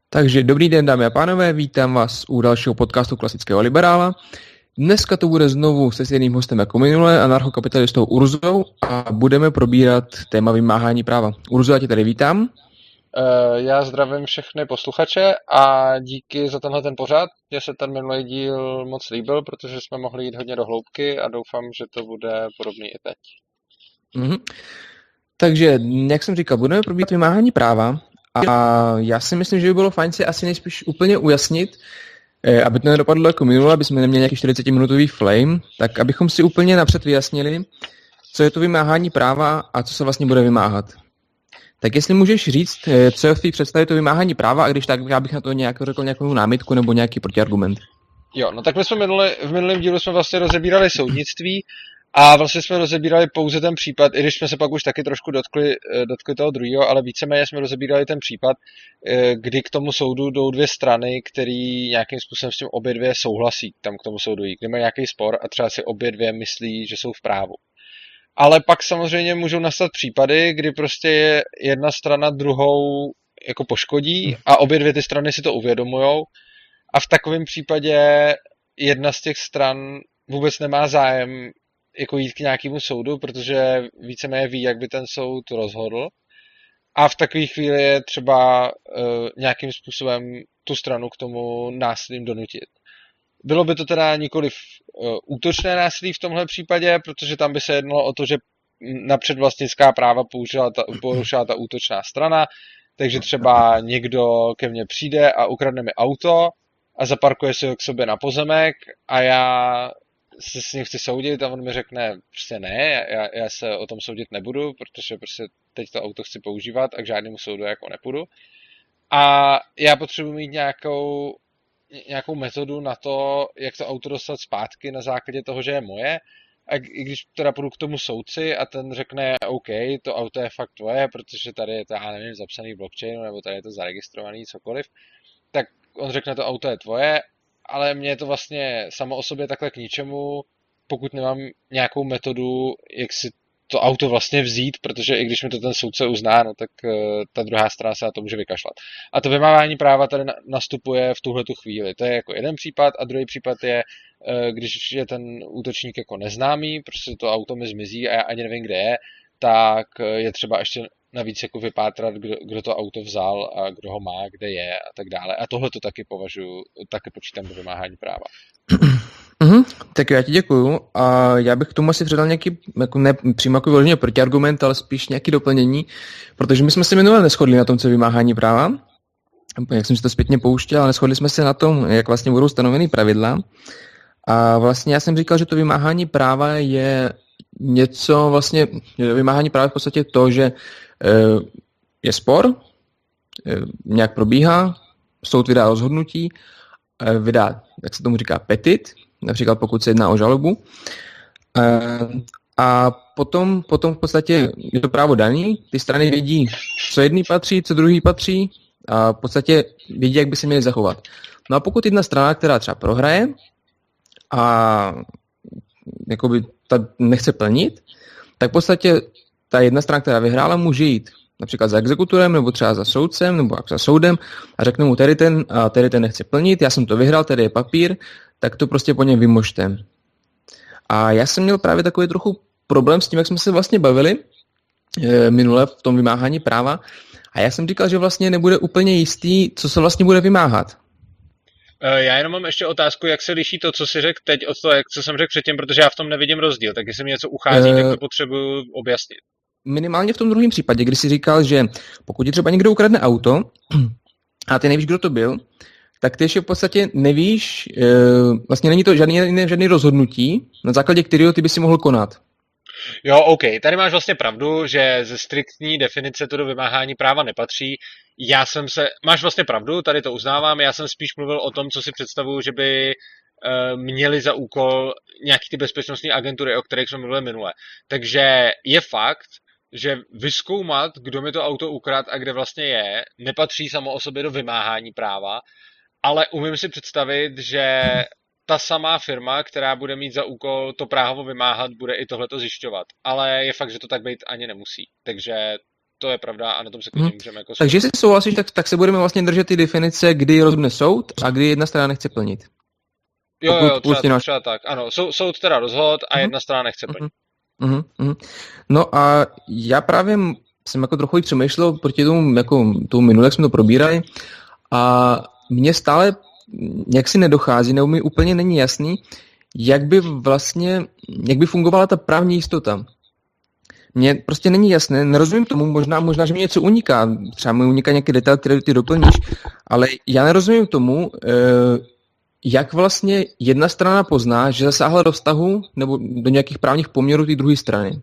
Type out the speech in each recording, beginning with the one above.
Takže dobrý den, dámy a pánové, vítám vás u dalšího podcastu Klasického liberála. Dneska to bude znovu se stejným hostem jako minule, anarchokapitalistou Urzou, a budeme probírat téma vymáhání práva. Urzo, já tě tady vítám. Já zdravím všechny posluchače a díky za tenhle ten pořad. Mně se ten minulý díl moc líbil, protože jsme mohli jít hodně do hloubky a doufám, že to bude podobný i teď. Takže, jak jsem říkal, budeme probírat vymáhání práva a já si myslím, že by bylo fajn si asi nejspíš úplně ujasnit, aby to nedopadlo jako minule, aby jsme neměli nějaký 40-minutový flame, tak abychom si úplně napřed vyjasnili, co je to vymáhání práva a co se vlastně bude vymáhat. Tak jestli můžeš říct, co je v té představě to vymáhání práva, a když tak, já bych na to řekl nějakou námitku nebo nějaký protiargument. Jo, no tak my jsme v minulém dílu jsme vlastně rozebírali soudnictví a vlastně jsme rozebírali pouze ten případ, i když jsme se pak už taky trošku dotkli toho druhého, ale víceméně jsme rozebírali ten případ, kdy k tomu soudu jdou dvě strany, který nějakým způsobem s tím obě dvě souhlasí, tam k tomu soudu jít, kdy mají nějaký spor a třeba si obě dvě myslí, že jsou v právu. Ale pak samozřejmě můžou nastat případy, kdy prostě je jedna strana druhou jako poškodí a obě dvě ty strany si to uvědomujou a v takovém případě jedna z těch stran vůbec nemá zájem jako jít k nějakému soudu, protože víceméně ví, jak by ten soud rozhodl a v takové chvíli je třeba nějakým způsobem tu stranu k tomu násilím donutit. Bylo by to teda nikoliv útočné násilí v tomhle případě, protože tam by se jednalo o to, že napřed vlastnická práva porušila ta útočná strana, takže třeba někdo ke mně přijde a ukradne mi auto a zaparkuje si ho k sobě na pozemek a já se s ním chci soudit a on mi řekne, prostě ne, já se o tom soudit nebudu, protože prostě teď to auto chci používat a k žádnému soudu jako nepůjdu. A já potřebuji mít nějakou metodu na to, jak to auto dostat zpátky na základě toho, že je moje. A i když teda půjdu k tomu soudci a ten řekne, OK, to auto je fakt tvoje, protože tady je to, já nevím, zapsaný v blockchainu, nebo tady je to zaregistrovaný, cokoliv, tak on řekne, to auto je tvoje, ale mně je to vlastně samo o sobě takhle k ničemu, pokud nemám nějakou metodu, jak si to auto vlastně vzít, protože i když mi to ten soudce uzná, no tak ta druhá strana se na to může vykašlat. A to vymáhání práva tady nastupuje v tuhletu chvíli. To je jako jeden případ a druhý případ je, když je ten útočník jako neznámý, prostě to auto mi zmizí a já ani nevím, kde je, tak je třeba ještě navíc jako vypátrat, kdo to auto vzal a kdo ho má, kde je a tak dále. A tohle to taky počítám do vymáhání práva. Tak já ti děkuju a já bych k tomu asi přidal nějaký, jako ne přímo jako vyloženě protiargument, ale spíš nějaký doplnění, protože my jsme se minule neshodli na tom, co je vymáhání práva, jak jsem si to zpětně pouštěl, ale neshodli jsme se na tom, jak vlastně budou stanoveny pravidla. A vlastně já jsem říkal, že to vymáhání práva je něco vlastně, vymáhání práva je v podstatě to, že je spor, nějak probíhá, soud vydá rozhodnutí, vydá, jak se tomu říká, petit, například pokud se jedná o žalobu. A potom v podstatě je to právo daný, ty strany vědí, co jedný patří, co druhý patří a v podstatě vědí, jak by se měli zachovat. No a pokud jedna strana, která třeba prohraje a jakoby ta nechce plnit, tak v podstatě ta jedna strana, která vyhrála, může jít například za exekutorem, nebo třeba za soudcem, nebo za soudem a řekne mu, tady ten nechce plnit, já jsem to vyhrál, tady je papír, tak to prostě po něm vymožte. A já jsem měl právě takový trochu problém s tím, jak jsme se vlastně bavili minule v tom vymáhání práva a já jsem říkal, že vlastně nebude úplně jistý, co se vlastně bude vymáhat. Já jenom mám ještě otázku, jak se liší to, co jsi řekl teď od toho, co jsem řekl předtím, protože já v tom nevidím rozdíl, tak jestli mi něco uchází, tak to potřebuji objasnit. Minimálně v tom druhém případě, kdy jsi říkal, že pokud ti třeba někdo ukradne auto a ty nevíš, kdo to byl, tak ty ještě v podstatě nevíš, vlastně není to žádný rozhodnutí, na základě kterého ty by si mohl konat. Jo, OK, tady máš vlastně pravdu, že ze striktní definice to do vymáhání práva nepatří. Máš vlastně pravdu, tady to uznávám, já jsem spíš mluvil o tom, co si představuju, že by měli za úkol nějaký ty bezpečnostní agentury, o kterých jsme mluvili minule. Takže je fakt, že vyzkoumat, kdo mi to auto ukradl a kde vlastně je, nepatří samo o sobě do vymáhání práva, ale umím si představit, že ta samá firma, která bude mít za úkol to právo vymáhat, bude i tohleto zjišťovat. Ale je fakt, že to tak být ani nemusí. Takže To je pravda a na tom se klidně můžeme jako Takže jestli souhlasíš, tak se budeme vlastně držet ty definice, kdy rozhodne soud a kdy jedna strana nechce plnit. Jo, třeba tak. Ano, soud teda rozhod a jedna strana nechce plnit. No a já právě jsem jako trochu přemýšlel proti tomu, jako tomu minule, jak jsme to probírali, a mně stále jaksi nedochází, nebo mi úplně není jasný, jak by fungovala ta právní jistota. Mně prostě není jasné, nerozumím tomu, možná, že mi něco uniká, třeba mi uniká nějaký detail, který ty doplníš, ale já nerozumím tomu, jak vlastně jedna strana pozná, že zasáhla do vztahu nebo do nějakých právních poměrů té druhé strany.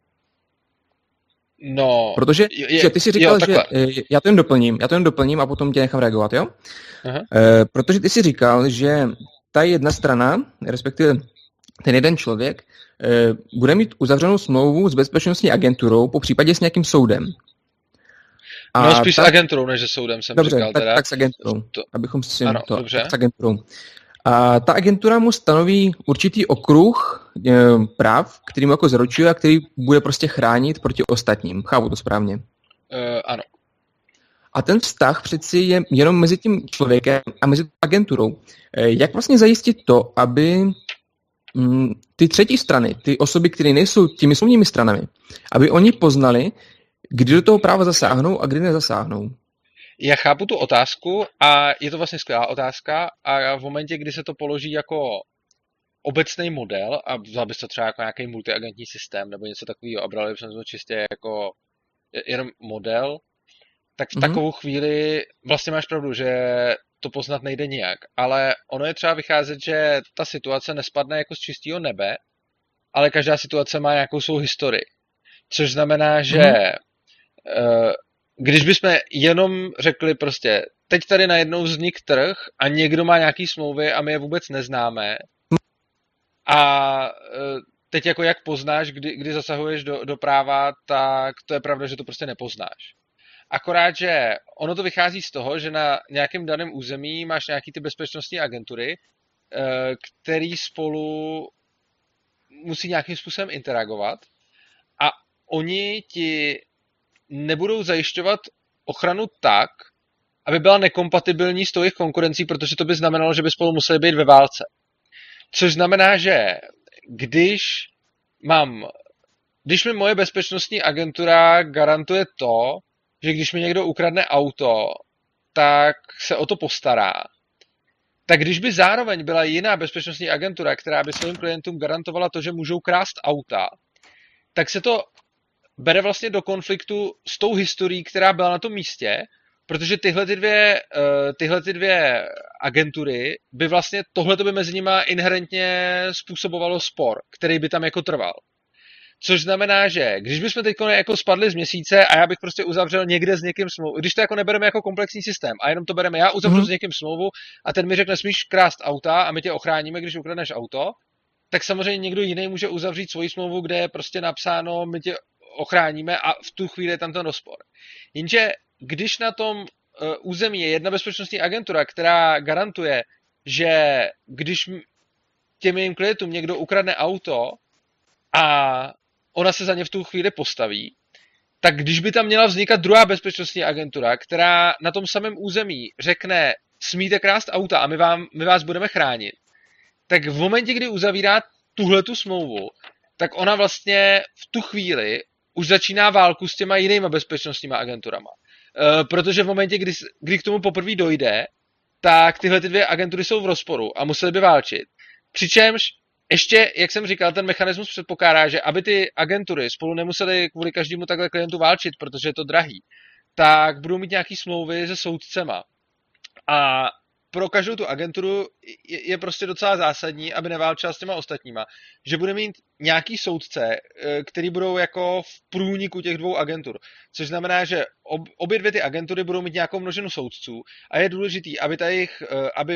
No, protože ty si říkal, že já to jen doplním a potom tě nechám reagovat, jo? Protože ty si říkal, že ta jedna strana, respektive ten jeden člověk, bude mít uzavřenou smlouvu s bezpečnostní agenturou, po případě s nějakým soudem. No spíš s agenturou, než se soudem jsem říkal. Dobře, tak s agenturou, abychom si dobře. S agenturou. A ta agentura mu stanoví určitý okruh práv, který mu jako zaručuje a který bude prostě chránit proti ostatním. Chápu to správně? Ano. A ten vztah přeci je jenom mezi tím člověkem a mezi agenturou. Jak vlastně zajistit to, aby ty třetí strany, ty osoby, které nejsou těmi smluvními stranami, aby oni poznali, kdy do toho práva zasáhnou a kdy nezasáhnou? Já chápu tu otázku a je to vlastně skvělá otázka a v momentě, kdy se to položí jako obecný model a vzal bys to třeba jako nějaký multiagentní systém nebo něco takového a brali bychom to čistě jako jenom model, tak v takovou chvíli vlastně máš pravdu, že to poznat nejde nijak, ale ono je třeba vycházet, že ta situace nespadne jako z čistého nebe, ale každá situace má nějakou svou historii. Což znamená, že když bychom jenom řekli prostě, teď tady najednou vznik trh a někdo má nějaký smlouvy a my je vůbec neznáme a teď jako jak poznáš, kdy zasahuješ do práva, tak to je pravda, že to prostě nepoznáš. Akorát, že ono to vychází z toho, že na nějakém daném území máš nějaký ty bezpečnostní agentury, který spolu musí nějakým způsobem interagovat a oni ti nebudou zajišťovat ochranu tak, aby byla nekompatibilní s tou jejich konkurencí, protože to by znamenalo, že by spolu museli být ve válce. Což znamená, že když mi moje bezpečnostní agentura garantuje to, že když mi někdo ukradne auto, tak se o to postará, tak když by zároveň byla jiná bezpečnostní agentura, která by svým klientům garantovala to, že můžou krást auta, tak se to bere vlastně do konfliktu s tou historií, která byla na tom místě, protože tyhle ty dvě agentury by vlastně, tohleto by mezi nimi inherentně způsobovalo spor, který by tam jako trval. Což znamená, že když bychom teď jako spadli z měsíce a já bych prostě uzavřel někde s někým smlouvu, když to jako nebereme jako komplexní systém a jenom to bereme, já uzavřu s někým smlouvu a ten mi řekne, smíš krást auta a my tě ochráníme, když ukradneš auto, tak samozřejmě někdo jiný může uzavřít svoji smlouvu, kde je prostě napsáno, my tě ochráníme a v tu chvíli je tam ten rozpor. Jenže když na tom území je jedna bezpečnostní agentura, která garantuje, že když těm jejím klientům někdo ukradne auto a ona se za ně v tu chvíli postaví, tak když by tam měla vznikat druhá bezpečnostní agentura, která na tom samém území řekne, smíte krást auta a my vás budeme chránit, tak v momentě, kdy uzavírá tuhletu smlouvu, tak ona vlastně v tu chvíli už začíná válku s těma jinýma bezpečnostníma agenturama. Protože v momentě, kdy k tomu poprvé dojde, tak tyhle ty dvě agentury jsou v rozporu a museli by válčit. Přičemž ještě, jak jsem říkal, ten mechanismus předpokládá, že aby ty agentury spolu nemuseli kvůli každému takhle klientu válčit, protože je to drahý, tak budou mít nějaký smlouvy se soudcema. A pro každou tu agenturu je prostě docela zásadní, aby neválčila s těma ostatníma, že bude mít nějaký soudce, který budou jako v průniku těch dvou agentur. Což znamená, že obě dvě ty agentury budou mít nějakou množinu soudců a je důležitý, aby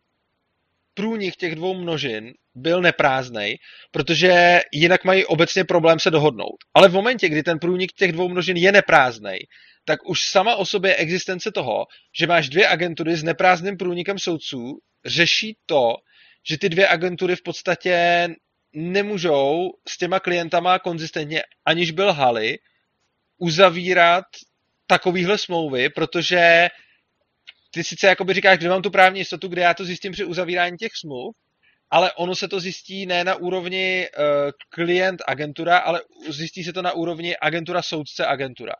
průnik těch dvou množin byl neprázdnej, protože jinak mají obecně problém se dohodnout. Ale v momentě, kdy ten průnik těch dvou množin je neprázdnej, tak už sama o sobě existence toho, že máš dvě agentury s neprázdným průnikem soudců, řeší to, že ty dvě agentury v podstatě nemůžou s těma klientama konzistentně, aniž by lhali, uzavírat takovýhle smlouvy, protože ty sice jakoby říkáš, kde mám tu právní jistotu, kde já to zjistím při uzavírání těch smluv, ale ono se to zjistí ne na úrovni klient-agentura, ale zjistí se to na úrovni agentura-soudce-agentura.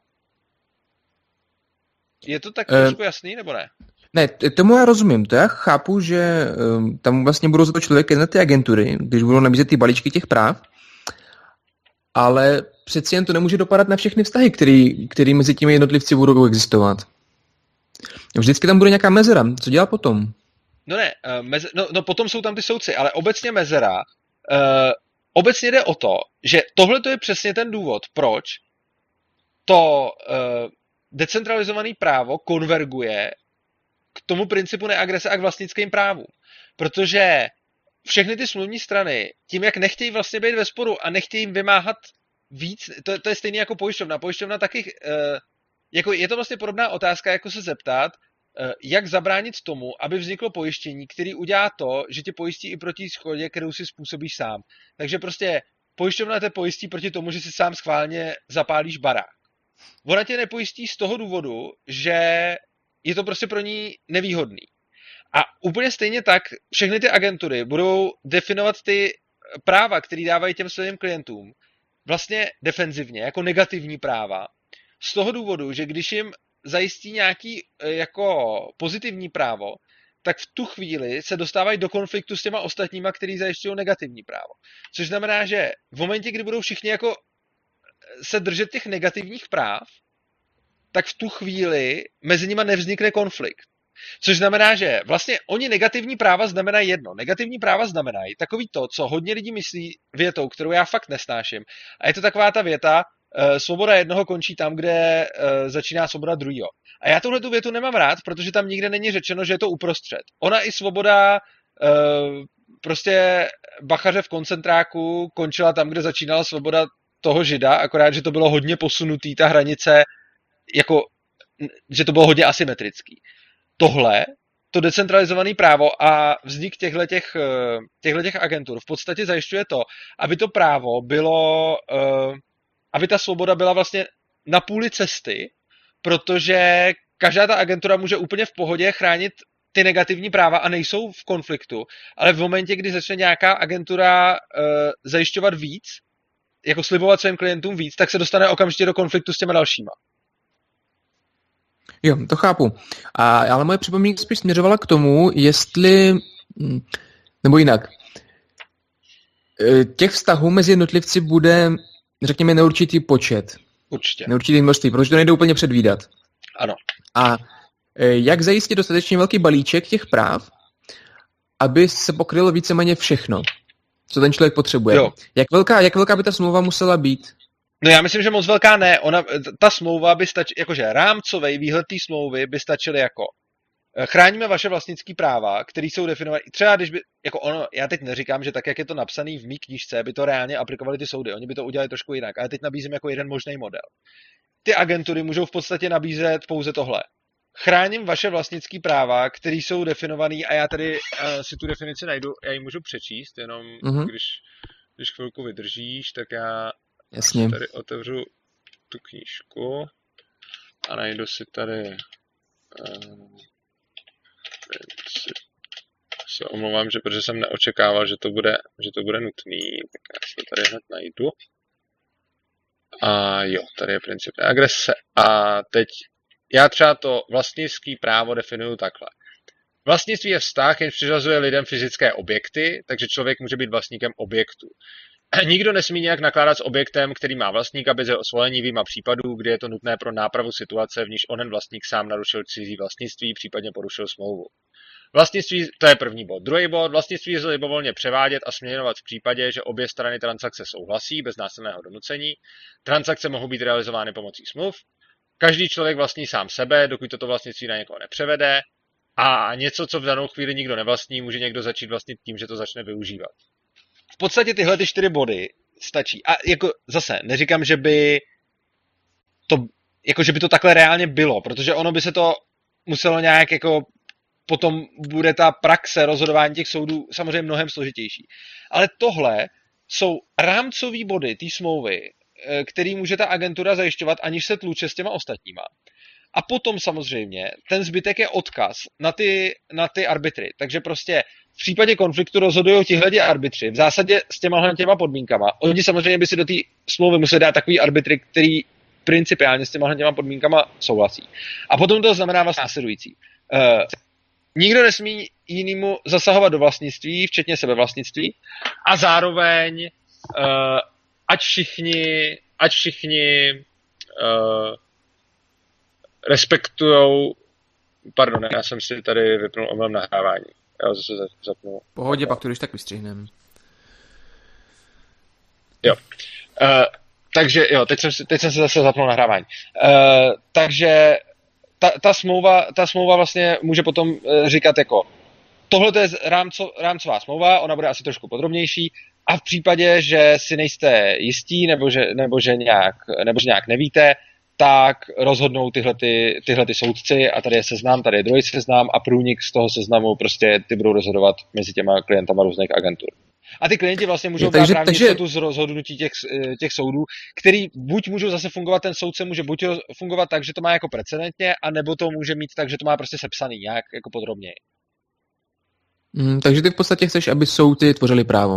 Je to tak trošku jasný, nebo ne? Ne, tomu já rozumím. To já chápu, že tam vlastně budou za to člověk jednat ty agentury, když budou nabízet ty balíčky těch práv, ale přeci jen to nemůže dopadat na všechny vztahy, které mezi těmi jednotlivci budou existovat. Vždycky tam bude nějaká mezera. Co dělat potom? No ne, no potom jsou tam ty soudci, ale obecně mezera, obecně jde o to, že tohle to je přesně ten důvod, proč to decentralizované právo konverguje k tomu principu neagrese a k vlastnickým právům. Protože všechny ty smluvní strany, tím, jak nechtějí vlastně být ve sporu a nechtějí jim vymáhat víc, to je stejné jako pojišťovna. Pojišťovna taky, jako je to vlastně podobná otázka, jako se zeptat, jak zabránit tomu, aby vzniklo pojištění, který udělá to, že tě pojistí i proti škodě, kterou si způsobíš sám. Takže prostě pojišťovna te pojistí proti tomu, že si sám schválně zapálíš barák. Ona tě nepojistí z toho důvodu, že je to prostě pro ní nevýhodný. A úplně stejně tak všechny ty agentury budou definovat ty práva, které dávají těm svým klientům, vlastně defenzivně, jako negativní práva. Z toho důvodu, že když jim zajistí nějaký jako pozitivní právo, tak v tu chvíli se dostávají do konfliktu s těma ostatníma, který zajišťují negativní právo. Což znamená, že v momentě, kdy budou všichni jako se držet těch negativních práv, tak v tu chvíli mezi nima nevznikne konflikt. Což znamená, že vlastně oni negativní práva znamenají jedno. Negativní práva znamenají takový to, co hodně lidí myslí větou, kterou já fakt nesnáším. A je to taková ta věta, svoboda jednoho končí tam, kde začíná svoboda druhého. A já tuhletu větu nemám rád, protože tam nikde není řečeno, že je to uprostřed. Ona i svoboda prostě Bachaře v koncentráku končila tam, kde začínala svoboda toho Žida, akorát, že to bylo hodně posunutý, ta hranice, jako, že to bylo hodně asymetrický. Tohle, to decentralizované právo a vznik těchto agentur v podstatě zajišťuje to, aby to právo bylo, aby ta svoboda byla vlastně na půli cesty, protože každá ta agentura může úplně v pohodě chránit ty negativní práva a nejsou v konfliktu, ale v momentě, kdy začne nějaká agentura zajišťovat víc, jako slibovat svým klientům víc, tak se dostane okamžitě do konfliktu s těma dalšíma. Jo, to chápu. Ale moje připomínka spíš směřovala k tomu, jestli, nebo jinak, těch vztahů mezi jednotlivci bude, řekněme, neurčitý počet. Určitě. Neurčitý množství, protože to nejde úplně předvídat. Ano. A jak zajistit dostatečně velký balíček těch práv, aby se pokrylo víceméně všechno, co ten člověk potřebuje. Jo. Jak velká by ta smlouva musela být? No já myslím, že moc velká ne. Ta smlouva by stačila, jakože rámcový výhled té smlouvy by stačily jako chráníme vaše vlastnické práva, které jsou definované. Třeba když by, jako ono, já teď neříkám, že tak, jak je to napsané v mý knížce, by to reálně aplikovali ty soudy. Oni by to udělali trošku jinak, ale teď nabízím jako jeden možný model. Ty agentury můžou v podstatě nabízet pouze tohle. Chráním vaše vlastnické práva, které jsou definované, a já tady si tu definici najdu, já ji můžu přečíst, jenom když chvilku vydržíš, tak já Jasně. Tady otevřu tu knížku a najdu si tady se omlouvám, že protože jsem neočekával, že to bude nutný, tak já si to tady hned najdu. A jo, tady je princip agrese. A teď já třeba to vlastnický právo definuju takhle. Vlastnictví je vztah, jenž přiřazuje lidem fyzické objekty, takže člověk může být vlastníkem objektu. Nikdo nesmí nějak nakládat s objektem, který má vlastníka bez jeho svolení výjima případů, kdy je to nutné pro nápravu situace, v níž onen vlastník sám narušil cizí vlastnictví, případně porušil smlouvu. Vlastnictví, to je první bod. Druhý bod, vlastnictví lze libovolně převádět a směňovat v případě, že obě strany transakce souhlasí bez násilného donucení. Transakce mohou být realizovány pomocí smluv. Každý člověk vlastní sám sebe, dokud toto vlastnictví na někoho nepřevede. A něco, co v danou chvíli nikdo nevlastní, může někdo začít vlastnit tím, že to začne využívat. V podstatě tyhle 4 body stačí. A jako zase, neříkám, že by to takhle reálně bylo, protože ono by se to muselo nějak jako potom bude ta praxe rozhodování těch soudů samozřejmě mnohem složitější. Ale tohle jsou rámcový body té smlouvy, který může ta agentura zajišťovat, aniž se tluče s těma ostatníma. A potom samozřejmě ten zbytek je odkaz na ty arbitry. Takže prostě v případě konfliktu rozhodují tihledi arbitři, v zásadě s těma podmínkama. Oni samozřejmě by si do té smlouvy museli dát takový arbitry, který principiálně s těma podmínkama souhlasí. A potom to znamená vlastně následující. Nikdo nesmí jinému zasahovat do vlastnictví, včetně sebevlastnictví, a zároveň ať všichni respektujou, pardon, já jsem si tady vypnul omylem nahrávání. Já zase zapnu. Pohodě, pak to když tak vystřihnem. Jo. Takže jo, teď jsem si zase zapnul nahrávání. Takže ta smlouva vlastně může potom říkat jako tohle je rámcová smlouva, ona bude asi trošku podrobnější a v případě, že si nejste jistí nebo že nějak nevíte, tak rozhodnou tyhle ty soudci a tady je seznam, tady je druhý seznam a průnik z toho seznamu prostě ty budou rozhodovat mezi těma klientama různých agentur. A ty klienti vlastně můžou brát právní jistotu z rozhodnutí těch soudů, který buď můžou zase fungovat, ten soudce může buď fungovat tak, že to má jako precedentně, anebo to může mít tak, že to má prostě sepsaný nějak jako podrobněji. Takže ty v podstatě chceš, aby soudci tvořili právo.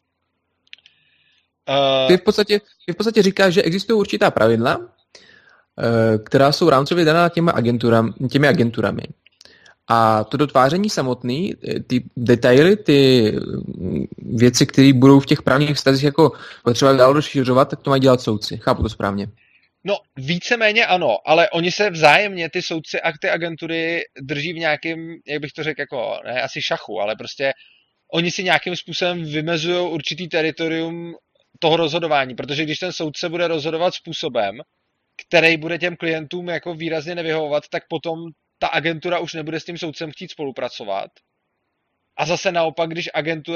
Ty v podstatě říkáš, že existují určitá pravidla, která jsou rámcově daná těmi agenturami. A to dotváření samotný, ty detaily, ty věci, které budou v těch právních vztazích jako potřeba dál rozšiřovat, tak to mají dělat soudci. Chápu to správně? No, víceméně ano, ale oni se vzájemně, ty soudci a ty agentury drží v nějakém, jak bych to řekl, jako, ne asi šachu, ale prostě oni si nějakým způsobem vymezují určitý teritorium toho rozhodování, protože když ten soudce bude rozhodovat způsobem, který bude těm klientům jako výrazně nevyhovovat, tak potom ta agentura už nebude s tím soudcem chtít spolupracovat. A zase naopak, když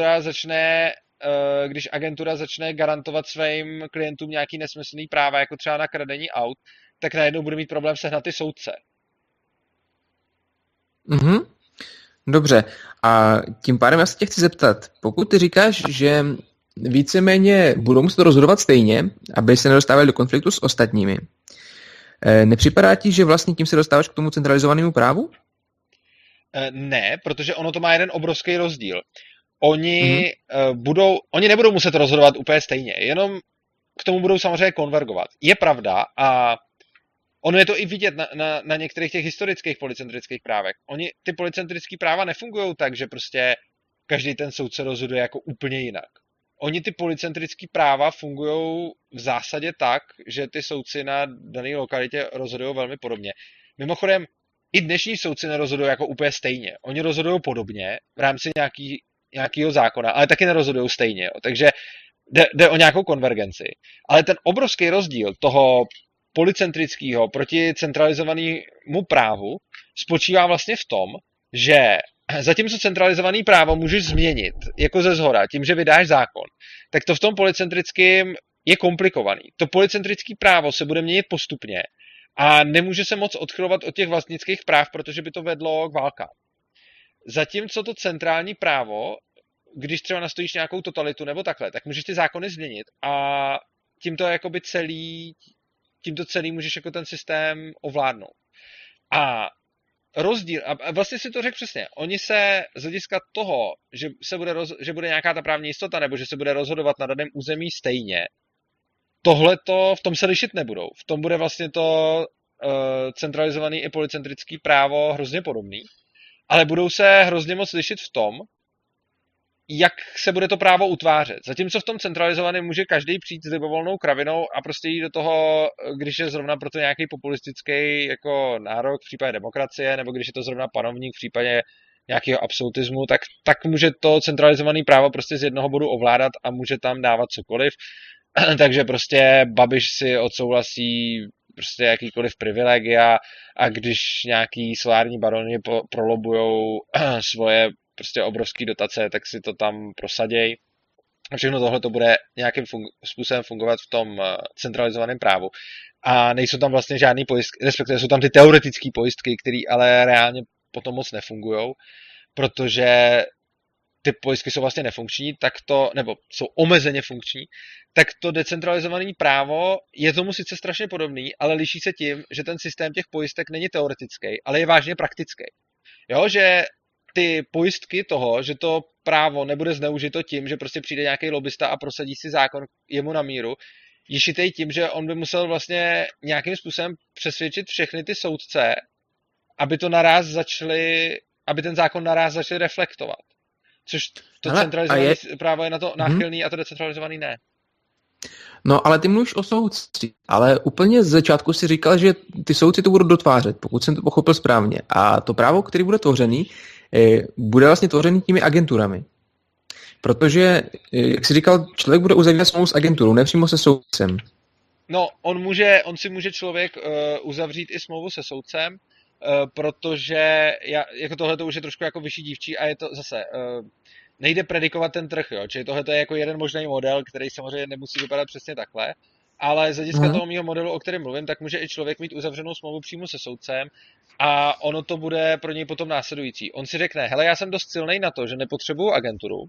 agentura začne garantovat svým klientům nějaký nesmyslný práva, jako třeba na kradení aut, tak najednou bude mít problém sehnat ty soudce. Mhm. Dobře. A tím pádem já se tě chci zeptat, pokud ty říkáš, že víceméně budou muset rozhodovat stejně, aby se nedostávali do konfliktu s ostatními, nepřipadá ti, že vlastně tím se dostáváš k tomu centralizovanému právu? Ne, protože ono to má jeden obrovský rozdíl. Oni nebudou muset rozhodovat úplně stejně, jenom k tomu budou samozřejmě konvergovat. Je pravda a ono je to i vidět na některých těch historických polycentrických právech. Ty polycentrické práva nefungují tak, že prostě každý ten soudce rozhoduje jako úplně jinak. Oni ty polycentrické práva fungují v zásadě tak, že ty soudci na dané lokalitě rozhodují velmi podobně. Mimochodem, i dnešní soudci nerozhodují jako úplně stejně. Oni rozhodují podobně v rámci nějakého zákona, ale taky nerozhodují stejně. Jo. Takže jde o nějakou konvergenci. Ale ten obrovský rozdíl toho polycentrického proti centralizovanému právu spočívá vlastně v tom, že zatímco centralizované právo můžeš změnit jako ze zhora tím, že vydáš zákon, tak to v tom polycentrickém je komplikovaný. To polycentrické právo se bude měnit postupně a nemůže se moc odchylovat od těch vlastnických práv, protože by to vedlo k válkám. Zatímco to centrální právo, když třeba nastojíš nějakou totalitu nebo takhle, tak můžeš ty zákony změnit a tímto celý můžeš jako ten systém ovládnout. A rozdíl, a vlastně si to řekl přesně, oni se z hlediska toho, že bude nějaká ta právní jistota, nebo že se bude rozhodovat na daném území stejně, tohleto, v tom se lišit nebudou. V tom bude vlastně to centralizovaný i polycentrický právo hrozně podobný, ale budou se hrozně moc lišit v tom, jak se bude to právo utvářet. Zatímco v tom centralizovaném může každý přijít s libovolnou kravinou a prostě jít do toho, když je zrovna proto nějaký populistický jako nárok v případě demokracie, nebo když je to zrovna panovník v případě nějakého absolutismu, tak může to centralizované právo prostě z jednoho bodu ovládat a může tam dávat cokoliv. Takže prostě Babiš si odsouhlasí prostě jakýkoliv privilegia a když nějaký solární baroni prolobujou svoje prostě obrovský dotace, tak si to tam prosaděj. A všechno tohle to bude nějakým způsobem fungovat v tom centralizovaném právu. A nejsou tam vlastně žádný pojistky, respektive jsou tam ty teoretické pojistky, které ale reálně potom moc nefungujou, protože ty pojistky jsou vlastně nefunkční, tak to, nebo jsou omezeně funkční, tak to decentralizované právo je tomu sice strašně podobný, ale liší se tím, že ten systém těch pojistek není teoretický, ale je vážně praktický. Jo, že ty pojistky toho, že to právo nebude zneužito tím, že prostě přijde nějaký lobista a prosadí si zákon jemu na míru, je šitej tím, že on by musel vlastně nějakým způsobem přesvědčit všechny ty soudce, aby to naráz začali, aby ten zákon naráz začali reflektovat. Což to centralizované právo je na to náchylný a to decentralizovaný ne. No, ale ty mluvíš o soudci, ale úplně z začátku si říkal, že ty soudci to budou dotvářet, pokud jsem to pochopil správně. A to právo, který bude tvořený, bude vlastně tvořený těmi agenturami. Protože, jak jsi říkal, člověk bude uzavírat smlouvu s agenturou, nepřímo se soudcem. No, on si může člověk uzavřít i smlouvu se soudcem, protože jako tohle to už je trošku jako vyšší dívčí a je to zase... nejde predikovat ten trh, jo? Čili tohle je jako jeden možný model, který samozřejmě nemusí vypadat přesně takhle, ale z hlediska toho mýho modelu, o kterém mluvím, tak může i člověk mít uzavřenou smlouvu přímo se soudcem a ono to bude pro něj potom následující. On si řekne, hele, já jsem dost silnej na to, že nepotřebuju agenturu,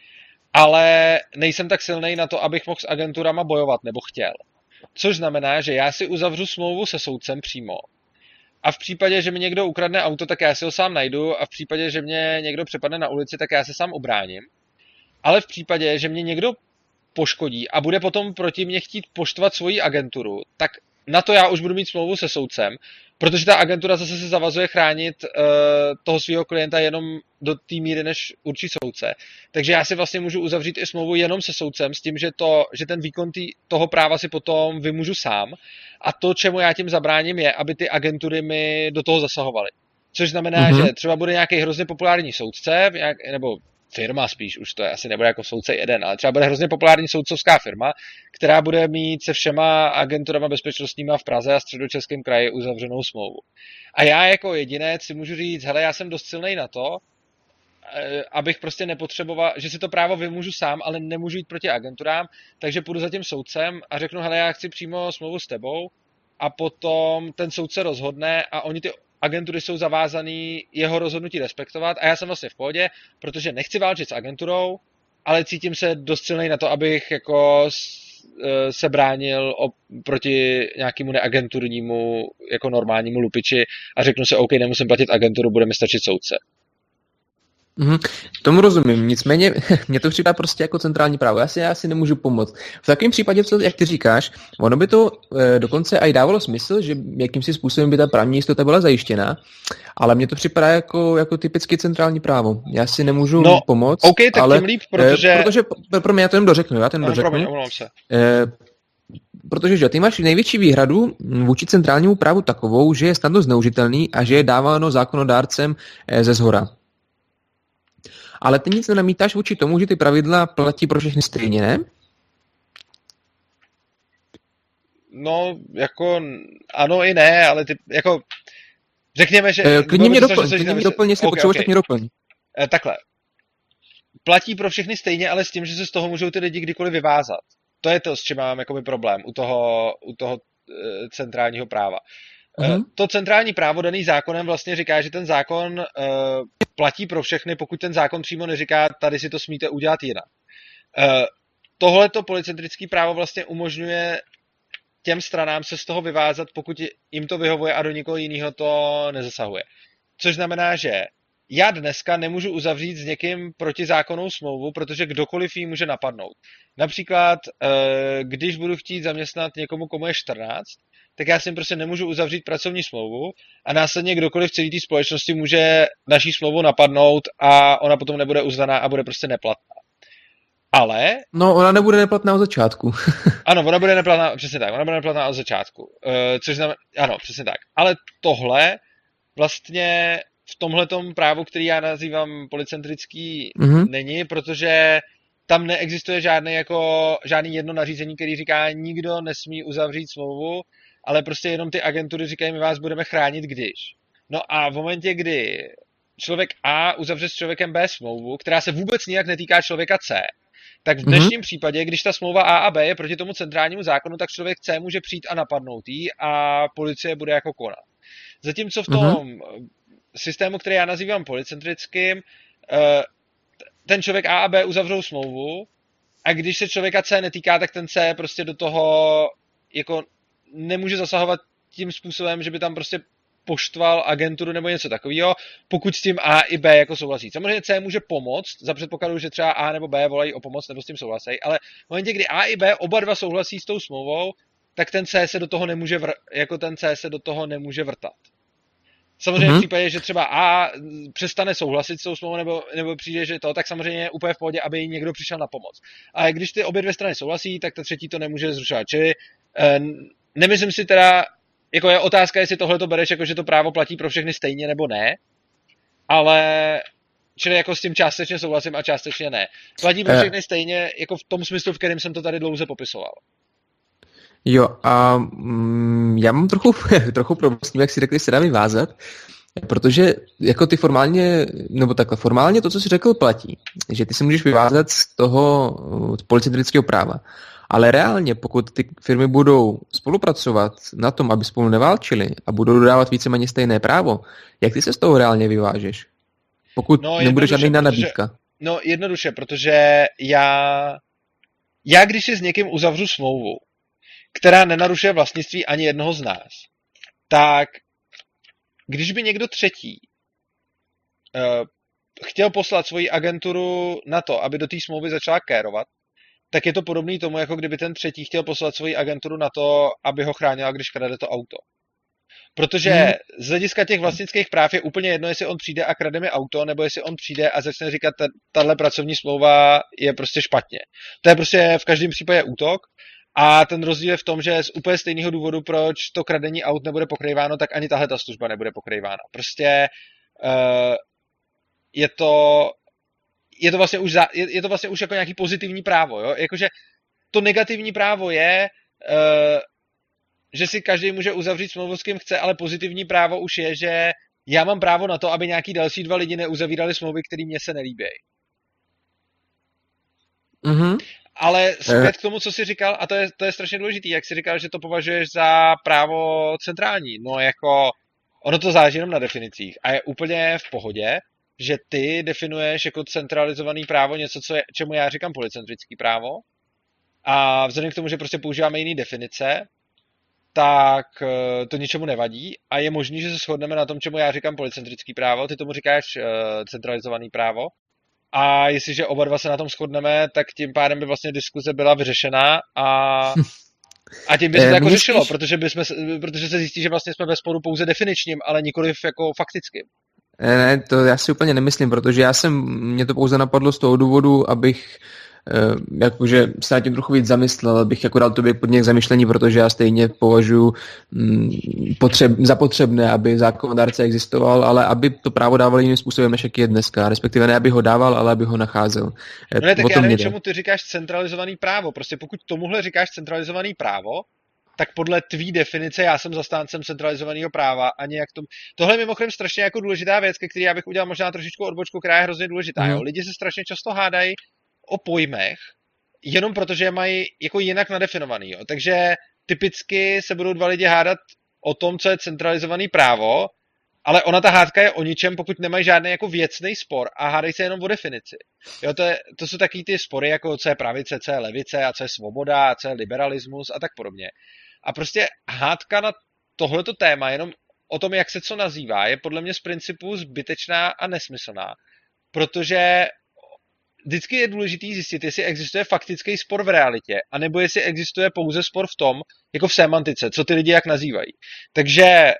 ale nejsem tak silnej na to, abych mohl s agenturama bojovat, nebo chtěl. Což znamená, že já si uzavřu smlouvu se soudcem přímo. A v případě, že mi někdo ukradne auto, tak já si ho sám najdu a v případě, že mě někdo přepadne na ulici, tak já se sám obráním. Ale v případě, že mě někdo poškodí a bude potom proti mě chtít poštvat svoji agenturu, tak na to já už budu mít smlouvu se soudcem, protože ta agentura zase se zavazuje chránit toho svého klienta jenom do té míry, než určí soudce. Takže já si vlastně můžu uzavřít i smlouvu jenom se soudcem s tím, že ten výkon toho práva si potom vymůžu sám. A to, čemu já tím zabráním, je, aby ty agentury mi do toho zasahovaly. Což znamená, že třeba bude nějaký hrozně populární soudce, nebo firma spíš, už to je, asi nebude jako soudce jeden, ale třeba bude hrozně populární soudcovská firma, která bude mít se všema agenturama bezpečnostníma v Praze a Středočeském kraji uzavřenou smlouvu. A já jako jedinec si můžu říct, hele, já jsem dost silnej na to, abych prostě nepotřeboval, že si to právo vymůžu sám, ale nemůžu jít proti agenturám, takže půjdu za tím soudcem a řeknu, hele, já chci přímo smlouvu s tebou a potom ten soudce rozhodne a oni ty agentury jsou zavázaný jeho rozhodnutí respektovat a já jsem vlastně v pohodě, protože nechci válčit s agenturou, ale cítím se dost silnej na to, abych jako se bránil proti nějakému neagenturnímu jako normálnímu lupiči a řeknu si, OK, nemusím platit agenturu, bude mi stačit soudce. Tomu rozumím, nicméně mě to připadá prostě jako centrální právo. Já si nemůžu pomoct. V takovém případě, jak ty říkáš, ono by to dokonce i dávalo smysl, že jakýmsi způsobem by ta právní jistota byla zajištěna, ale mně to připadá jako typicky centrální právo. Já si nemůžu pomoct, OK, tak ale tím líp, protože pro mě já to jen dořeknu. Protože že ty máš největší výhradu vůči centrálnímu právu takovou, že je snadno zneužitelný a že je dáváno zákonodárcem ze zhora. Ale ty nic nenamítáš vůči tomu, že ty pravidla platí pro všechny stejně, ne? No, jako ano i ne, ale ty, jako řekněme, že... Klidně mě doplň, jestli potřebuješ, tak mě doplň. Takhle. Platí pro všechny stejně, ale s tím, že se z toho můžou ty lidi kdykoliv vyvázat. To je to, s čím mám jakoby problém u toho centrálního práva. To centrální právo daný zákonem vlastně říká, že ten zákon platí pro všechny, pokud ten zákon přímo neříká, tady si to smíte udělat jinak. Tohleto policentrické právo vlastně umožňuje těm stranám se z toho vyvázat, pokud jim to vyhovuje a do nikoho jiného to nezasahuje. Což znamená, že já dneska nemůžu uzavřít s někým protizákonnou smlouvu, protože kdokoliv ji může napadnout. Například, když budu chtít zaměstnat někomu, komu je 14, tak já s ním prostě nemůžu uzavřít pracovní smlouvu a následně kdokoliv v celé té společnosti může naší smlouvu napadnout a ona potom nebude uznaná a bude prostě neplatná. Ale... No, ona nebude neplatná od začátku. Ano, ona bude neplatná, přesně tak, ona bude neplatná od začátku. Což znamená, ano, přesně tak. Ale tohle vlastně v tomhletom právu, který já nazývám policentrický, není, protože tam neexistuje žádný jedno nařízení, který říká, nikdo nesmí uzavřít smlouvu, ale prostě jenom ty agentury říkají, my vás budeme chránit, když. No a v momentě, kdy člověk A uzavře s člověkem B smlouvu, která se vůbec nijak netýká člověka C, tak v dnešním případě, když ta smlouva A a B je proti tomu centrálnímu zákonu, tak člověk C může přijít a napadnout jí a policie bude jako konat. Zatímco v tom systému, který já nazývám policentrickým, ten člověk A a B uzavřou smlouvu a když se člověka C netýká, tak ten C prostě do toho jako nemůže zasahovat tím způsobem, že by tam prostě poštval agenturu nebo něco takového, pokud s tím A i B jako souhlasí. Samozřejmě C může pomoct, za předpokladu, že třeba A nebo B volají o pomoc nebo s tím souhlasí, ale v momentě, kdy A i B oba dva souhlasí s tou smlouvou, tak ten C se do toho nemůže, ten C se do toho nemůže vrtat. Samozřejmě v případě, že třeba A přestane souhlasit s tou smlouvou nebo přijde, že to, tak samozřejmě je úplně v pohodě, aby jí někdo přišel na pomoc. Ale když ty obě dvě strany souhlasí, tak ta třetí to nemůže zrušovat. Čili nemyslím si teda, jako je otázka, jestli tohle to bereš, jako že to právo platí pro všechny stejně nebo ne, ale čili jako s tím částečně souhlasím a částečně ne. Platí pro všechny stejně, jako v tom smyslu, v kterém jsem to tady dlouze popisoval. Jo, a já mám trochu problém s tím, jak si řekli, se dá vyvázat, protože jako ty formálně, nebo takhle, formálně to, co jsi řekl, platí. Že ty si můžeš vyvázat z toho policentrického práva. Ale reálně, pokud ty firmy budou spolupracovat na tom, aby spolu neválčili a budou dodávat víceméně stejné právo, jak ty se z toho reálně vyvážeš? Pokud nebude žádný nabídka. No jednoduše, protože já když si s někým uzavřu smlouvu, která nenarušuje vlastnictví ani jednoho z nás, tak když by někdo třetí chtěl poslat svoji agenturu na to, aby do té smlouvy začala kérovat, tak je to podobný tomu, jako kdyby ten třetí chtěl poslat svoji agenturu na to, aby ho chránila, když krade to auto. Protože z hlediska těch vlastnických práv je úplně jedno, jestli on přijde a krade mi auto, nebo jestli on přijde a začne říkat, tahle pracovní smlouva je prostě špatně. To je prostě v každém případě útok. A ten rozdíl je v tom, že z úplně stejného důvodu, proč to kradení aut nebude pokrýváno, tak ani tahle ta služba nebude pokrývána. Prostě je to vlastně už jako nějaký pozitivní právo, jo? Jakože to negativní právo je, že si každý může uzavřít smlouvu s kým chce, ale pozitivní právo už je, že já mám právo na to, aby nějaký další dva lidi neuzavírali smlouvy, které mně se nelíbí. Mhm. Ale zpět k tomu, co jsi říkal, a to je strašně důležitý, jak jsi říkal, že to považuješ za právo centrální. No jako, ono to záleží jenom na definicích a je úplně v pohodě, že ty definuješ jako centralizovaný právo něco, čemu já říkám polycentrický právo. A vzhledem k tomu, že prostě používáme jiné definice, tak to ničemu nevadí a je možný, že se shodneme na tom, čemu já říkám polycentrický právo, ty tomu říkáš centralizovaný právo. A jestliže oba dva se na tom shodneme, tak tím pádem by vlastně diskuze byla vyřešená a tím by se to jako řešilo, protože se zjistí, že vlastně jsme ve sporu pouze definičním, ale nikoliv jako faktickým. Ne, to já si úplně nemyslím, protože mě to pouze napadlo z toho důvodu, abych jakože se na tím trochu víc zamyslel, abych jako dal tobě podnět k zamyšlení, protože já stejně považuji za potřebné, aby zákonodárce existoval, ale aby to právo dával jiným způsobem, než jaký je dneska. Respektive ne, aby ho dával, ale aby ho nacházel. No ne, tak já nevím, čemu ty říkáš centralizovaný právo. Prostě pokud tomuhle říkáš centralizovaný právo, tak podle tvý definice já jsem zastáncem centralizovaného práva a nějak to... Tohle je mimochodem strašně jako důležitá věc, ke které já bych udělal možná trošičku odbočku, která je hrozně důležitá. Jo? Lidi se strašně často hádají o pojmech, jenom protože je mají jako jinak nadefinovaný. Jo? Takže typicky se budou dva lidi hádat o tom, co je centralizovaný právo, ale ona ta hádka je o ničem, pokud nemají žádný jako věcný spor a hádají se jenom o definici. Jo, to jsou taky ty spory, jako co je pravice, co je levice a co je svoboda a co je liberalismus a tak podobně. A prostě hádka na tohleto téma, jenom o tom, jak se co nazývá, je podle mě z principu zbytečná a nesmyslná. Protože vždycky je důležitý zjistit, jestli existuje faktický spor v realitě, anebo jestli existuje pouze spor v tom, jako v semantice, co ty lidi jak nazývají. Takže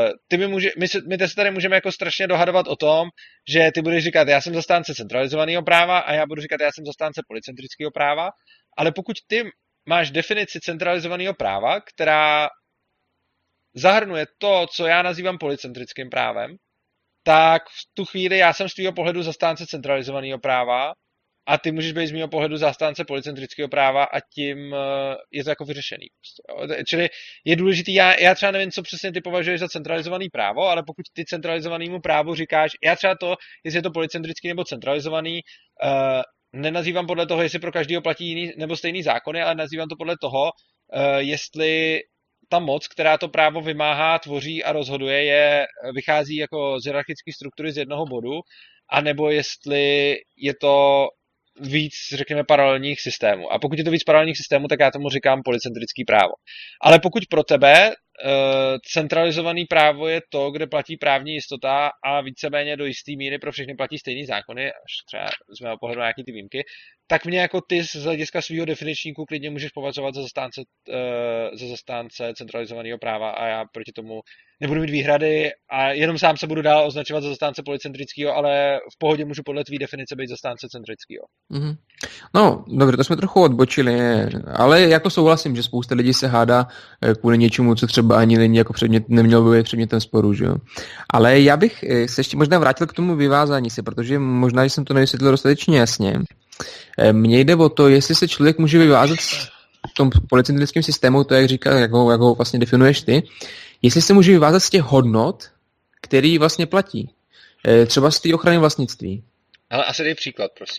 my se tady můžeme jako strašně dohadovat o tom, že ty budeš říkat, já jsem zastánce centralizovaného práva a já budu říkat, já jsem zastánce polycentrického práva, ale pokud ty máš definici centralizovaného práva, která zahrnuje to, co já nazývám polycentrickým právem, tak v tu chvíli já jsem z tvýho pohledu zastánce centralizovaného práva a ty můžeš být z mého pohledu zastánce polycentrického práva a tím je to jako vyřešený. Čili je důležitý, já třeba nevím, co přesně ty považuješ za centralizovaný právo, ale pokud ty centralizovanému právu říkáš, já třeba to, jestli je to polycentrický nebo centralizovaný, nenazývám podle toho, jestli pro každého platí jiný nebo stejný zákony, ale nazývám to podle toho, jestli ta moc, která to právo vymáhá, tvoří a rozhoduje, vychází jako z hierarchické struktury z jednoho bodu, anebo jestli je to víc, řekněme, paralelních systémů. A pokud je to víc paralelních systémů, tak já tomu říkám polycentrický právo. Ale pokud pro tebe centralizovaný právo je to, kde platí právní jistota a víceméně do jisté míry pro všechny platí stejný zákony, až třeba z mého pohledu nějaký ty výjimky, tak mě jako ty z hlediska svého definičníku klidně můžeš považovat za zastánce centralizovaného práva a já proti tomu nebudu mít výhrady a jenom sám se budu dál označovat za zastánce polycentrického, ale v pohodě můžu podle tvý definice být zastánce centrického. Mm-hmm. No, dobře, to jsme trochu odbočili, ale jako souhlasím, že spousta lidí se hádá kvůli něčemu, co třeba ani není jako nemělo by být předmětem sporu, že jo. Ale já bych se ještě možná vrátil k tomu vyvázání se, protože možná, že jsem to nevysvětlil dostatečně jasně. Mně jde o to, jestli se člověk může vyvázat v tom polycentrickém systému, to jak říká, jak ho vlastně definuješ ty, jestli se může vyvázat z těch hodnot, který vlastně platí. Třeba z té ochrany vlastnictví. Ale asi dej příklad, prosím.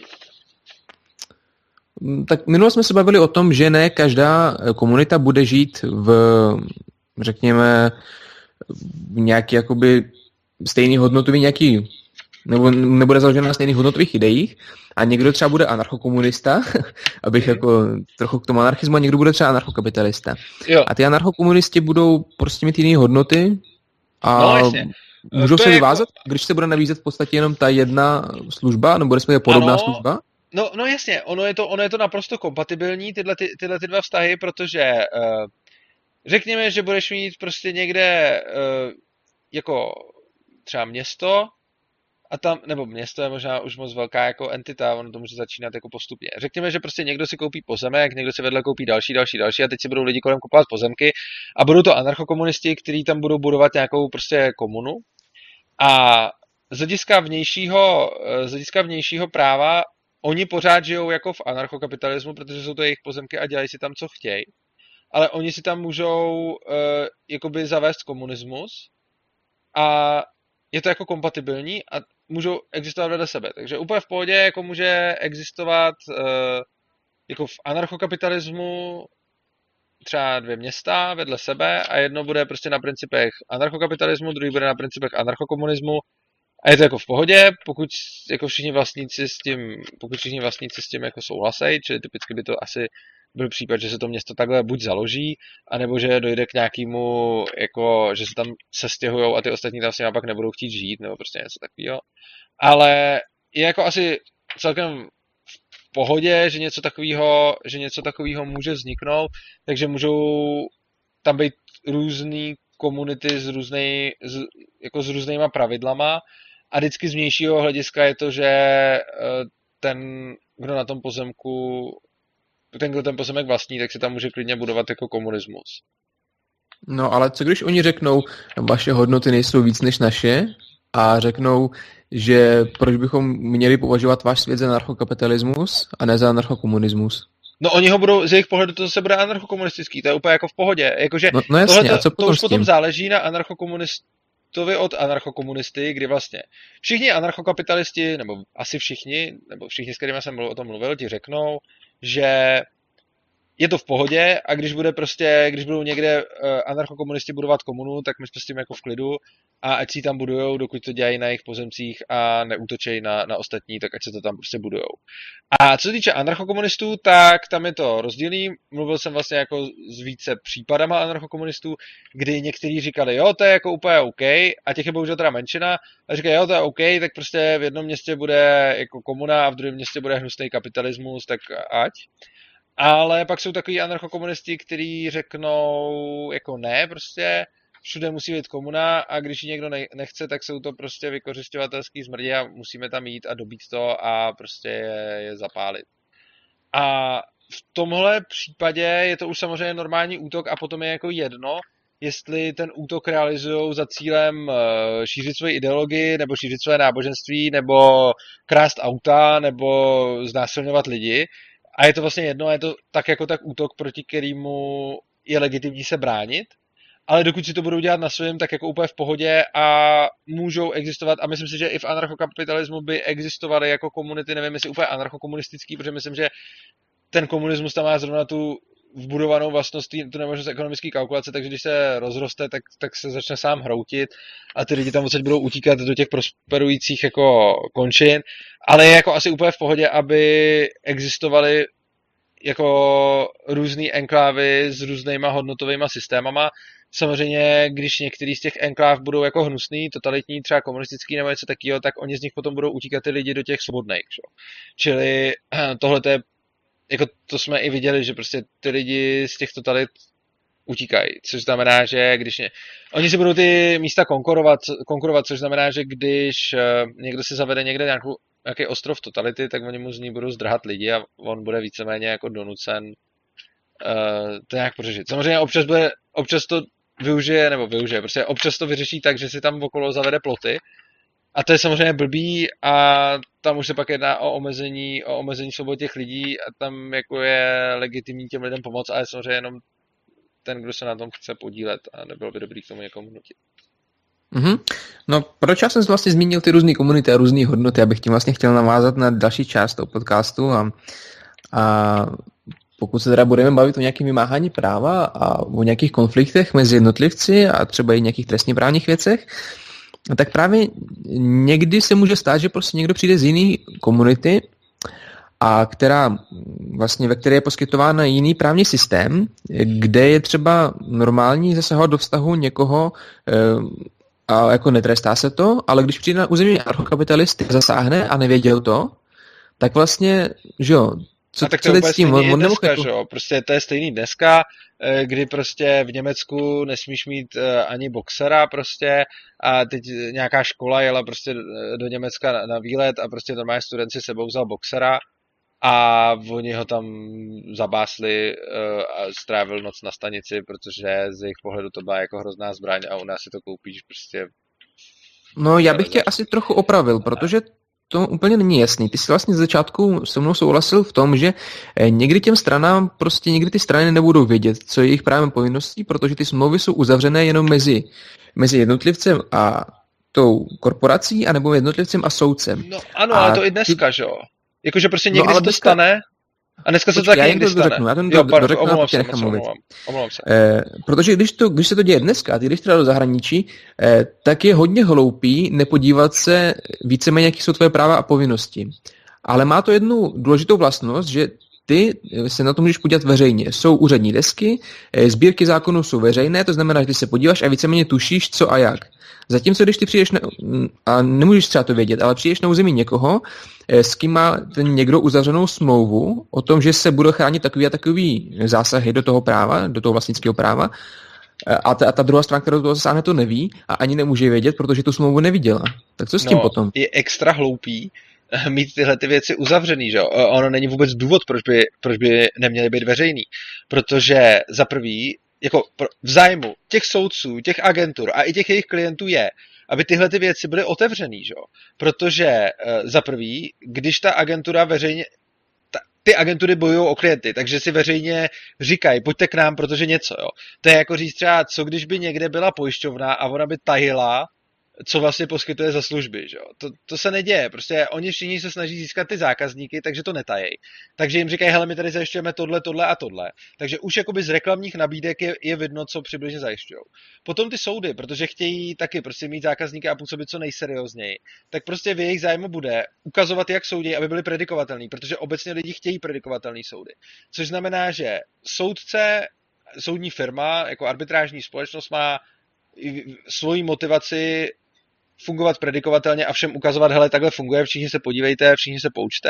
Tak minule jsme se bavili o tom, že ne každá komunita bude žít v, řekněme, v nějaký jakoby stejný hodnotový nějaký, nebo nebude založena na stejných hodnotových ideích a někdo třeba bude anarchokomunista, abych jako trochu k tomu anarchismu, a někdo bude třeba anarchokapitalista. Jo. A ty anarchokomunisti budou prostě mít jiné hodnoty a můžou se vyvázat, když se bude nabízet v podstatě jenom ta jedna služba, nebo respektive podobná služba? No jasně, ono je to naprosto kompatibilní, tyhle dva vztahy, protože řekněme, že budeš mít prostě někde jako třeba město, a tam, nebo město je možná už moc velká jako entita, ono to může začínat jako postupně. Řekněme, že prostě někdo si koupí pozemek, někdo si vedle koupí další a teď si budou lidi kolem kupovat pozemky a budou to anarchokomunisti, kteří tam budou budovat nějakou prostě komunu. A z hlediska vnějšího práva oni pořád žijou jako v anarchokapitalismu, protože jsou to jejich pozemky a dělají si tam, co chtějí. Ale oni si tam můžou jakoby zavést komunismus a je to jako kompatibilní a můžou existovat vedle sebe. Takže úplně v pohodě jako může existovat jako v anarchokapitalismu třeba 2 města vedle sebe a jedno bude prostě na principech anarchokapitalismu, druhý bude na principech anarchokomunismu a je to jako v pohodě, pokud jako všichni vlastníci s tím jako souhlasejí, čili typicky by to asi byl případ, že se to město takhle buď založí, anebo že dojde k nějakému, jako, že se tam sestěhujou a ty ostatní tam s nimi pak nebudou chtít žít, nebo prostě něco takového. Ale je jako asi celkem v pohodě, že něco takového může vzniknout, takže můžou tam být různý komunity s různýma pravidlama a vždycky z vnějšího hlediska je to, že ten, kdo na tom pozemku kdo ten pozemek vlastní, tak si tam může klidně budovat jako komunismus. No ale co když oni řeknou, vaše hodnoty nejsou víc než naše a řeknou, že proč bychom měli považovat váš svět za anarchokapitalismus a ne za anarchokomunismus? No oni ho budou, z jejich pohledu to zase bude anarchokomunistický, to je úplně jako v pohodě. Jakože no jasně, a co potom to už potom záleží na anarchokomunistovi od anarchokomunisty, kdy vlastně všichni anarchokapitalisti, nebo asi všichni, s kterými jsem o tom mluvil, ti řeknou, že je to v pohodě a když budou někde anarchokomunisti budovat komunu, tak my jsme s tím jako v klidu a ať si tam budujou, dokud to dělají na jejich pozemcích a neútočejí na ostatní, tak ať se to tam prostě budujou. A co se týče anarchokomunistů, tak tam je to rozdílný. Mluvil jsem vlastně jako s více případama anarchokomunistů, kdy někteří říkali, jo, to je jako úplně OK, a těch je bohužel teda menšina, a říkají, jo, to je OK, tak prostě v jednom městě bude jako komuna a v druhém městě bude hnusný kapitalismus, tak ať. Ale pak jsou takový anarchokomunisti, kteří řeknou, jako ne, prostě všude musí být komuna a když ji někdo nechce, tak jsou to prostě vykořisťovatelský zmrdi a musíme tam jít a dobít to a prostě je zapálit. A v tomhle případě je to už samozřejmě normální útok a potom je jako jedno, jestli ten útok realizujou za cílem šířit svoji ideologii, nebo šířit své náboženství, nebo krást auta, nebo znásilňovat lidi. A je to vlastně jedno, je to tak jako tak útok, proti kterému je legitimní se bránit. Ale dokud si to budou dělat na svém, tak jako úplně v pohodě a můžou existovat. A myslím si, že i v anarchokapitalismu by existovaly jako komunity, nevím jestli úplně anarchokomunistický, protože myslím, že ten komunismus tam má zrovna tu vbudovanou vlastnost tu nemožnost ekonomické kalkulace, takže když se rozroste, tak se začne sám hroutit a ty lidi tam odsaď budou utíkat do těch prosperujících jako končin, ale je jako asi úplně v pohodě, aby existovaly jako různý enklávy s různýma hodnotovými systémama. Samozřejmě, když některý z těch enkláv budou jako hnusný, totalitní, třeba komunistický nebo něco takového, tak oni z nich potom budou utíkat ty lidi do těch svobodných. Čili tohle je, jako to jsme i viděli, že prostě ty lidi z těch totalit utíkají, což znamená, že když oni si budou ty místa konkurovat, což znamená, že když někdo si zavede někde nějaký ostrov totality, tak oni mu z ní budou zdrhat lidi a on bude víceméně jako donucen to nějak pořešit. Samozřejmě občas to využije, prostě občas to vyřeší tak, že si tam okolo zavede ploty a to je samozřejmě blbý a tam už se pak jedná o omezení svobod těch lidí a tam jako je legitimní těm lidem pomoct, ale samozřejmě jenom ten, kdo se na tom chce podílet a nebylo by dobrý k tomu někomu nutit. Mm-hmm. No, proč já jsem vlastně zmínil ty různé komunity a různé hodnoty, abych tím vlastně chtěl navázat na další část toho podcastu a pokud se teda budeme bavit o nějakém vymáhání práva a o nějakých konfliktech mezi jednotlivci a třeba i nějakých trestně právních věcech, tak právě někdy se může stát, že prostě někdo přijde z jiné komunity a ve které je poskytován jiný právní systém, kde je třeba normální zasahovat do vztahu někoho a jako netrestá se to, ale když přijde na území anarchokapitalisty zasáhne a nevěděl to, tak vlastně, že jo, a tak to je stejný dneska, že jo, prostě to je stejný dneska, kdy prostě v Německu nesmíš mít ani boxera prostě a teď nějaká škola jela prostě do Německa na výlet a prostě normálně student si sebou vzal boxera a oni ho tam zabásli a strávil noc na stanici, protože z jejich pohledu to byla jako hrozná zbraň a u nás si to koupíš prostě. No já bych tě asi trochu opravil, protože to úplně není jasný. Ty jsi vlastně z začátku se mnou souhlasil v tom, že někdy těm stranám, prostě někdy ty strany nebudou vědět, co je jejich právem povinností, protože ty smlouvy jsou uzavřené jenom mezi jednotlivcem a tou korporací, anebo jednotlivcem a soudcem. No ano, ale to i dneska, že jo? Jakože prostě někdy se to stane a dneska se to taky někdy stane. Já to dořeknu a tě nechám mluvit. Omlouvám se. Protože když se to děje dneska a ty jdeš teda do zahraničí, tak je hodně hloupý nepodívat se víceméně, jaký jsou tvoje práva a povinnosti. Ale má to jednu důležitou vlastnost, že ty se na to můžeš podívat veřejně. Jsou úřední desky, sbírky zákonů jsou veřejné, to znamená, že ty se podíváš a víceméně tušíš, co a jak. Zatímco, když ty přijdeš a nemůžeš třeba to vědět, ale přijdeš na území někoho, s kým má ten někdo uzavřenou smlouvu o tom, že se bude chránit takový a takový zásahy do toho práva, do toho vlastnického práva, a ta druhá strana, která do toho zasáhne, to neví a ani nemůže vědět, protože tu smlouvu neviděla. Tak co s tím potom? Je extra hloupý mít tyhle ty věci uzavřený, že jo? Ono není vůbec důvod, proč by neměly být veřejný. Protože za prvý, jako v zájmu těch soudců, těch agentur a i těch jejich klientů je, aby tyhle ty věci byly otevřený, že jo? Protože za prvý, když ta agentura veřejně, ty agentury bojují o klienty, takže si veřejně říkají, pojďte k nám, protože něco, jo. To je jako říct třeba, co když by někde byla pojišťovna a ona by tajila, co vlastně poskytuje za služby, že jo. To se neděje, prostě oni všichni se snaží získat ty zákazníky, takže to netají. Takže jim říkají, hele, my tady zajišťujeme tohle a tohle. Takže už jakoby z reklamních nabídek je vidno, co přibližně zajišťují. Potom ty soudy, protože chtějí taky prostě mít zákazníky a působit co nejseriózněji, tak prostě v jejich zájmu bude ukazovat, jak soudí, aby byly predikovatelný, protože obecně lidi chtějí predikovatelný soudy. Což znamená, že soudní firma, jako arbitrážní společnost má svoji motivaci fungovat predikovatelně a všem ukazovat, hele, takhle funguje, všichni se podívejte, všichni se poučte.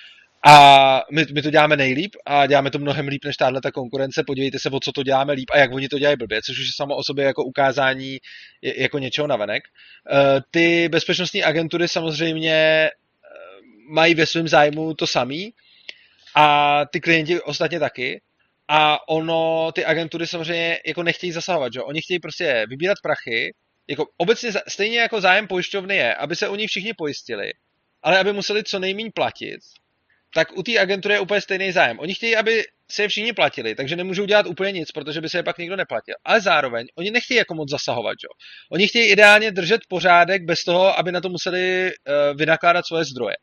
A my to děláme nejlíp a děláme to mnohem líp než tahle ta konkurence, podívejte se, o co to děláme líp a jak oni to dělají blbě, což už je samo o sobě jako ukázání jako něčeho navenek. Ty bezpečnostní agentury samozřejmě mají ve svém zájmu to samý a ty klienti ostatně taky. A ty agentury samozřejmě jako nechtějí zasahovat, že? Oni chtějí prostě vybírat prachy, jako obecně stejně jako zájem pojišťovny je, aby se u nich všichni pojistili, ale aby museli co nejméně platit, tak u té agentury je úplně stejný zájem. Oni chtějí, aby se je všichni platili, takže nemůžou dělat úplně nic, protože by se je pak nikdo neplatil. Ale zároveň oni nechtějí jako moc zasahovat, že? Oni chtějí ideálně držet pořádek bez toho, aby na to museli vynakládat svoje zdroje.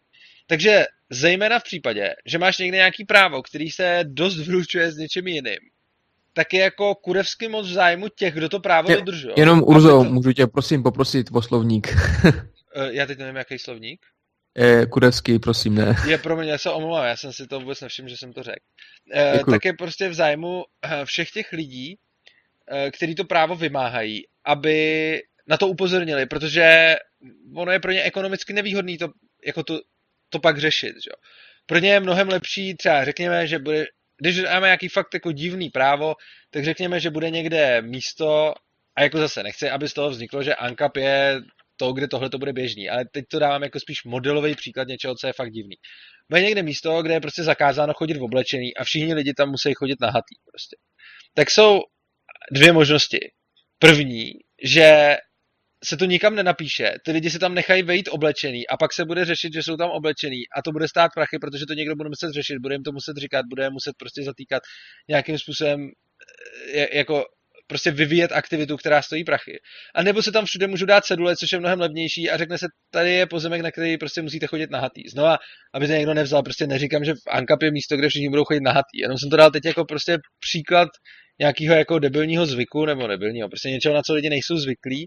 Takže zejména v případě, že máš někde nějaký právo, který se dost vylučuje s něčím jiným, tak je jako kurevsky moc v zájmu těch, kdo to právo dodržuje. Jenom Urzo, můžu tě prosím poprosit o slovník. Já teď nevím, jaký slovník. Kurevský, prosím, ne. Je pro mě, já se omlouvám, já jsem si to vůbec nevšiml, že jsem to řekl. Tak je prostě v zájmu všech těch lidí, kteří to právo vymáhají, aby na to upozornili, protože ono je pro ně ekonomicky nevýhodný to pak řešit. Že? Pro ně je mnohem lepší, třeba řekněme, že bude, když máme nějaký fakt jako divný právo, tak řekněme, že bude někde místo, a jako zase nechci, aby z toho vzniklo, že ANCAP je to, kde tohle to bude běžný, ale teď to dávám jako spíš modelový příklad něčeho, co je fakt divný. Bude někde místo, kde je prostě zakázáno chodit v oblečený a všichni lidi tam musí chodit nahatý prostě. Tak jsou dvě možnosti. První, že se to nikam nenapíše, ty lidi si tam nechají vejít oblečený a pak se bude řešit, že jsou tam oblečený a to bude stát prachy, protože to někdo bude muset řešit, bude jim to muset říkat, bude jim muset prostě zatýkat nějakým způsobem jako prostě vyvíjet aktivitu, která stojí prachy. A nebo se tam všude můžou dát cedule, což je mnohem levnější a řekne se, tady je pozemek, na který prostě musíte chodit nahatý. Znova, aby to někdo nevzal, prostě neříkám, že v ANCAP je místo, kde všichni budou chodit nahatý. Jenom jsem to dal teď jako prostě příklad nějakého jako debilního zvyku, nebo debilního, prostě něčeho, na co lidi nejsou zvyklí.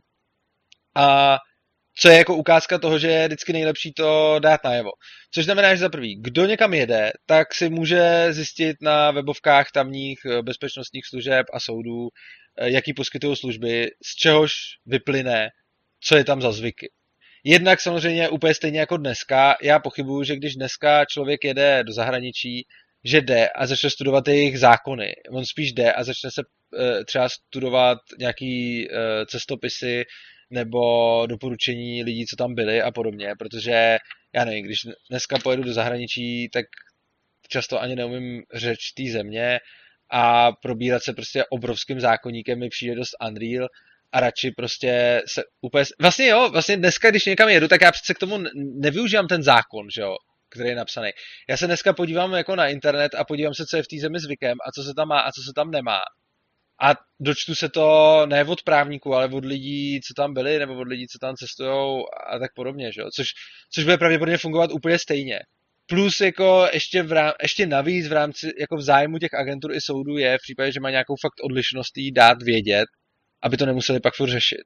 A co je jako ukázka toho, že je vždycky nejlepší to dát najevo. Což znamená, že za prvý, kdo někam jede, tak si může zjistit na webovkách tamních bezpečnostních služeb a soudů, jaký poskytují služby, z čehož vyplyne, co je tam za zvyky. Jednak samozřejmě úplně stejně jako dneska, já pochybuju, že když dneska člověk jede do zahraničí, že jde a začne studovat jejich zákony. On spíš jde a začne se třeba studovat nějaký cestopisy nebo doporučení lidí, co tam byli a podobně, protože já nevím, když dneska pojedu do zahraničí, tak často ani neumím řeč té země a probírat se prostě obrovským zákoníkem mi přijde dost unreal a radši prostě se úplně... Vlastně dneska, když někam jedu, tak já přece k tomu nevyužívám ten zákon, že jo, který je napsaný. Já se dneska podívám jako na internet a podívám se, co je v té zemi zvykem a co se tam má a co se tam nemá. A dočtu se to ne od právníků, ale od lidí, co tam byli, nebo od lidí, co tam cestujou a tak podobně, že jo? Což bude pravděpodobně fungovat úplně stejně. Plus jako ještě navíc v rámci, jako v zájmu těch agentur i soudů je v případě, že má nějakou fakt odlišnost jí dát vědět, aby to nemuseli pak furt řešit.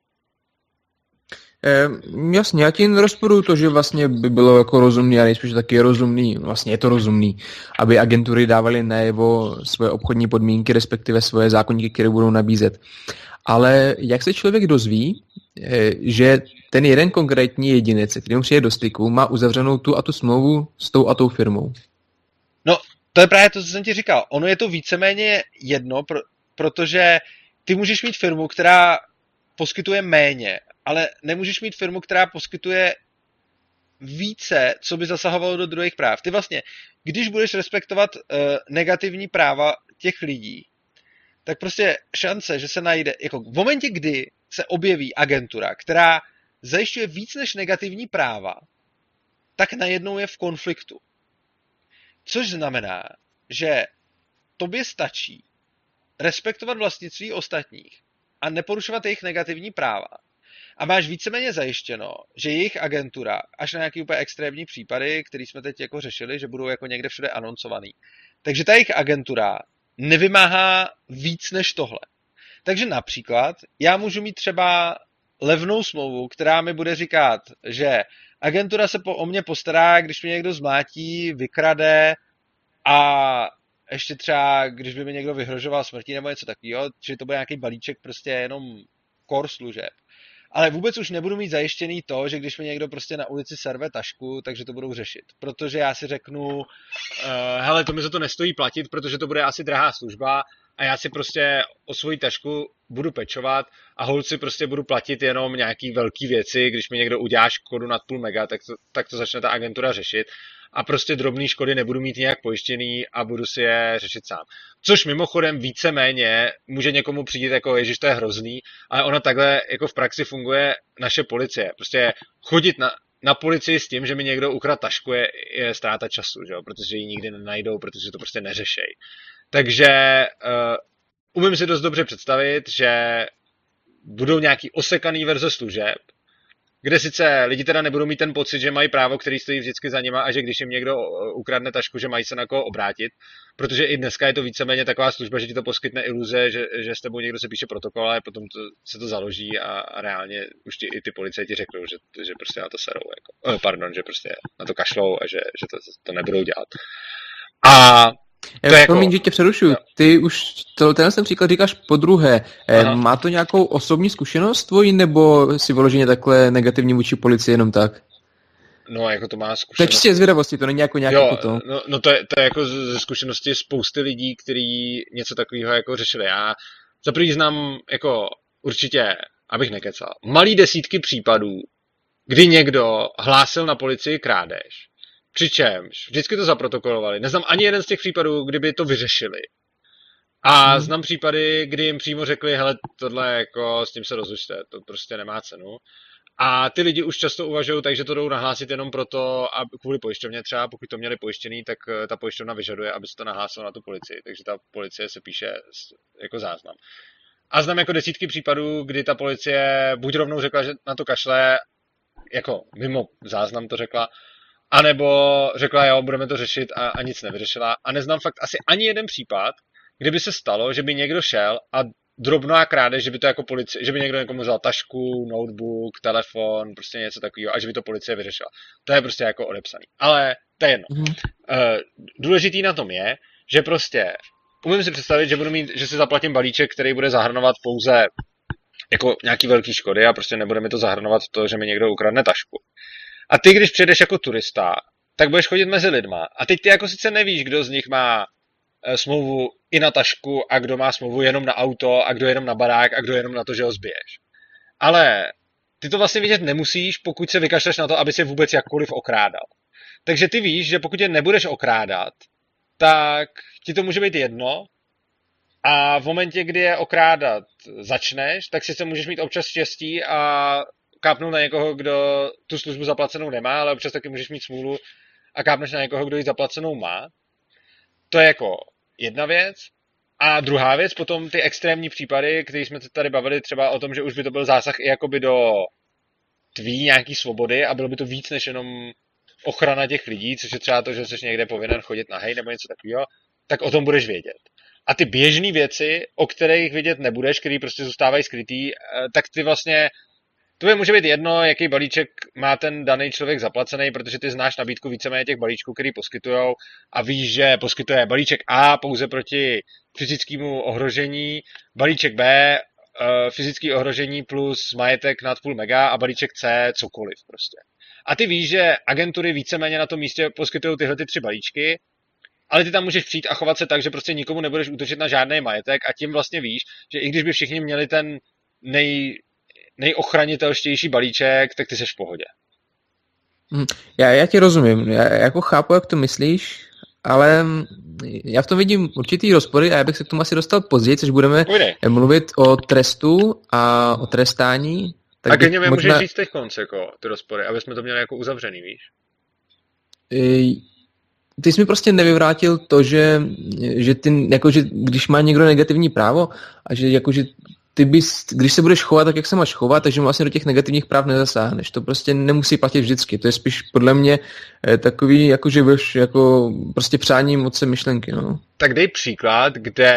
Jasně, já ti nerozporuju to, že vlastně by bylo jako rozumný a nejspíš taky rozumný, vlastně je to rozumný, aby agentury dávaly najevo svoje obchodní podmínky, respektive svoje zákonníky, které budou nabízet. Ale jak se člověk dozví, že ten jeden konkrétní jedinec, kterým přijde do styku, má uzavřenou tu a tu smlouvu s tou a tou firmou? No, to je právě to, co jsem ti říkal. Ono je to víceméně jedno, protože ty můžeš mít firmu, která poskytuje méně, ale nemůžeš mít firmu, která poskytuje více, co by zasahovalo do druhých práv. Ty vlastně, když budeš respektovat negativní práva těch lidí, tak prostě šance, že se najde, jako v momentě, kdy se objeví agentura, která zajišťuje víc než negativní práva, tak najednou je v konfliktu. Což znamená, že tobě stačí respektovat vlastnictví ostatních a neporušovat jejich negativní práva. A máš víceméně zajištěno, že jejich agentura, až na nějaký úplně extrémní případy, který jsme teď jako řešili, že budou jako někde všude anoncovaný, takže ta jejich agentura nevymáhá víc než tohle. Takže například já můžu mít třeba levnou smlouvu, která mi bude říkat, že agentura se o mě postará, když mě někdo zmlátí, vykrade a ještě třeba, když by mi někdo vyhrožoval smrtí nebo něco takového, že to bude nějaký balíček prostě jenom core služeb. Ale vůbec už nebudu mít zajištěný to, že když mi někdo prostě na ulici serve tašku, takže to budou řešit. Protože já si řeknu, hele, to mi za to nestojí platit, protože to bude asi drahá služba a já si prostě o svoji tašku budu pečovat a holci prostě budu platit jenom nějaký velký věci, když mi někdo udělá škodu nad půl mega, tak to začne ta agentura řešit a prostě drobný škody nebudu mít nějak pojištěný a budu si je řešit sám. Což mimochodem víceméně může někomu přijít jako, ježiš, to je hrozný, ale ono takhle jako v praxi funguje naše policie. Prostě chodit na policii s tím, že mi někdo ukradl tašku, je ztráta času, že jo? Protože ji nikdy nenajdou, protože to prostě neřešej. Takže umím si dost dobře představit, že budou nějaký osekaný verze služeb, kde sice lidi teda nebudou mít ten pocit, že mají právo, který stojí vždycky za nima a že když jim někdo ukradne tašku, že mají se na koho obrátit, protože i dneska je to víceméně taková služba, že ti to poskytne iluze, že s tebou někdo se píše protokol, ale potom se to založí a reálně už i ty policajti řeknou, že prostě na to serou, jako, že prostě na to kašlou a že to nebudou dělat. A to jako... Promiň, že tě přerušuju. Ty už ten příklad říkáš podruhé. Má to nějakou osobní zkušenost tvojí, nebo si vyloženě takhle negativní vůči policii jenom tak? No, jako to má zkušenost. To je čistě zvědavosti, to není jako nějaký to. No to je jako ze zkušenosti spousty lidí, kteří něco takového jako řešili. Já za první znám jako určitě, abych nekecal, malý desítky případů, kdy někdo hlásil na policii krádež. Přičemž vždycky to zaprotokolovali. Neznám ani jeden z těch případů, kdyby to vyřešili. A znám případy, kdy jim přímo řekli, hele, tohle jako s tím se rozlučte, to prostě nemá cenu. A ty lidi už často uvažují tak, že to jdou nahlásit jenom proto, aby kvůli pojišťovně třeba, pokud to měli pojištěný, tak ta pojišťovna vyžaduje, aby se to nahlásilo na tu policii. Takže ta policie se píše jako záznam. A znám jako desítky případů, kdy ta policie buď rovnou řekla, že na to kašle, jako mimo záznam to řekla, anebo řekla, jo, budeme to řešit a nic nevyřešila. A neznám fakt asi ani jeden případ, kdyby se stalo, že by někdo šel a drobná krádež, že by to jako policie, že by někdo někomu vzal tašku, notebook, telefon, prostě něco takového a že by to policie vyřešila. To je prostě jako odepsaný. Ale to je jedno. Důležitý na tom je, že prostě umím si představit, že si zaplatím balíček, který bude zahrnovat pouze jako nějaký velký škody a prostě nebude mi to zahrnovat to, že mi někdo ukradne tašku. A ty, když přijedeš jako turista, tak budeš chodit mezi lidma. A teď ty jako sice nevíš, kdo z nich má smlouvu i na tašku a kdo má smlouvu jenom na auto a kdo jenom na barák a kdo jenom na to, že ho zbiješ. Ale ty to vlastně vidět nemusíš, pokud se vykašleš na to, aby si vůbec jakkoliv okrádal. Takže ty víš, že pokud je nebudeš okrádat, tak ti to může být jedno a v momentě, kdy je okrádat začneš, tak sice můžeš mít občas štěstí a kápnout na někoho, kdo tu službu zaplacenou nemá, ale občas taky můžeš mít smůlu a kápneš na někoho, kdo ji zaplacenou má. To je jako jedna věc. A druhá věc, potom ty extrémní případy, které jsme se tady bavili třeba o tom, že už by to byl zásah i jakoby do tvý nějaký svobody a bylo by to víc než jenom ochrana těch lidí, což je třeba to, že jsi někde povinen chodit na hej nebo něco takového, tak o tom budeš vědět. A ty běžné věci, o kterých vědět nebudeš, které prostě zůstávají skrytý, tak ty vlastně to může být jedno, jaký balíček má ten daný člověk zaplacený, protože ty znáš nabídku víceméně těch balíčků, který poskytujou a víš, že poskytuje balíček A pouze proti fyzickému ohrožení, balíček B fyzické ohrožení plus majetek nad půl mega a balíček C cokoliv prostě. A ty víš, že agentury víceméně na tom místě poskytují tyhle ty 3 balíčky, ale ty tam můžeš přijít a chovat se tak, že prostě nikomu nebudeš útočit na žádný majetek a tím vlastně víš, že i když by všichni měli ten nejochránitelštější balíček, tak ty seš v pohodě. Já ti rozumím. Já jako chápu, jak to myslíš, ale já v tom vidím určitý rozpory a já bych se k tomu asi dostal později, což budeme mluvit o trestu a o trestání. Tak a klidně mi můžeš říct teď konce, jako ty rozpory, aby jsme to měli jako uzavřený, víš? Ty jsi mi prostě nevyvrátil to, že když má někdo negativní právo a že jakože ty bys, když se budeš chovat tak, jak se máš chovat, takže vlastně do těch negativních práv nezasáhneš. To prostě nemusí platit vždycky. To je spíš podle mě takový, jako že budeš jako prostě přáním moc myšlenky. No. Tak dej příklad,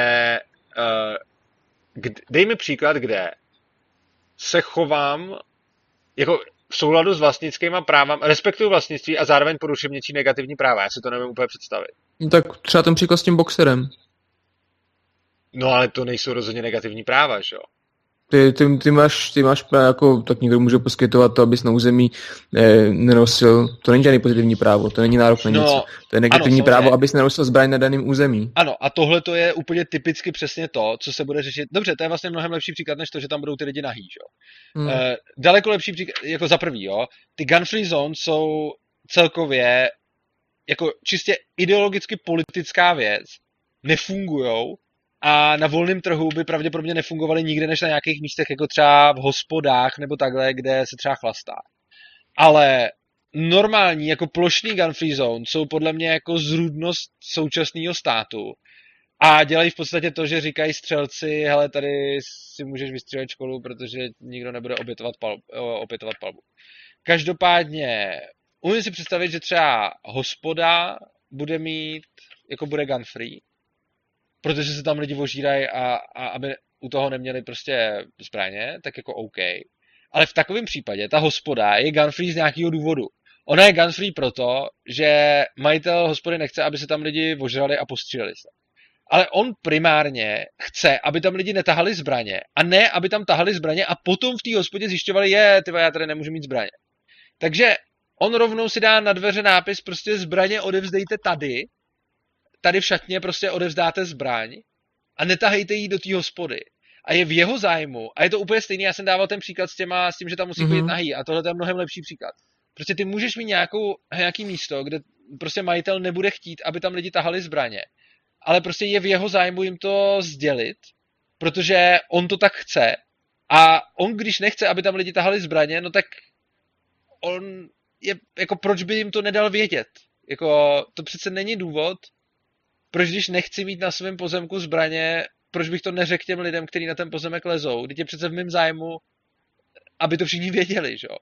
dej mi příklad, kde se chovám jako v souladu s vlastnickýma právama, respektuju vlastnictví a zároveň poruším něčí negativní práva. Já si to nevím úplně představit. No tak třeba ten příklad s tím boxerem. No ale to nejsou rozhodně negativní práva, že jo? Ty máš jako, tak někdo může poskytovat to, abys na území nenosil, to není žádný pozitivní právo, to není nárok na něco. To je negativní právo, abys nenosil zbraň na daném území. Ano, a tohle to je úplně typicky přesně to, co se bude řešit. Dobře, to je vlastně mnohem lepší příklad, než to, že tam budou ty lidi nahý, jo? Daleko lepší příklad, jako za prvý, jo? Ty gun-free zones jsou celkově jako čistě ideologicky politická věc, nefungujou, a na volném trhu by pravděpodobně nefungovaly nikde než na nějakých místech, jako třeba v hospodách nebo takhle, kde se třeba chlastá. Ale normální, jako plošný gun-free zone jsou podle mě jako zrůdnost současného státu A dělají v podstatě to, že říkají střelci, hele, tady si můžeš vystřílet školu, protože nikdo nebude opětovat palbu. Každopádně umím si představit, že třeba hospoda bude gun free, protože se tam lidi ožírají a aby u toho neměli prostě zbraně, tak jako OK. Ale v takovém případě ta hospoda je gun free z nějakého důvodu. Ona je gun free proto, že majitel hospody nechce, aby se tam lidi ožrali a postříleli se. Ale on primárně chce, aby tam lidi netahali zbraně a ne, aby tam tahali zbraně a potom v té hospodě zjišťovali, já tady nemůžu mít zbraně. Takže on rovnou si dá na dveře nápis, prostě zbraně odevzdejte tady v šatně prostě odevzdáte zbraň a netahejte ji do té hospody. A je v jeho zájmu, a je to úplně stejný, já jsem dával ten příklad s tím, že tam musí být nahý, a tohle je mnohem lepší příklad. Prostě ty můžeš mít nějaký místo, kde prostě majitel nebude chtít, aby tam lidi tahali zbraně. Ale prostě je v jeho zájmu jim to sdělit, protože on to tak chce. A on, když nechce, aby tam lidi tahali zbraně, no tak on je, jako proč by jim to nedal vědět? Jako, to přece není důvod, proč když nechci mít na svém pozemku zbraně, proč bych to neřekl těm lidem, kteří na ten pozemek lezou? Teď je přece v mém zájmu, aby to všichni věděli, že jo?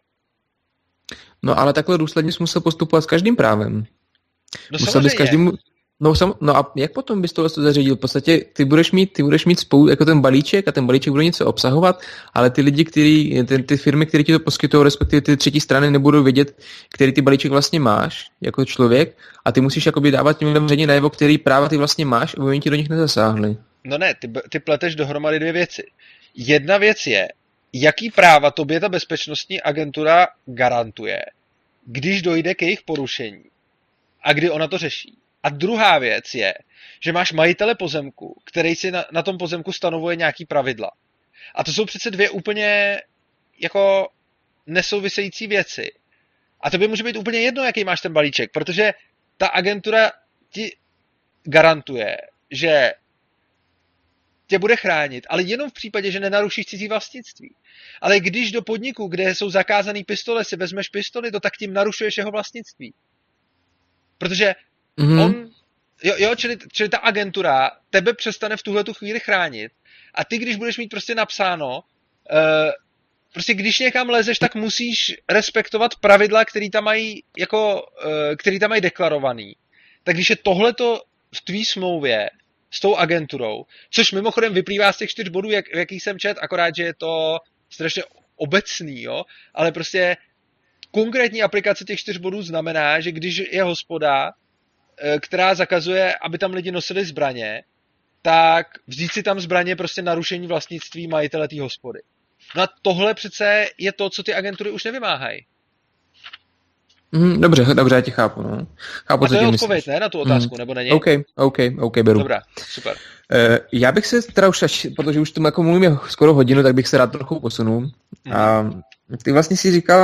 No ale takhle důsledně jsi musel postupovat s každým právem. No samozřejmě. No a jak potom bys to zařídil? V podstatě ty budeš mít spolu jako ten balíček a ten balíček bude něco obsahovat, ale ty lidi, ty firmy, které ti to poskytují, respektive ty třetí strany nebudou vědět, který ty balíček vlastně máš jako člověk a ty musíš jakoby dávat těm lidem ředně najevo, který práva ty vlastně máš, aby oni ti do nich nezasáhli. No ne, ty pleteš dohromady dvě věci. Jedna věc je, jaký práva tobě ta bezpečnostní agentura garantuje, když dojde k jejich porušení a kdy ona to řeší. A druhá věc je, že máš majitele pozemku, který si na tom pozemku stanovuje nějaký pravidla. A to jsou přece dvě úplně jako nesouvisející věci. A to by může být úplně jedno, jaký máš ten balíček, protože ta agentura ti garantuje, že tě bude chránit, ale jenom v případě, že nenarušíš cizí vlastnictví. Ale když do podniku, kde jsou zakázaný pistole, si vezmeš pistoli, tak tím narušuješ jeho vlastnictví. Protože on, čili ta agentura tebe přestane v tuhletu chvíli chránit a ty, když budeš mít prostě napsáno, prostě když někam lezeš, tak musíš respektovat pravidla, který tam mají deklarovaný. Tak když je tohleto v tvý smlouvě s tou agenturou, což mimochodem vyplývá z těch 4 bodů, jaký jsem čet, akorát, že je to strašně obecný, jo, ale prostě konkrétní aplikace těch 4 bodů znamená, že když je hospoda, která zakazuje, aby tam lidi nosili zbraně, tak vzít si tam zbraně prostě narušení vlastnictví majitele té hospody. No a tohle přece je to, co ty agentury už nevymáhají. Dobře, já tě chápu. No. Chápu, a to je odpověď, ne, na tu otázku, nebo není? OK, beru. Dobrá, super. Já bych se teda už, protože už tomu jako mluvíme skoro hodinu, tak bych se rád trochu posunul. A ty vlastně si říkal,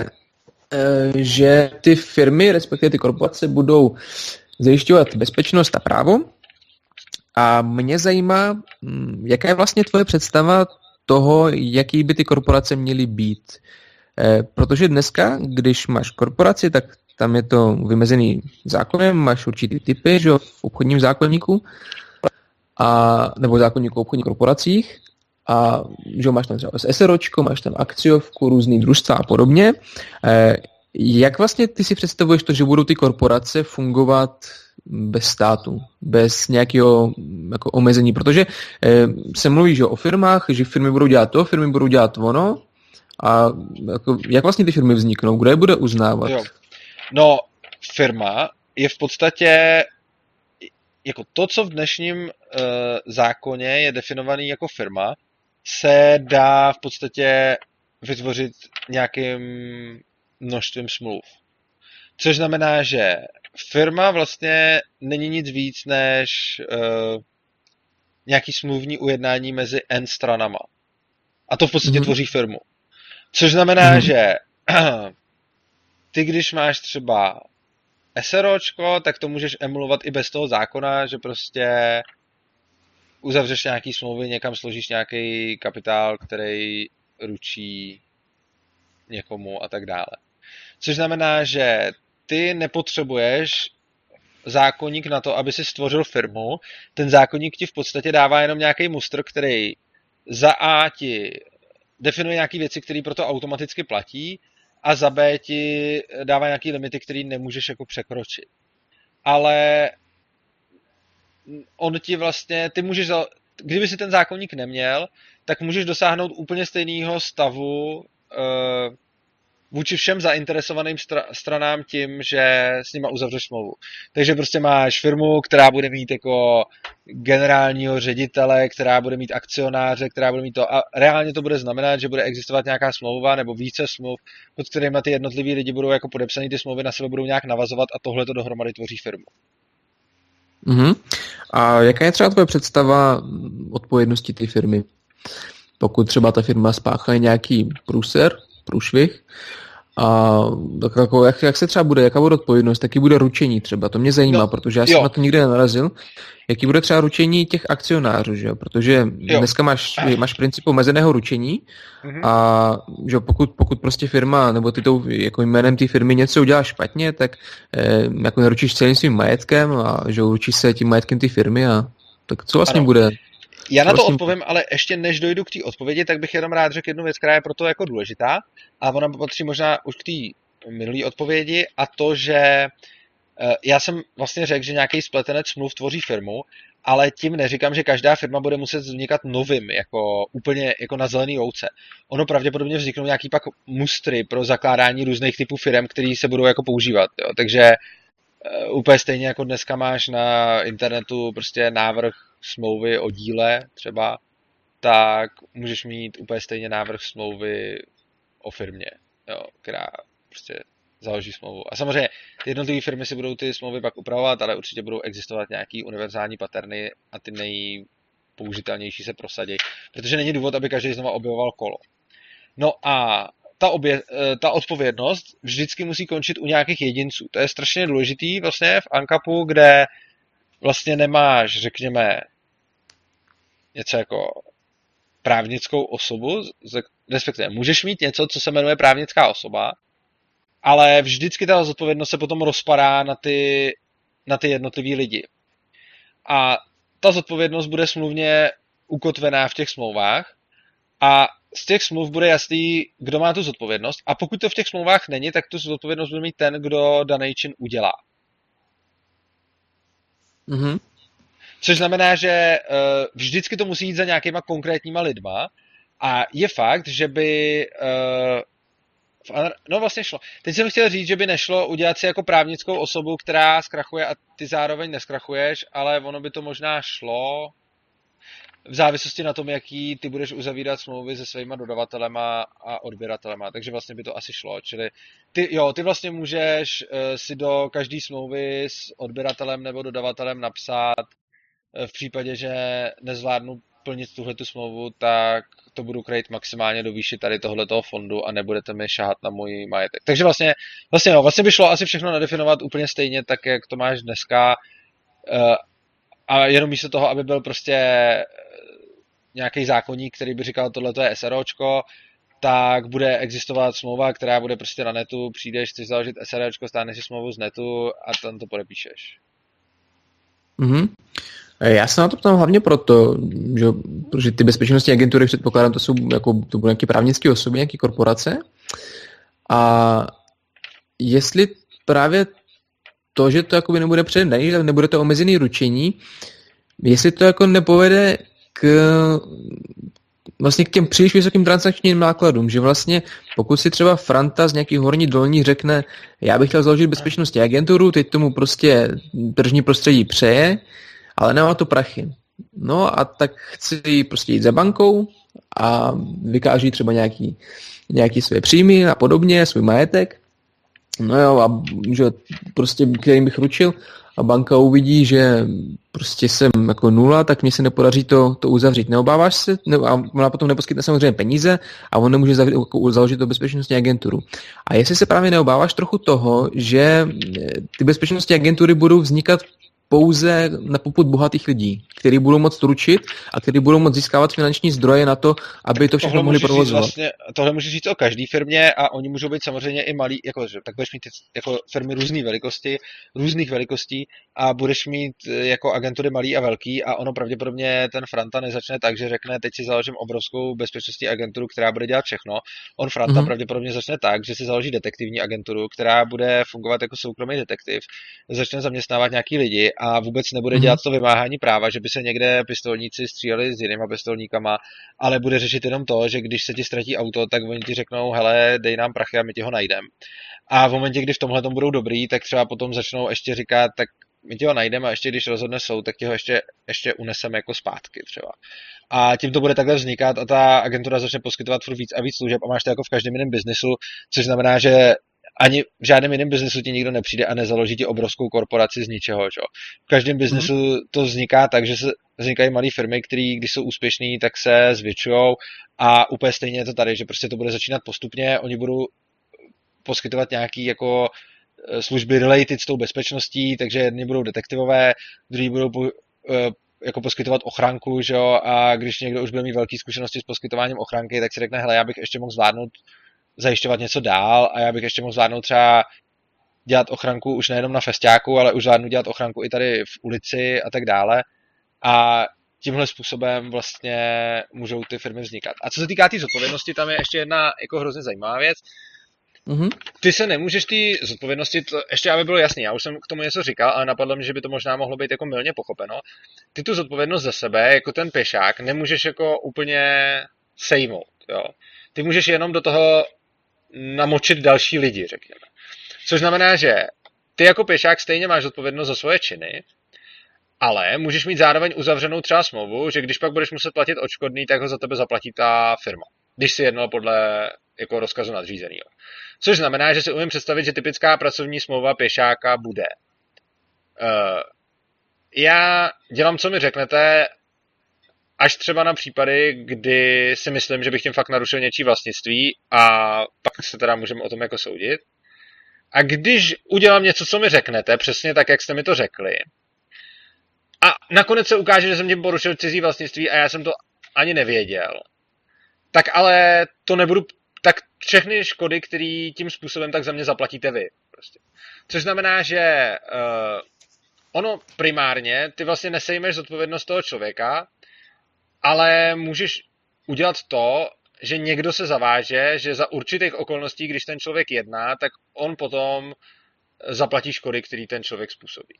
že ty firmy, respektive ty korporace budou zajišťovat bezpečnost a právo. A mě zajímá, jaká je vlastně tvoje představa toho, jaký by ty korporace měly být. Protože dneska, když máš korporaci, tak tam je to vymezený zákonem, máš určitý typy, že v obchodním zákonníku, nebo zákonníku o obchodních korporacích, a že máš tam třeba SROčko, máš tam akciovku, různý družstva a podobně. Jak vlastně ty si představuješ to, že budou ty korporace fungovat bez státu, bez nějakého jako omezení? Protože se mluví, že o firmách, že firmy budou dělat to, firmy budou dělat ono. A jako, jak vlastně ty firmy vzniknou? Kdo je bude uznávat? Jo. No, firma je v podstatě jako to, co v dnešním zákoně je definovaný jako firma, se dá v podstatě vytvořit nějakým množstvím smluv. Což znamená, že firma vlastně není nic víc než nějaký smluvní ujednání mezi N stranama. A to v podstatě tvoří firmu. Což znamená, že ty, když máš třeba SROčko, tak to můžeš emulovat i bez toho zákona, že prostě uzavřeš nějaký smlouvy, někam složíš nějaký kapitál, který ručí někomu a tak dále. Což znamená, že ty nepotřebuješ zákoník na to, aby si stvořil firmu. Ten zákoník ti v podstatě dává jenom nějaký mustr, který za A ti definuje nějaké věci, které proto automaticky platí, a za B ti dává nějaké limity, které nemůžeš jako překročit. Ale on ti vlastně, ty můžeš, kdyby si ten zákoník neměl, tak můžeš dosáhnout úplně stejného stavu vůči všem zainteresovaným stranám tím, že s nima uzavřeš smlouvu. Takže prostě máš firmu, která bude mít jako generálního ředitele, která bude mít akcionáře, která bude mít to, a reálně to bude znamenat, že bude existovat nějaká smlouva nebo více smluv, pod kterými ty jednotliví lidi budou jako podepsaný, ty smlouvy na sebe budou nějak navazovat a tohle to dohromady tvoří firmu. Mm-hmm. A jaká je třeba tvoje představa odpovědnosti té firmy? Pokud třeba ta firma spáchá nějaký průšvih, a tak jako, jak se třeba bude, jaká bude odpovědnost, jaký bude ručení třeba, to mě zajímá, protože já jsem na to nikdy nenarazil, jaký bude třeba ručení těch akcionářů, že jo? Protože dneska máš princip omezeného ručení a že pokud prostě firma, nebo ty tou jako jménem té firmy něco udělá špatně, tak jako neručíš celým svým majetkem a že ručíš se tím majetkem té firmy a tak co vlastně bude? Já na to odpovím, ale ještě než dojdu k té odpovědi, tak bych jenom rád řekl jednu věc, která je proto jako důležitá, a ona patří možná už k té minulé odpovědi, a to, že já jsem vlastně řekl, že nějaký spletenec smluv tvoří firmu, ale tím neříkám, že každá firma bude muset vznikat novým, jako úplně jako na zelený louce. Ono pravděpodobně vzniknou nějaký pak mustry pro zakládání různých typů firm, které se budou jako používat. Jo. Takže úplně stejně jako dneska máš na internetu prostě návrh smlouvy o díle třeba, tak můžeš mít úplně stejně návrh smlouvy o firmě, jo, která prostě založí smlouvu. A samozřejmě ty jednotlivé firmy si budou ty smlouvy pak upravovat, ale určitě budou existovat nějaký univerzální paterny a ty nejpoužitelnější se prosadí, protože není důvod, aby každý znova objevoval kolo. No a ta odpovědnost vždycky musí končit u nějakých jedinců. To je strašně důležitý vlastně v ANCAPu, kde vlastně nemáš, řekněme, něco jako právnickou osobu, respektive můžeš mít něco, co se jmenuje právnická osoba, ale vždycky ta zodpovědnost se potom rozpadá na ty jednotlivý lidi. A ta zodpovědnost bude smluvně ukotvená v těch smlouvách a z těch smluv bude jasný, kdo má tu zodpovědnost, a pokud to v těch smlouvách není, tak tu zodpovědnost bude mít ten, kdo daný čin udělá. Mm-hmm. Což znamená, že vždycky to musí jít za nějakýma konkrétníma lidma a je fakt, že by no vlastně šlo. Teď jsem chtěl říct, že by nešlo udělat si jako právnickou osobu, která zkrachuje a ty zároveň neskrachuješ, ale ono by to možná šlo v závislosti na tom, jaký ty budeš uzavírat smlouvy se svýma dodavatelema a odběratelema. Takže vlastně by to asi šlo. Čili ty vlastně můžeš si do každé smlouvy s odběratelem nebo dodavatelem napsat v případě, že nezvládnu plnit tuhletu smlouvu, tak to budu krejt maximálně do výši tady tohletoho fondu a nebudete mi šahat na můj majetek. Takže vlastně by šlo asi všechno nadefinovat úplně stejně, tak jak to máš dneska, a jenom místo toho, aby byl prostě nějaký zákonník, který by říkal, tohleto je SROčko, tak bude existovat smlouva, která bude prostě na netu, přijdeš, chceš založit SROčko, stáhneš si smlouvu z netu a tam to podepíšeš. Mhm. Já se na to ptám hlavně proto, že ty bezpečnostní agentury, předpokládám, to budou nějaké právnické osoby, nějaké korporace. A jestli právě to, že to jakoby nebude předem daný, tak nebude to omezený ručení, jestli to jako nepovede vlastně k těm příliš vysokým transakčním nákladům, že vlastně pokud si třeba Franta z nějaký horní dolní řekne, já bych chtěl založit bezpečnostní agenturu, teď tomu prostě tržní prostředí přeje, ale nemá to prachy. No a tak chci prostě jít za bankou a vykáží třeba nějaký své příjmy a podobně, svůj majetek. No jo, a že prostě kterým bych ručil a banka uvidí, že prostě jsem jako nula, tak mně se nepodaří to uzavřít. Neobáváš se? A ona potom neposkytne samozřejmě peníze a on nemůže založit to bezpečnostní agenturu. A jestli se právě neobáváš trochu toho, že ty bezpečnostní agentury budou vznikat pouze na popud bohatých lidí, kteří budou moct ručit a kteří budou moct získávat finanční zdroje na to, aby to všechno mohli provozovat. Vlastně, tohle můžeš říct o každé firmě a oni můžou být samozřejmě i malí, tak budeš mít jako firmy různých velikostí a budeš mít jako agentury malý a velký a ono pravděpodobně ten Franta nezačne tak, že řekne, teď si založím obrovskou bezpečnostní agenturu, která bude dělat všechno. On Franta pravděpodobně začne tak, že si založí detektivní agenturu, která bude fungovat jako soukromý detektiv, začne zaměstnávat nějaký lidi a vůbec nebude dělat to vymáhání práva, že by se někde pistolníci stříleli s jinýma pistolníkama, ale bude řešit jenom to, že když se ti ztratí auto, tak oni ti řeknou, hele, dej nám prachy a my ti ho najdem. A v momentě, kdy v tomhle tom budou dobrý, tak třeba potom začnou ještě říkat, tak my ti ho najdeme a ještě když rozhodne soud, tak ti ho ještě uneseme jako zpátky třeba. A tím to bude takhle vznikat a ta agentura začne poskytovat furt víc a víc služeb a máš to jako v každém jiném biznesu, což znamená, že ani v žádném jiném biznesu ti nikdo nepřijde a nezaloží ti obrovskou korporaci z ničeho. Čo? V každém biznesu to vzniká tak, že se vznikají malé firmy, které když jsou úspěšný, tak se zvětšují a úplně stejně je to tady, že prostě to bude začínat postupně, oni budou poskytovat nějaký jako služby related s tou bezpečností, takže jedni budou detektivové, druhý budou jako poskytovat ochranku, že jo, a když někdo už bude mít velké zkušenosti s poskytováním ochranky, tak si řekne, hele, já bych ještě mohl zvládnout zajišťovat něco dál a já bych ještě mohl zvládnout třeba dělat ochranku už nejenom na festiáku, ale už zvládnu dělat ochranku i tady v ulici a tak dále. A tímhle způsobem vlastně můžou ty firmy vznikat. A co se týká té zodpovědnosti, tam je ještě jedna jako hrozně zajímavá věc. Ty se nemůžeš té zodpovědnosti, to, ještě aby bylo jasný, já už jsem k tomu něco říkal, ale napadlo mi, že by to možná mohlo být jako mylně pochopeno. Ty tu zodpovědnost za sebe, jako ten pěšák, nemůžeš jako úplně sejmout. Jo. Ty můžeš jenom do toho namočit další lidi, řekněme. Což znamená, že ty jako pěšák stejně máš zodpovědnost za svoje činy, ale můžeš mít zároveň uzavřenou třeba smlouvu, že když pak budeš muset platit odškodný, tak ho za tebe zaplatí ta firma, když si jednal podle jako rozkazu nadřízenýho. Což znamená, že si umím představit, že typická pracovní smlouva pěšáka bude. Já dělám, co mi řeknete, až třeba na případy, kdy si myslím, že bych tím fakt narušil něčí vlastnictví a pak se teda můžeme o tom jako soudit. A když udělám něco, co mi řeknete, přesně tak, jak jste mi to řekli, a nakonec se ukáže, že jsem tím porušil cizí vlastnictví a já jsem to ani nevěděl, tak ale to nebudu, tak všechny škody, které tím způsobem tak za mě zaplatíte vy. Prostě. Což znamená, že ono primárně, ty vlastně nesejmeš zodpovědnost toho člověka, ale můžeš udělat to, že někdo se zaváže, že za určitých okolností, když ten člověk jedná, tak on potom zaplatí škody, který ten člověk způsobí.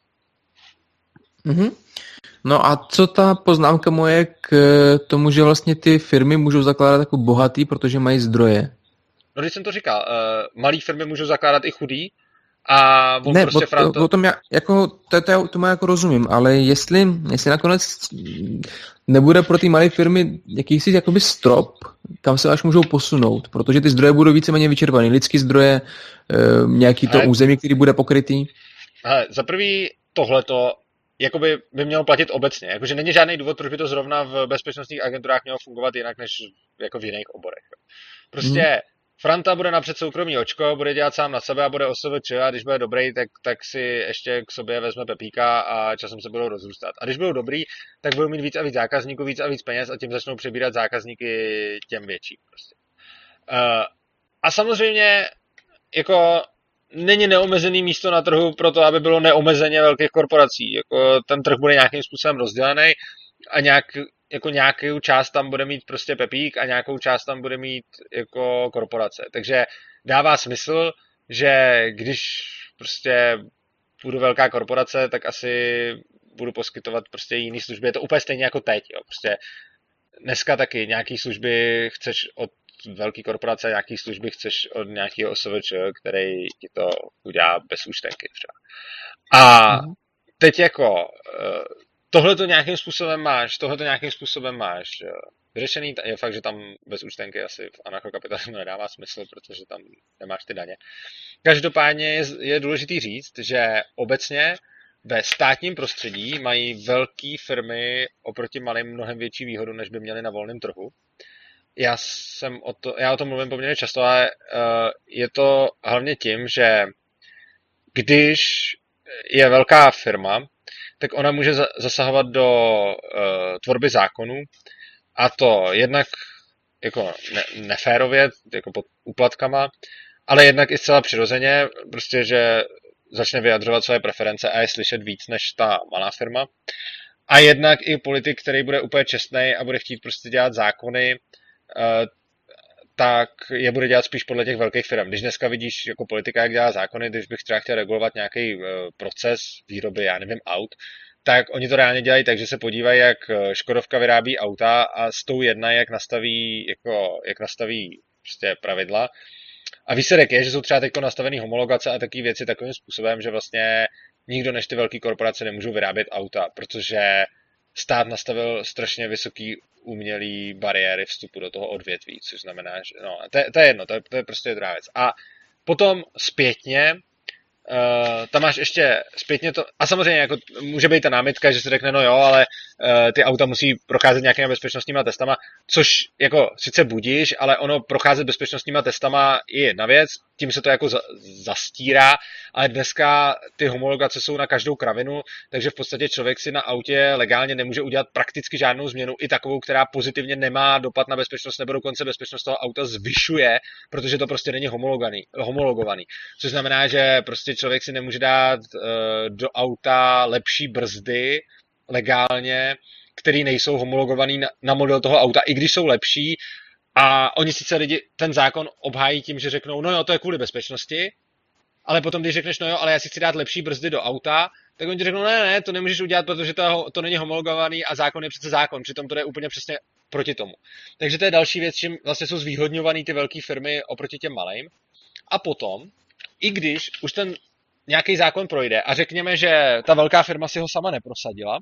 No a co ta poznámka moje k tomu, že vlastně ty firmy můžou zakládat jako bohatý, protože mají zdroje? No když jsem to říkal, malý firmy můžou zakládat i chudý a on ne, prostě o tom já jako, tomu jako rozumím, ale jestli nakonec nebude pro ty malé firmy jakýsi jakoby strop, kam se až můžou posunout, protože ty zdroje budou víceméně vyčerpaný, lidský zdroje, nějaký to území, který bude pokrytý. Hele, za prvý tohleto jakoby by mělo platit obecně, jakože není žádný důvod, proč by to zrovna v bezpečnostních agenturách mělo fungovat jinak než jako v jiných oborech. Prostě Franta bude napřed soukromý očko, bude dělat sám na sebe a bude OSVČ a když bude dobrý, tak si ještě k sobě vezme Pepíka a časem se budou rozrůstat. A když budou dobrý, tak budou mít víc a víc zákazníků, víc a víc peněz a tím začnou přebírat zákazníky těm větším. Prostě. A samozřejmě jako není neomezený místo na trhu pro to, aby bylo neomezeně velkých korporací. Jako ten trh bude nějakým způsobem rozdělený a nějakou část tam bude mít prostě Pepík a nějakou část tam bude mít jako korporace. Takže dává smysl, že když prostě budu velká korporace, tak asi budu poskytovat prostě jiný služby. Je to úplně stejně jako teď. Jo. Prostě dneska taky nějaký služby chceš od velké korporace, nějaký služby chceš od nějakého OSVČ, který ti to udělá bez účtenky třeba. A teď jako tohle to nějakým způsobem máš vyřešený, je fakt, že tam bez účtenky asi v anarchokapitalismu nedává smysl, protože tam nemáš ty daně. Každopádně je důležitý říct, že obecně ve státním prostředí mají velké firmy oproti malým mnohem větší výhodu, než by měly na volném trhu. Já o tom mluvím poměrně často, ale je to hlavně tím, že když je velká firma, tak ona může zasahovat do tvorby zákonů, a to jednak jako neférově, jako pod úplatkama, ale jednak i zcela přirozeně, prostě, že začne vyjadřovat své preference a je slyšet víc než ta malá firma. A jednak i politik, který bude úplně čestnej a bude chtít prostě dělat zákony, tak je bude dělat spíš podle těch velkých firm. Když dneska vidíš jako politika, jak dělá zákony, když bych třeba chtěl regulovat nějaký proces výroby, já nevím, aut, tak oni to reálně dělají tak, že se podívají, jak Škodovka vyrábí auta a s tou jedna, jak nastaví prostě pravidla. A výsledek je, že jsou třeba teď nastavený homologace a takové věci takovým způsobem, že vlastně nikdo než ty velké korporace nemůžou vyrábět auta, protože stát nastavil strašně vysoký umělý bariéry vstupu do toho odvětví, což znamená, že no, to je jedno, to je prostě druhá věc. A potom zpětně, tam máš ještě zpětně to, a samozřejmě jako může být ta námitka, že se řekne, no jo, ale ty auta musí procházet nějakými bezpečnostníma testama, což jako sice budíš, ale ono procházet bezpečnostníma testama je jedna věc, tím se to jako zastírá, ale dneska ty homologace jsou na každou kravinu, takže v podstatě člověk si na autě legálně nemůže udělat prakticky žádnou změnu, i takovou, která pozitivně nemá dopad na bezpečnost, nebo dokonce bezpečnost toho auta zvyšuje, protože to prostě není homologovaný. Což znamená, že prostě člověk si nemůže dát do auta lepší brzdy legálně, který nejsou homologovaný na model toho auta, i když jsou lepší. A oni sice lidi ten zákon obhájí tím, že řeknou, no jo, to je kvůli bezpečnosti, ale potom, když řekneš, no jo, ale já si chci dát lepší brzdy do auta, tak oni ti řeknou, ne, to nemůžeš udělat, protože to není homologovaný a zákon je přece zákon, přitom to jde úplně přesně proti tomu. Takže to je další věc, čím vlastně jsou zvýhodňovaný ty velké firmy oproti těm malým. A potom, i když už ten nějaký zákon projde a řekněme, že ta velká firma si ho sama neprosadila,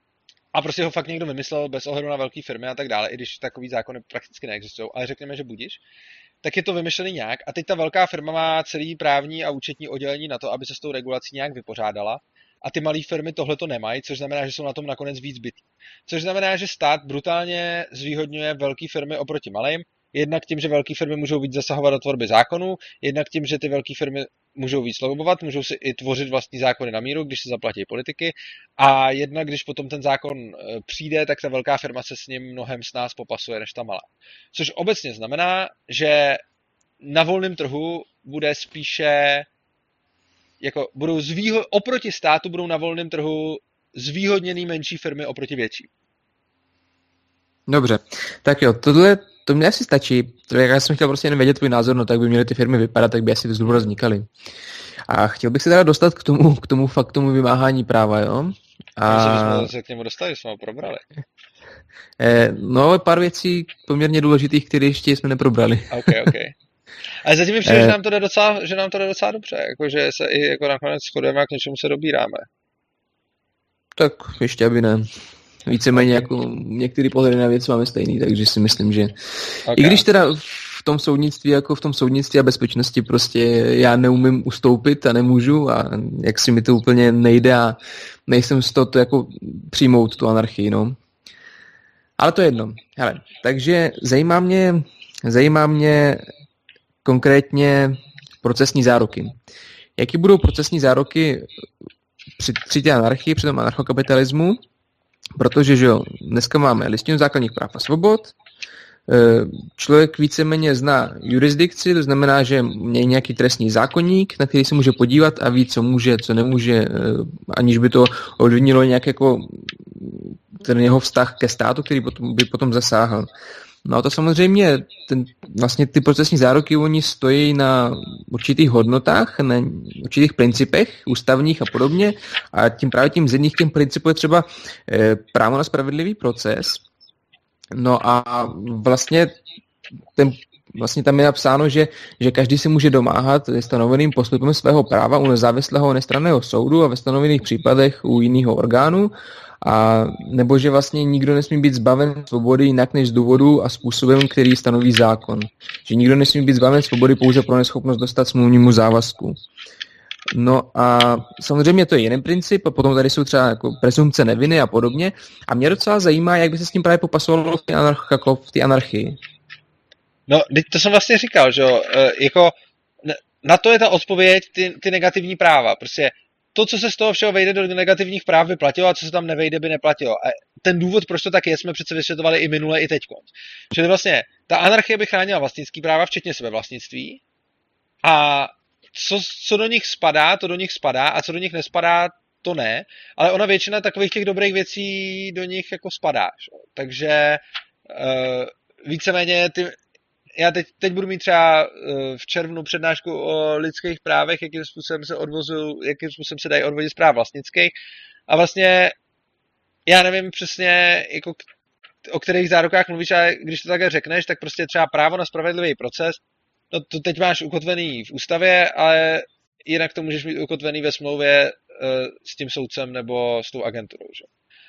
a prostě ho fakt někdo vymyslel bez ohledu na velké firmy a tak dále, i když takový zákony prakticky neexistují, ale řekněme, že budíš, tak je to vymyšlený nějak a teď ta velká firma má celý právní a účetní oddělení na to, aby se s tou regulací nějak vypořádala a ty malé firmy tohle to nemají, což znamená, že jsou na tom nakonec víc bitý. Což znamená, že stát brutálně zvýhodňuje velké firmy oproti malým, jednak tím, že velké firmy můžou víc zasahovat do tvorby zákonů, jednak tím, že ty velké firmy můžou víc lobovat, můžou si i tvořit vlastní zákony na míru, když se zaplatí politiky a jednak, když potom ten zákon přijde, tak ta velká firma se s ním mnohem s nás popasuje než ta malá. Což obecně znamená, že na volném trhu bude spíše jako oproti státu budou na volném trhu zvýhodněný menší firmy oproti větší. Dobře, tak jo, to mě asi stačí. Já jsem chtěl prostě jen vědět tvůj názor, no tak by měly ty firmy vypadat, tak by asi vzhůru vznikaly. A chtěl bych se teda dostat k tomu vymáhání práva, jo? Jsme se k němu dostali, jsme ho probrali. No, pár věcí poměrně důležitých, které ještě jsme neprobrali. OK. Ale zatím mi přijde, že nám to jde docela dobře, jakože se i jako nakonec shodujeme a k něčemu se dobíráme. Tak ještě aby ne. Víceméně jako některé pohledy na věc máme stejný, takže si myslím, že okay. I když teda v tom soudnictví a bezpečnosti prostě já neumím ustoupit a nemůžu a jak si mi to úplně nejde a nejsem z toho jako přijmout tu anarchii, no. Ale to je jedno. Hele, takže zajímá mě konkrétně procesní záruky. Jaký budou procesní záruky při té anarchii, při tom anarchokapitalismu? Protože, že jo, dneska máme listinu základních práv a svobod, člověk víceméně zná jurisdikci, to znamená, že je nějaký trestní zákoník, na který se může podívat a ví, co může, co nemůže, aniž by to ovlivnilo nějak jako ten jeho vztah ke státu, který by potom zasáhl. No a to samozřejmě, vlastně ty procesní záruky, oni stojí na určitých hodnotách, na určitých principech ústavních a podobně a tím z jedných těch principů je třeba právo na spravedlivý proces. No a vlastně tam je napsáno, že každý se může domáhat stanoveným postupem svého práva u nezávislého a nestranného soudu a ve stanovených případech u jiného orgánu, a nebo že vlastně nikdo nesmí být zbaven svobody jinak než z důvodu a způsobem, který stanoví zákon. Že nikdo nesmí být zbaven svobody pouze pro neschopnost dostat smluvnímu závazku. No a samozřejmě to je jeden princip, a potom tady jsou třeba jako presumpce neviny a podobně. A mě docela zajímá, jak by se s tím právě popasovalo v té anarchii. No, to jsem vlastně říkal, že jo, jako na to je ta odpověď ty negativní práva. Prostě to, co se z toho všeho vejde do negativních práv, by platilo a co se tam nevejde, by neplatilo. A ten důvod, proč to tak je, jsme přece vysvětlovali i minule, i teďko. Čili vlastně ta anarchie by chránila vlastnický práva, včetně sebevlastnictví. A co do nich spadá, to do nich spadá a co do nich nespadá, to ne. Ale ona většina takových těch dobrých věcí do nich jako spadá. Že? Takže víceméně já teď budu mít třeba v červnu přednášku o lidských právech, jakým způsobem se dají odvodit z práv vlastnických. A vlastně já nevím přesně, jako, o kterých zárukách mluvíš, ale když to takhle řekneš, tak prostě třeba právo na spravedlivý proces, no to teď máš ukotvený v ústavě, ale jinak to můžeš mít ukotvený ve smlouvě s tím soudcem nebo s tou agenturou. Že?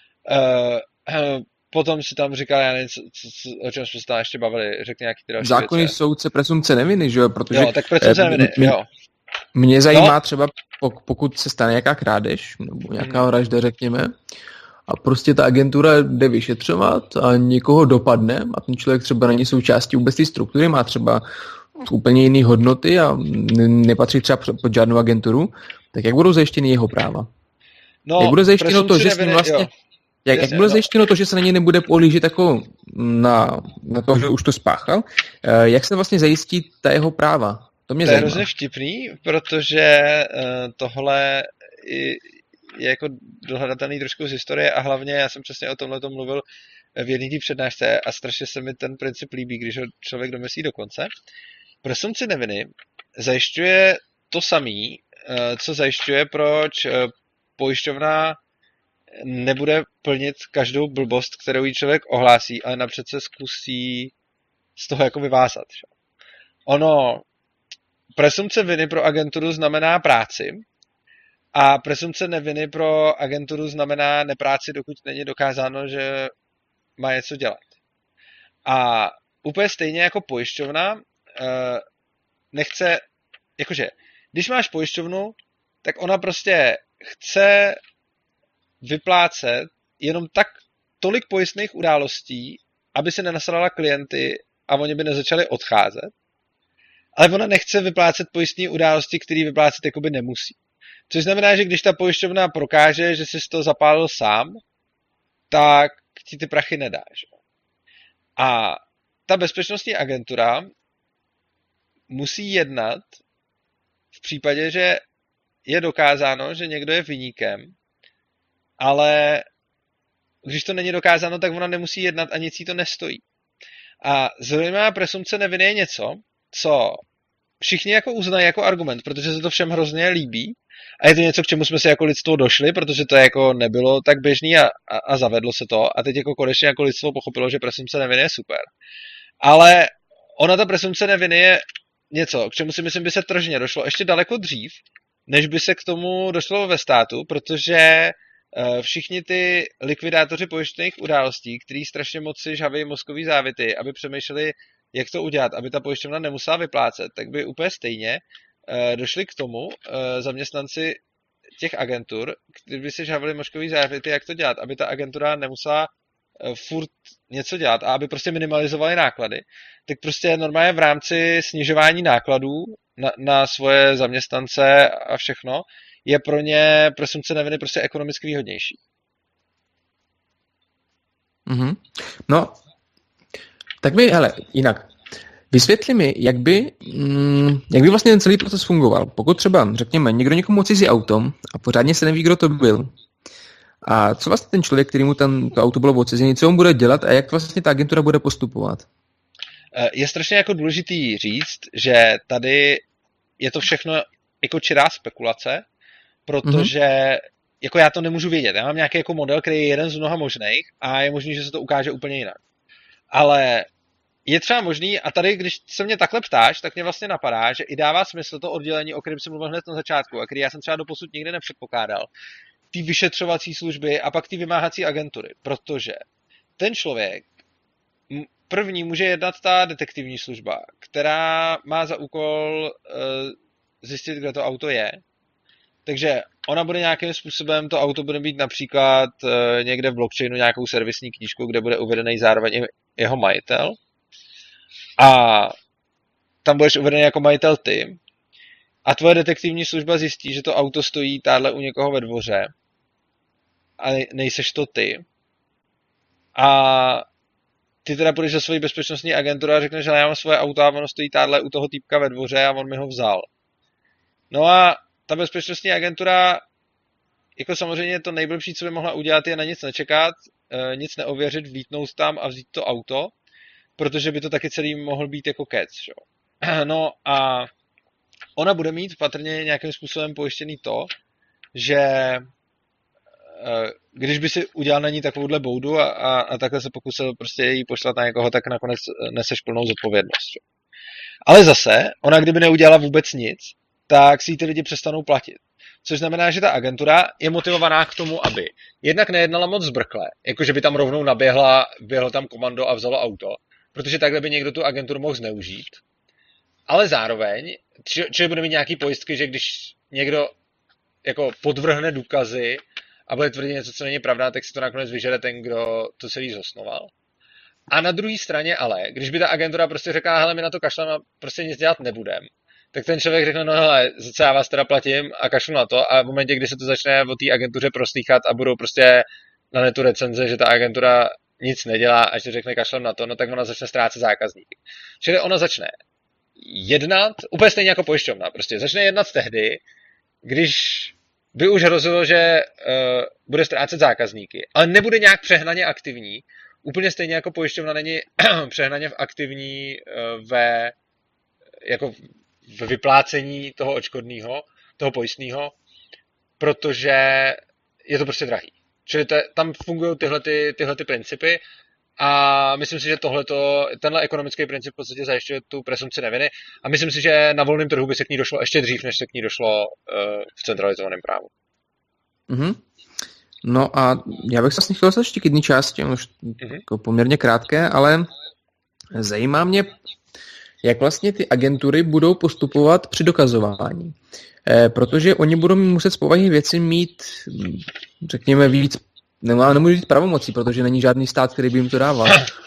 Potom si tam říkal, já nevím, o čem jsme se tam ještě bavili, řekni nějaký ty další Zákonný věci. soudce presumpce neviny, že jo? Protože, jo, tak presumpce neviny, jo. Mě zajímá třeba, pokud se stane nějaká krádež, nebo nějaká vražda, řekněme, a prostě ta agentura jde vyšetřovat a někoho dopadne a ten člověk třeba není součástí vůbec té struktury, má třeba úplně jiné hodnoty a nepatří třeba pod žádnou agenturu, tak jak budou zajištěny jeho práva? No, jak bude zajištěno to, že s ním vlastně... Jo. Jak bude zajištěno to, že se na něj nebude pohlížet jako na to, že už to spáchal? Jak se vlastně zajistí ta jeho práva? To mě zajímá. To je hrozně vtipný, protože tohle je jako dohledatelný trošku z historie a hlavně já jsem přesně o tomhle mluvil v jedné té přednášce a strašně se mi ten princip líbí, když ho člověk domyslí do konce. Presumpci neviny zajišťuje to samý, co zajišťuje, proč pojišťovna nebude plnit každou blbost, kterou jí člověk ohlásí, ale napřed se zkusí z toho jako vyvázat. Presumpce viny pro agenturu znamená práci a presumpce neviny pro agenturu znamená nepráci, dokud není dokázáno, že má něco dělat. A úplně stejně jako pojišťovna nechce, jakože, když máš pojišťovnu, tak ona prostě chce vyplácet jenom tolik pojistných událostí, aby se nenasrala klienty a oni by nezačali odcházet. Ale ona nechce vyplácet pojistné události, které vyplácet jakoby nemusí. Což znamená, že když ta pojišťovna prokáže, že jsi to zapálil sám, tak ti ty prachy nedá. Že? A ta bezpečnostní agentura musí jednat v případě, že je dokázáno, že někdo je viníkem, ale když to není dokázáno, tak ona nemusí jednat a nic jí to nestojí. A zřejmá presumpce neviny je něco, co všichni jako uznají jako argument, protože se to všem hrozně líbí a je to něco, k čemu jsme se jako lidstvo došli, protože to jako nebylo tak běžný a zavedlo se to a teď jako konečně jako lidstvo pochopilo, že presumpce neviny je super. Ale ona ta presumpce neviny je něco, k čemu si myslím by se tržně došlo ještě daleko dřív, než by se k tomu došlo ve státu, protože všichni ty likvidátoři pojištěných událostí, kteří strašně moc si žhaví mozkový závity, aby přemýšleli, jak to udělat, aby ta pojišťovna nemusela vyplácet, tak by úplně stejně došli k tomu zaměstnanci těch agentur, kteří by si žhavili mozkový závity, jak to dělat, aby ta agentura nemusela furt něco dělat a aby prostě minimalizovali náklady, tak prostě normálně v rámci snižování nákladů na svoje zaměstnance a všechno je pro ně presumpce neviny prostě ekonomicky výhodnější. Mm-hmm. No, tak mi, hele, jinak. Vysvětli mi, jak by vlastně ten celý proces fungoval. Pokud třeba, řekněme, někdo někomu odcizí autom a pořádně se neví, kdo to byl. A co vlastně ten člověk, který mu to auto bylo odcizené, co on bude dělat a jak vlastně ta agentura bude postupovat? Je strašně jako důležitý říct, že tady je to všechno jako čirá spekulace, protože jako já to nemůžu vědět. Já mám nějaký jako model, který je jeden z mnoha možných a je možný, že se to ukáže úplně jinak. Ale je třeba možný, a tady, když se mě takhle ptáš, tak mě vlastně napadá, že i dává smysl to oddělení, o kterém jsem mluvil hned na začátku a který já jsem třeba doposud nikdy nepředpokládal, ty vyšetřovací služby a pak ty vymáhací agentury, protože ten člověk první může jednat ta detektivní služba, která má za úkol zjistit, kde to auto je. Takže ona bude nějakým způsobem, to auto bude mít například někde v blockchainu nějakou servisní knížku, kde bude uvedený zároveň i jeho majitel. A tam budeš uvedený jako majitel ty. a tvoje detektivní služba zjistí, že to auto stojí táhle u někoho ve dvoře a nejseš to ty. A ty teda půjdeš do svojí bezpečnostní agenturu a řekneš, že já mám svoje auto a ono stojí táhle u toho týpka ve dvoře a on mi ho vzal. No a ta bezpečnostní agentura, jako samozřejmě to nejblbší, co by mohla udělat, je na nic nečekat, nic neověřit, vlítnout tam a vzít to auto, protože by to taky celý mohl být jako kec. Že? No a ona bude mít patrně nějakým způsobem pojištěný to, že když by si udělal na ní takovouhle boudu a takhle se pokusil prostě jí pošlat na někoho, tak nakonec neseš plnou zodpovědnost. Že? Ale zase, ona kdyby neudělala vůbec nic, tak si ji ty lidi přestanou platit. Což znamená, že ta agentura je motivovaná k tomu, aby jednak nejednala moc zbrkle, jakože by tam rovnou běhlo tam komando a vzalo auto, protože takhle by někdo tu agenturu mohl zneužít. Ale zároveň, čili bude mít nějaký pojistky, že když někdo jako podvrhne důkazy a bude tvrdit něco, co není pravda, tak si to nakonec vyžere ten, kdo to celý zosnoval. A na druhé straně ale, když by ta agentura prostě řekla, hele, my na to kašleme a prostě nic dělat nebudem, tak ten člověk řekne, no hele, za co já vás teda platím a kašlu na to, a v momentě, kdy se to začne o té agentuře proslýchat a budou prostě na netu recenze, že ta agentura nic nedělá a že řekne kašlem na to, no tak ona začne ztrácet zákazníky. Čili ona začne jednat, úplně stejně jako pojišťovna, prostě začne jednat tehdy, když by už hrozilo, že bude ztrácet zákazníky, ale nebude nějak přehnaně aktivní, úplně stejně jako pojišťovna není přehnaně aktivní ve vyplácení toho odškodného, toho pojistného, protože je to prostě drahý. Čili tam fungují tyhle principy a myslím si, že tenhle ekonomický princip v podstatě zajišťuje tu presumpci neviny a myslím si, že na volném trhu by se k ní došlo ještě dřív, než se k ní došlo v centralizovaném právu. Mm-hmm. No a já bych se chtěl ještě k jedné části, už jako poměrně krátké, ale zajímá mě, jak vlastně ty agentury budou postupovat při dokazování. Protože oni budou muset z povahy věci mít, řekněme, víc, nemůžu říct pravomocí, protože není žádný stát, který by jim to dával,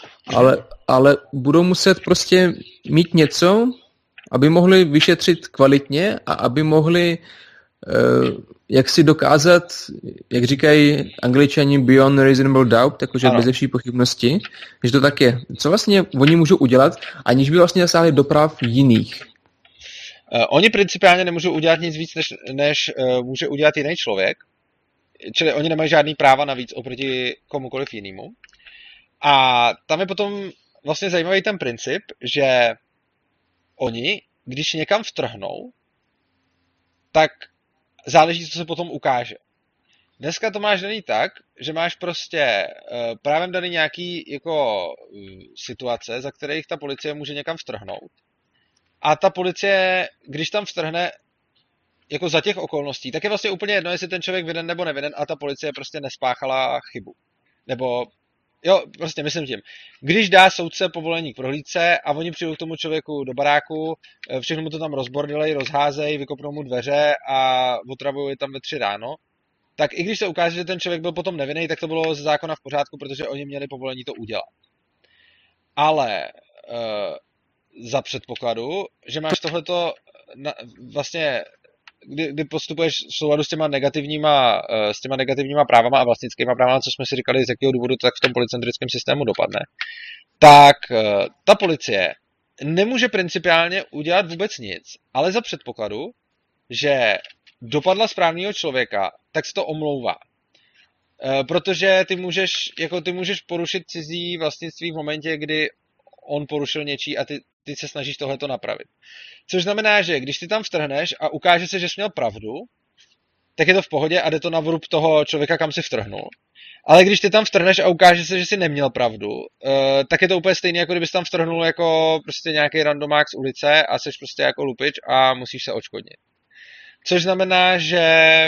ale budou muset prostě mít něco, aby mohli vyšetřit kvalitně a aby mohli jak si dokázat, jak říkají Angličani, beyond reasonable doubt, jakože bez vší pochybnosti, že to tak je. Co vlastně oni můžou udělat, aniž by vlastně zasáhli do práv jiných? Oni principiálně nemůžou udělat nic víc, než může udělat jiný člověk. Čili oni nemají žádný práva navíc oproti komukoliv jinému. A tam je potom vlastně zajímavý ten princip, že oni, když někam vtrhnou, tak záleží, co se potom ukáže. Dneska to máš daný tak, že máš prostě právem daný nějaký jako situace, za kterých ta policie může někam vtrhnout. A ta policie, když tam vtrhne jako za těch okolností, tak je vlastně úplně jedno, jestli ten člověk vinen nebo nevinen a ta policie prostě nespáchala chybu. Nebo, jo, prostě myslím tím. Když dá soudce povolení k prohlídce a oni přijdou k tomu člověku do baráku, všechno mu to tam rozbordelej, rozházejí, vykopnou mu dveře a otravují je tam ve 3 ráno, tak i když se ukáže, že ten člověk byl potom nevinný, tak to bylo ze zákona v pořádku, protože oni měli povolení to udělat. Ale za předpokladu, že máš tohleto vlastně, kdy postupuješ v souladu s těma negativníma právama a vlastnickýma právama, co jsme si říkali, z jakého důvodu tak v tom policentrickém systému dopadne, tak ta policie nemůže principiálně udělat vůbec nic, ale za předpokladu, že dopadla správného člověka, tak se to omlouvá. Protože ty můžeš porušit cizí vlastnictví v momentě, kdy on porušil něčí a ty se snažíš tohleto napravit. Což znamená, že když ty tam vtrhneš a ukáže se, že jsi měl pravdu, tak je to v pohodě a jde to na vrub toho člověka, kam si vtrhnul. Ale když ty tam vtrhneš a ukáže se, že jsi neměl pravdu, tak je to úplně stejné, jako kdybys tam vtrhnul jako prostě nějaký randomák z ulice a jsi prostě jako lupič a musíš se odškodnit. Což znamená, že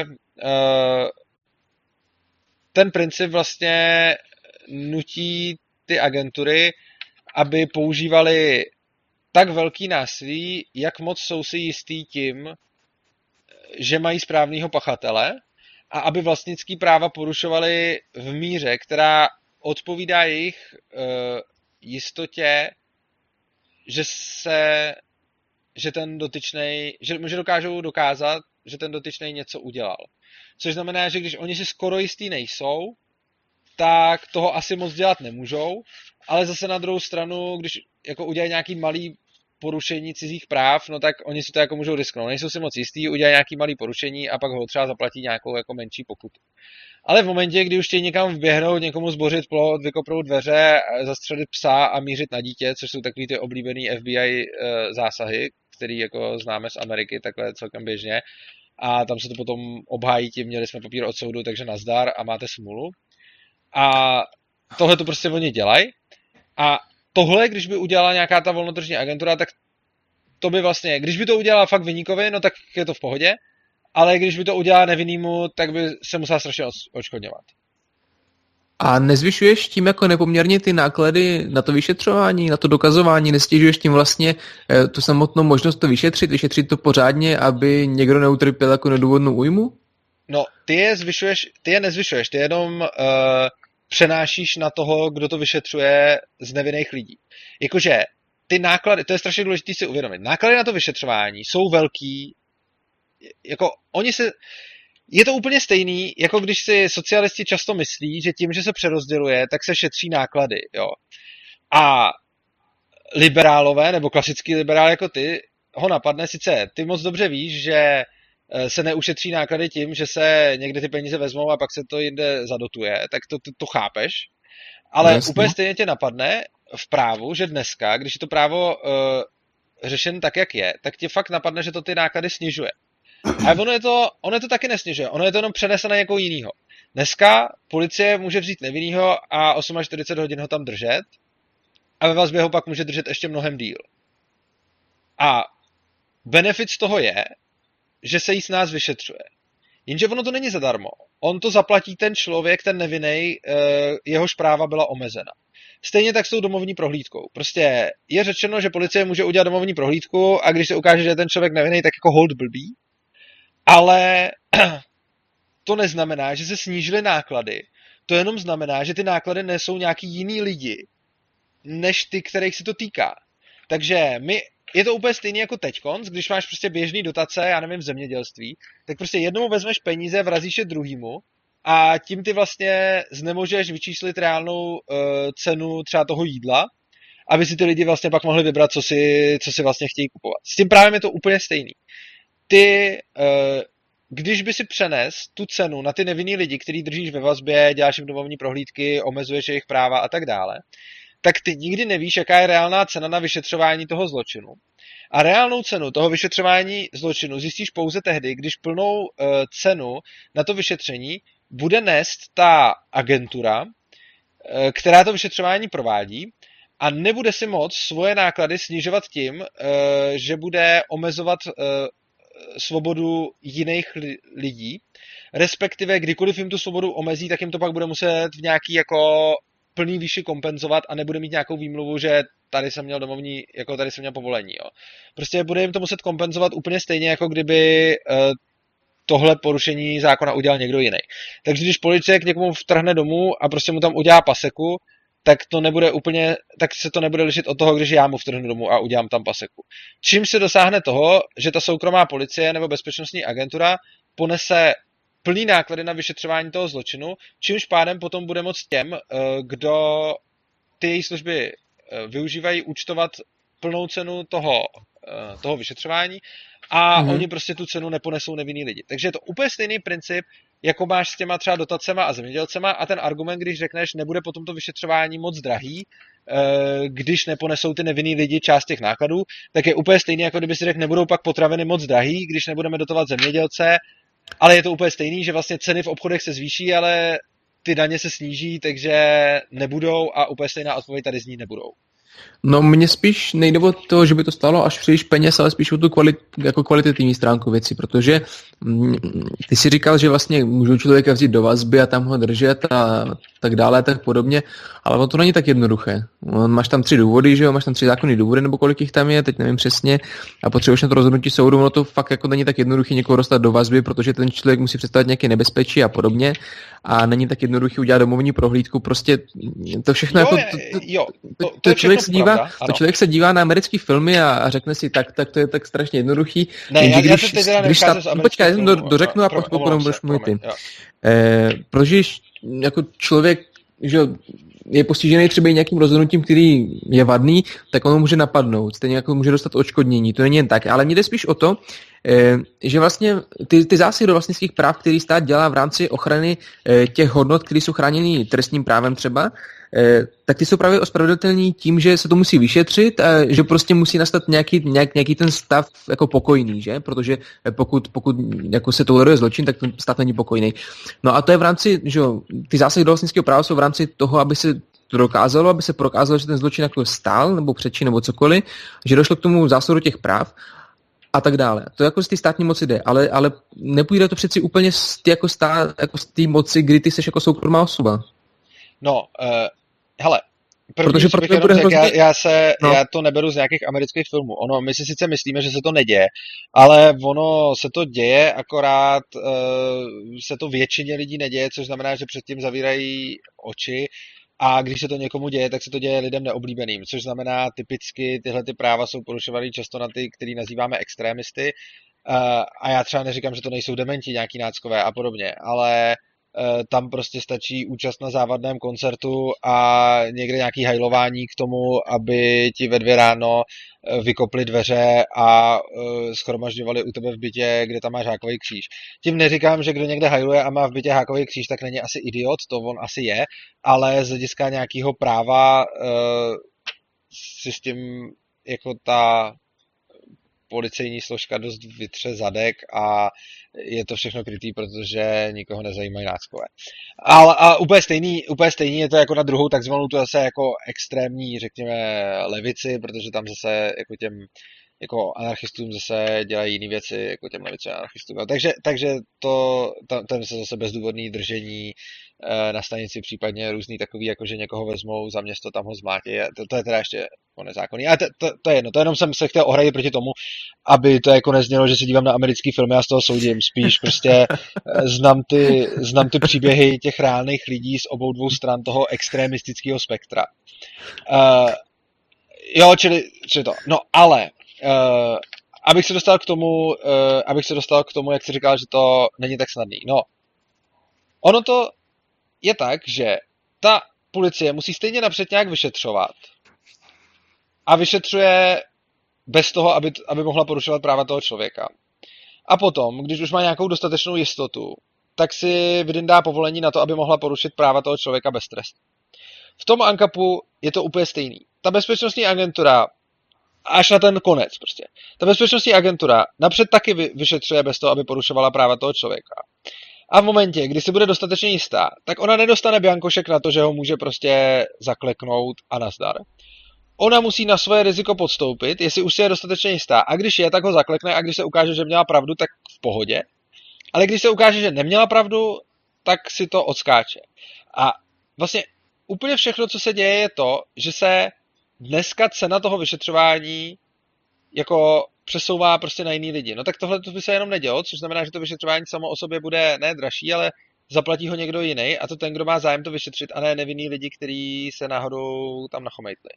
ten princip vlastně nutí ty agentury, aby používali tak velký násilí, jak moc jsou si jistý tím, že mají správného pachatele a aby vlastnický práva porušovali v míře, která odpovídá jejich jistotě, že že ten dotyčnej, že dokážou dokázat, že ten dotyčnej něco udělal. Což znamená, že když oni si skoro jistý nejsou, tak toho asi moc dělat nemůžou, ale zase na druhou stranu, když jako udělají nějaký malý porušení cizích práv, no tak oni si to jako můžou risknout. Nejsou si moc jistý, udělají nějaký malý porušení a pak ho třeba zaplatí nějakou jako menší pokutu. Ale v momentě, kdy už chtějí někam vběhnout, někomu zbořit plot, vykopnout dveře, zastřelit psa a mířit na dítě, což jsou takový ty oblíbený FBI zásahy, který jako známe z Ameriky takhle celkem běžně, a tam se to potom obhájí tím, měli jsme papír od soudu, takže nazdar a máte smůlu. A tohle to prostě oni dělají. A tohle, když by udělala nějaká ta volnotržní agentura, tak to by vlastně, když by to udělala fakt viníkovi, no tak je to v pohodě, ale když by to udělala nevinnýmu, tak by se musela strašně odškodňovat. A nezvyšuješ tím jako nepoměrně ty náklady na to vyšetřování, na to dokazování, nestěžuješ tím vlastně tu samotnou možnost to vyšetřit to pořádně, aby někdo neutrpěl jako nedůvodnou újmu? No, ty je nezvyšuješ, ty jenom přenášíš na toho, kdo to vyšetřuje z nevinných lidí. Jakože ty náklady, to je strašně důležité si uvědomit, náklady na to vyšetřování jsou velký, jako je to úplně stejný, jako když si socialisti často myslí, že tím, že se přerozděluje, tak se šetří náklady, jo. A liberálové, nebo klasický liberál jako ty, ho napadne, sice ty moc dobře víš, že se neušetří náklady tím, že se někde ty peníze vezmou a pak se to jinde zadotuje, tak to chápeš. Ale Jasně. Úplně stejně tě napadne v právu, že dneska, když je to právo řešen tak, jak je, tak tě fakt napadne, že to ty náklady snižuje. A ono je to taky nesnižuje, ono je to jenom přenesené někoho jinýho. Dneska policie může vzít nevinnýho a 48 hodin ho tam držet a ve vazbě ho pak může držet ještě mnohem díl. A benefit z toho je, že se jí s nás vyšetřuje. Jenže ono to není zadarmo. On to zaplatí ten člověk, ten nevinnej, jehož práva byla omezena. Stejně tak s tou domovní prohlídkou. Prostě je řečeno, že policie může udělat domovní prohlídku a když se ukáže, že je ten člověk nevinnej, tak jako hold blbý. Ale to neznamená, že se snížily náklady. To jenom znamená, že ty náklady nesou nějaký jiný lidi, než ty, kterých se to týká. Takže je to úplně stejný jako teďkonc, když máš prostě běžný dotace, já nevím, v zemědělství, tak prostě jednomu vezmeš peníze, vrazíš je druhýmu a tím ty vlastně znemožeš vyčíslit reálnou cenu třeba toho jídla, aby si ty lidi vlastně pak mohli vybrat, co si vlastně chtějí kupovat. S tím právem je to úplně stejný. Ty, když by si přenes tu cenu na ty nevinný lidi, který držíš ve vazbě, děláš jim domovní prohlídky, omezuješ jejich práva a tak dále, tak ty nikdy nevíš, jaká je reálná cena na vyšetřování toho zločinu. A reálnou cenu toho vyšetřování zločinu zjistíš pouze tehdy, když plnou cenu na to vyšetření bude nést ta agentura, která to vyšetřování provádí, a nebude si moc svoje náklady snižovat tím, že bude omezovat svobodu jiných lidí, respektive kdykoliv jim tu svobodu omezí, tak jim to pak bude muset v nějaký jako plný výši kompenzovat a nebude mít nějakou výmluvu, že tady jsem měl tady jsem měl povolení. Jo. Prostě bude jim to muset kompenzovat úplně stejně, jako kdyby tohle porušení zákona udělal někdo jiný. Takže když policie k někomu vtrhne domů a prostě mu tam udělá paseku, tak se to nebude lišit od toho, když já mu vtrhnu domů a udělám tam paseku. Čím se dosáhne toho, že ta soukromá policie nebo bezpečnostní agentura ponese plný náklady na vyšetřování toho zločinu, čímž pádem potom bude moct těm, kdo ty její služby využívají, účtovat plnou cenu toho vyšetřování a oni prostě tu cenu neponesou nevinný lidi. Takže je to úplně stejný princip, jako máš s těma třeba dotacema a zemědělcema a ten argument, když řekneš, nebude potom to vyšetřování moc drahý, když neponesou ty nevinný lidi část těch nákladů, tak je úplně stejný, jako kdyby si řekl, nebudou pak potraviny moc drahý, když nebudeme dotovat zemědělce, ale je to úplně stejný, že vlastně ceny v obchodech se zvýší, ale ty daně se sníží, takže nebudou a úplně stejná odpověď tady zní nebudou. No mně spíš nejde o to, že by to stálo až příliš peněz, ale spíš o tu kvalitativní stránku věci, protože ty si říkal, že vlastně můžou člověka vzít do vazby a tam ho držet a tak dále a tak podobně, ale to není tak jednoduché. Máš tam 3 důvody, že jo, máš tam 3 zákonný důvody, nebo kolik jich tam je, teď nevím přesně, a potřebuješ na to rozhodnutí soudu, ono to fakt jako není tak jednoduché někoho dostat do vazby, protože ten člověk musí představit nějaké nebezpečí a podobně a není tak jednoduché udělat domovní prohlídku, prostě to všechno to je všechno člověk se dívá na americké filmy a řekne si, tak to je tak strašně jednoduchý. Ne, já teď teda nevycházím z amerických počkej, já filmů. dořeknu a potom budeš mluvit ty. Protože jako člověk, že je postižený třeba nějakým rozhodnutím, který je vadný, tak ono může napadnout, stejně jako může dostat odškodnění, to není jen tak. Ale mně jde spíš o to, že vlastně ty zásahy do vlastnických práv, který stát dělá v rámci ochrany těch hodnot, které jsou chráněny trestním právem třeba, tak ty jsou právě ospravedlnitelní tím, že se to musí vyšetřit a že prostě musí nastat nějaký ten stav jako pokojný, že? Protože pokud jako se toleruje zločin, tak ten stav není pokojný. No a to je v rámci, že ty zásahy do vlastnického práva jsou v rámci toho, aby se to dokázalo, aby se prokázalo, že ten zločin jako stál, nebo přečin, nebo cokoliv, že došlo k tomu zásahu těch práv a tak dále. To jako z té státní moci jde, ale nepůjde to přeci úplně jako z té moci, kdy ty seš jako soukromá osoba. No, hele, protože bych jenom řekl, já to neberu z nějakých amerických filmů. My si sice myslíme, že se to neděje, ale ono se to děje, akorát se to většině lidí neděje, což znamená, že předtím zavírají oči a když se to někomu děje, tak se to děje lidem neoblíbeným, což znamená typicky tyhle ty práva jsou porušovány často na ty, který nazýváme extrémisty a já třeba neříkám, že to nejsou dementi nějaký náckové a podobně, ale tam prostě stačí účast na závadném koncertu a někde nějaký hajlování k tomu, aby ti ve 2 ráno vykopli dveře a schromažďovali u tebe v bytě, kde tam máš hákový kříž. Tím neříkám, že kdo někde hajluje a má v bytě hákový kříž, tak není asi idiot, to on asi je, ale z hlediska nějakého práva si s tím jako ta policejní složka dost vytře zadek a je to všechno krytý, protože nikoho nezajímají náckové. A úplně stejný je to jako na druhou takzvanou, to zase jako extrémní, řekněme, levici, protože tam zase jako těm jako anarchistům zase dělají jiné věci, jako těm levicím anarchistům. Takže ten se zase bezdůvodný držení na stanici, případně různý takový, jako že někoho vezmou za město, tam ho zmátí. To je teda ještě jako nezákonný. Ale to je jedno, to jenom jsem se chtěl ohradit proti tomu, aby to jako neznělo, že se dívám na americký filmy a z toho soudím. Spíš prostě znám ty příběhy těch reálných lidí z obou dvou stran toho extremistického spektra. Čili to. No ale abych se dostal k tomu, jak jsi říkal, že to není tak snadný. No, ono to je tak, že ta policie musí stejně napřed nějak vyšetřovat a vyšetřuje bez toho, aby mohla porušovat práva toho člověka. A potom, když už má nějakou dostatečnou jistotu, tak si vydyndá povolení na to, aby mohla porušit práva toho člověka bez trestu. V tom ANCAPu je to úplně stejný. Ta bezpečnostní agentura až na ten konec prostě. Ta bezpečnostní agentura napřed taky vyšetřuje bez toho, aby porušovala práva toho člověka. A v momentě, kdy si bude dostatečně jistá, tak ona nedostane biankošek na to, že ho může prostě zakleknout a nazdar. Ona musí na svoje riziko podstoupit, jestli už si je dostatečně jistá. A když je, tak ho zaklekne a když se ukáže, že měla pravdu, tak v pohodě. Ale když se ukáže, že neměla pravdu, tak si to odskáče. A vlastně úplně všechno, co se děje, je to, že se dneska cena toho vyšetřování jako přesouvá prostě na jiný lidi. No tak tohle by se jenom nedělo, což znamená, že to vyšetřování samo o sobě bude ne dražší, ale zaplatí ho někdo jiný a to ten, kdo má zájem to vyšetřit a ne nevinný lidi, kteří se náhodou tam nachomejtli.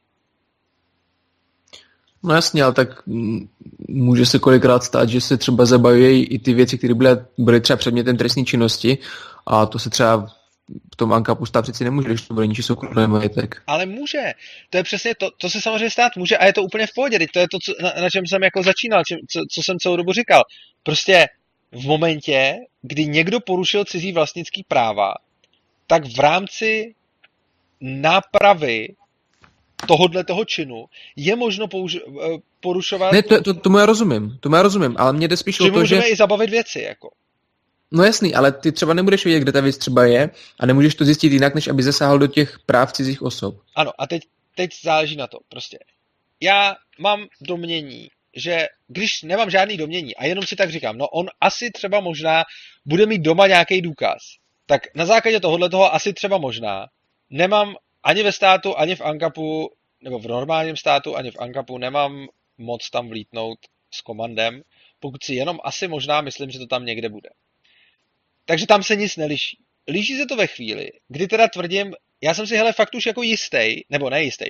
No jasně, ale tak může se kolikrát stát, že se třeba zabavují i ty věci, které byly třeba předmětem trestní činnosti a to se třeba v tom ANCAPu stát přeci nemůže, když to bude ničí soukromý majetek. Ale může. To je přesně to se samozřejmě stát může a je to úplně v pohodě. To je to, na čem jsem jako začínal, co jsem celou dobu říkal. Prostě v momentě, kdy někdo porušil cizí vlastnický práva, tak v rámci nápravy toho činu je možno porušovat... Ne, tomu já rozumím, ale mě jde spíš o to, že... můžeme i zabavit věci, jako. No jasný, ale ty třeba nebudeš vědět, kde ta věc třeba je a nemůžeš to zjistit jinak, než aby zasáhl do těch práv cizích osob. Ano, a teď záleží na to, prostě. Já mám domnění, že když nemám žádný domnění a jenom si tak říkám, no on asi třeba možná bude mít doma nějaký důkaz, tak na základě tohoto asi třeba možná nemám ani ve státu, ani v ANCAPu, nebo v normálním státu, ani v ANCAPu nemám moc tam vlítnout s komandem, pokud si jenom asi možná myslím, že to tam někde bude. Takže tam se nic neliší. Liší se to ve chvíli, kdy teda tvrdím, já jsem si fakt už jako jistý, nebo nejistý.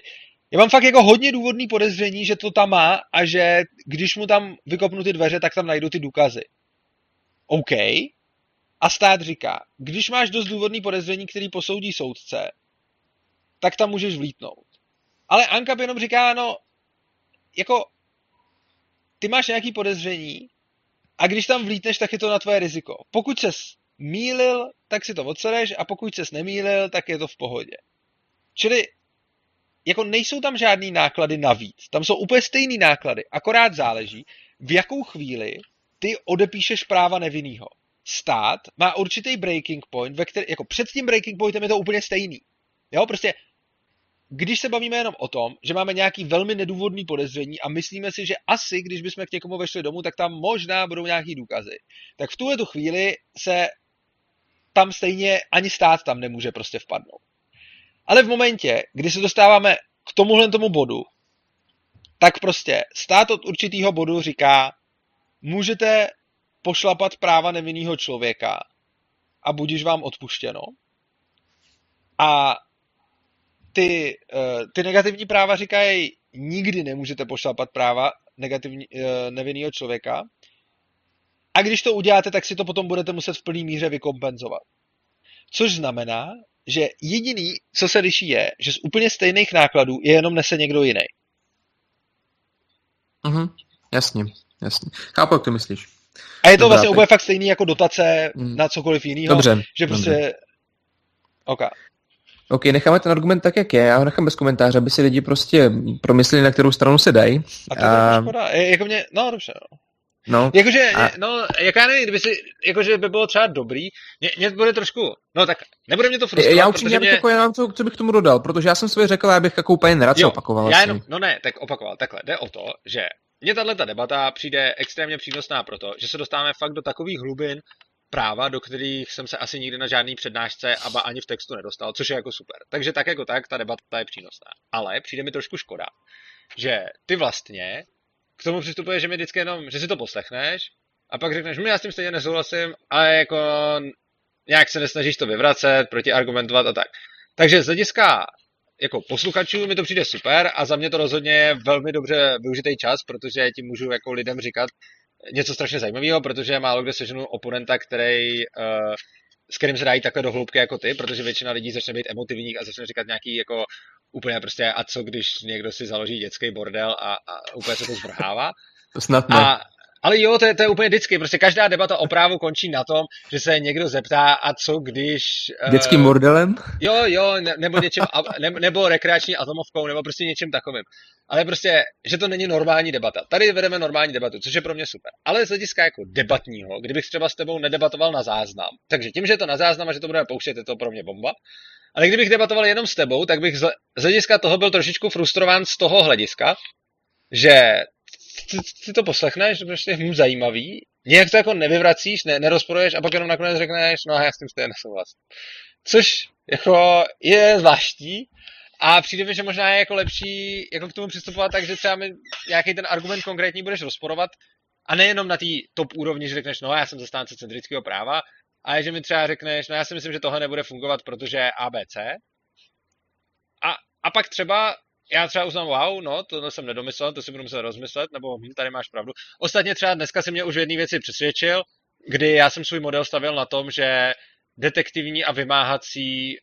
Já mám fakt jako hodně důvodný podezření, že to tam má a že když mu tam vykopnu ty dveře, tak tam najdu ty důkazy. OK. A stát říká, když máš dost důvodný podezření, který posoudí soudce, tak tam můžeš vlítnout. Ale ANCAP jenom říká, no, jako, ty máš nějaký podezření a když tam vlítneš, tak je to na tvoje riziko. Pokud ses mýlil, tak si to odsereš a pokud ses nemýlil, tak je to v pohodě. Čili jako nejsou tam žádný náklady navíc. Tam jsou úplně stejný náklady, akorát záleží, v jakou chvíli ty odepíšeš práva nevinnýho. Stát má určitý breaking point, jako před tím breaking pointem je to úplně stejný. Jo, prostě když se bavíme jenom o tom, že máme nějaký velmi nedůvodný podezření a myslíme si, že asi, když bychom k někomu vešli domů, tak tam možná budou nějaký důkazy, tak v tuhletu chvíli se tam stejně ani stát tam nemůže prostě vpadnout. Ale v momentě, kdy se dostáváme k tomu bodu, tak prostě stát od určitého bodu říká, můžete pošlapat práva nevinného člověka a budiž vám odpuštěno. A ty negativní práva říkají, nikdy nemůžete pošlapat práva nevinného člověka. A když to uděláte, tak si to potom budete muset v plný míře vykompenzovat. Což znamená, že jediný, co se liší, je, že z úplně stejných nákladů je jenom nese někdo jiný. Jasně. Chápu, jak to myslíš. A je to vlastně úplně fakt stejný jako dotace na cokoliv jiného. Dobře. Že prostě... OK, necháme ten argument tak, jak je. Já ho nechám bez komentáře, aby si lidi prostě promysleli, na kterou stranu se dají. A to je škoda. Jako mě... No, dobře. No. Jakože, jak já nevím, jakože by bylo třeba dobrý, mě bude trošku, no tak, nebude mě to frustrovat, já upřímně bych jako, já co bych k tomu dodal, protože já jsem sobě řekl, já bych jako úplně nerad se opakoval. Já jenom, opakoval, takhle, jde o to, že mně tato debata přijde extrémně přínosná proto, že se dostáváme fakt do takových hlubin práva, do kterých jsem se asi nikdy na žádný přednášce a ani v textu nedostal, což je jako super. Takže tak jako tak, ta debata je přínosná. Ale přijde mi trošku škoda, že ty vlastně k tomu přistupuje, že mi vždycky jenom, že si to poslechneš a pak řekneš, já s tím stejně nesouhlasím, ale jako nějak se nesnažíš to vyvracet, protiargumentovat a tak. Takže z hlediska jako posluchačů mi to přijde super a za mě to rozhodně je velmi dobře využitý čas, protože tím můžu jako lidem říkat něco strašně zajímavého, protože málo kde seženu oponenta, s kterým se dají takhle do hloubky jako ty, protože většina lidí začne být emotivních a začne říkat nějaký jako úplně prostě a co když někdo si založí dětský bordel a úplně se to zvrhává. To snad ne. Ale jo, to je úplně vždycky. Prostě každá debata o právu končí na tom, že se někdo zeptá, a co když... Dětským bordelem? Jo, nebo něčím, nebo rekreační atomovkou, nebo prostě něčím takovým. Ale prostě, že to není normální debata. Tady vedeme normální debatu, což je pro mě super. Ale z hlediska jako debatního, kdybych třeba s tebou nedebatoval na záznam, takže tím, že je to na záznam a že to budeme pouštět, je to pro mě bomba. Ale kdybych debatoval jenom s tebou, tak bych z hlediska toho byl trošičku frustrován z toho hlediska, že ty to poslechneš, že prostě je zajímavý, nějak to jako nevyvracíš, nerozporuješ a pak jenom nakonec řekneš, no já s tím stejně nesouhlasím. Což jako je zvláštní a přijde mi, že možná je jako lepší jako k tomu přistupovat tak, že třeba mi nějaký ten argument konkrétní budeš rozporovat a nejenom na té top úrovni, že řekneš, no já jsem zastánce centrického práva, ale že mi třeba řekneš, no já si myslím, že tohle nebude fungovat, protože ABC. A pak třeba já třeba uznám, wow, no, tohle jsem nedomyslel, to si budu muset rozmyslet, nebo tady máš pravdu. Ostatně třeba dneska si mě už v jedné věci přesvědčil, kdy já jsem svůj model stavil na tom, že detektivní a vymáhací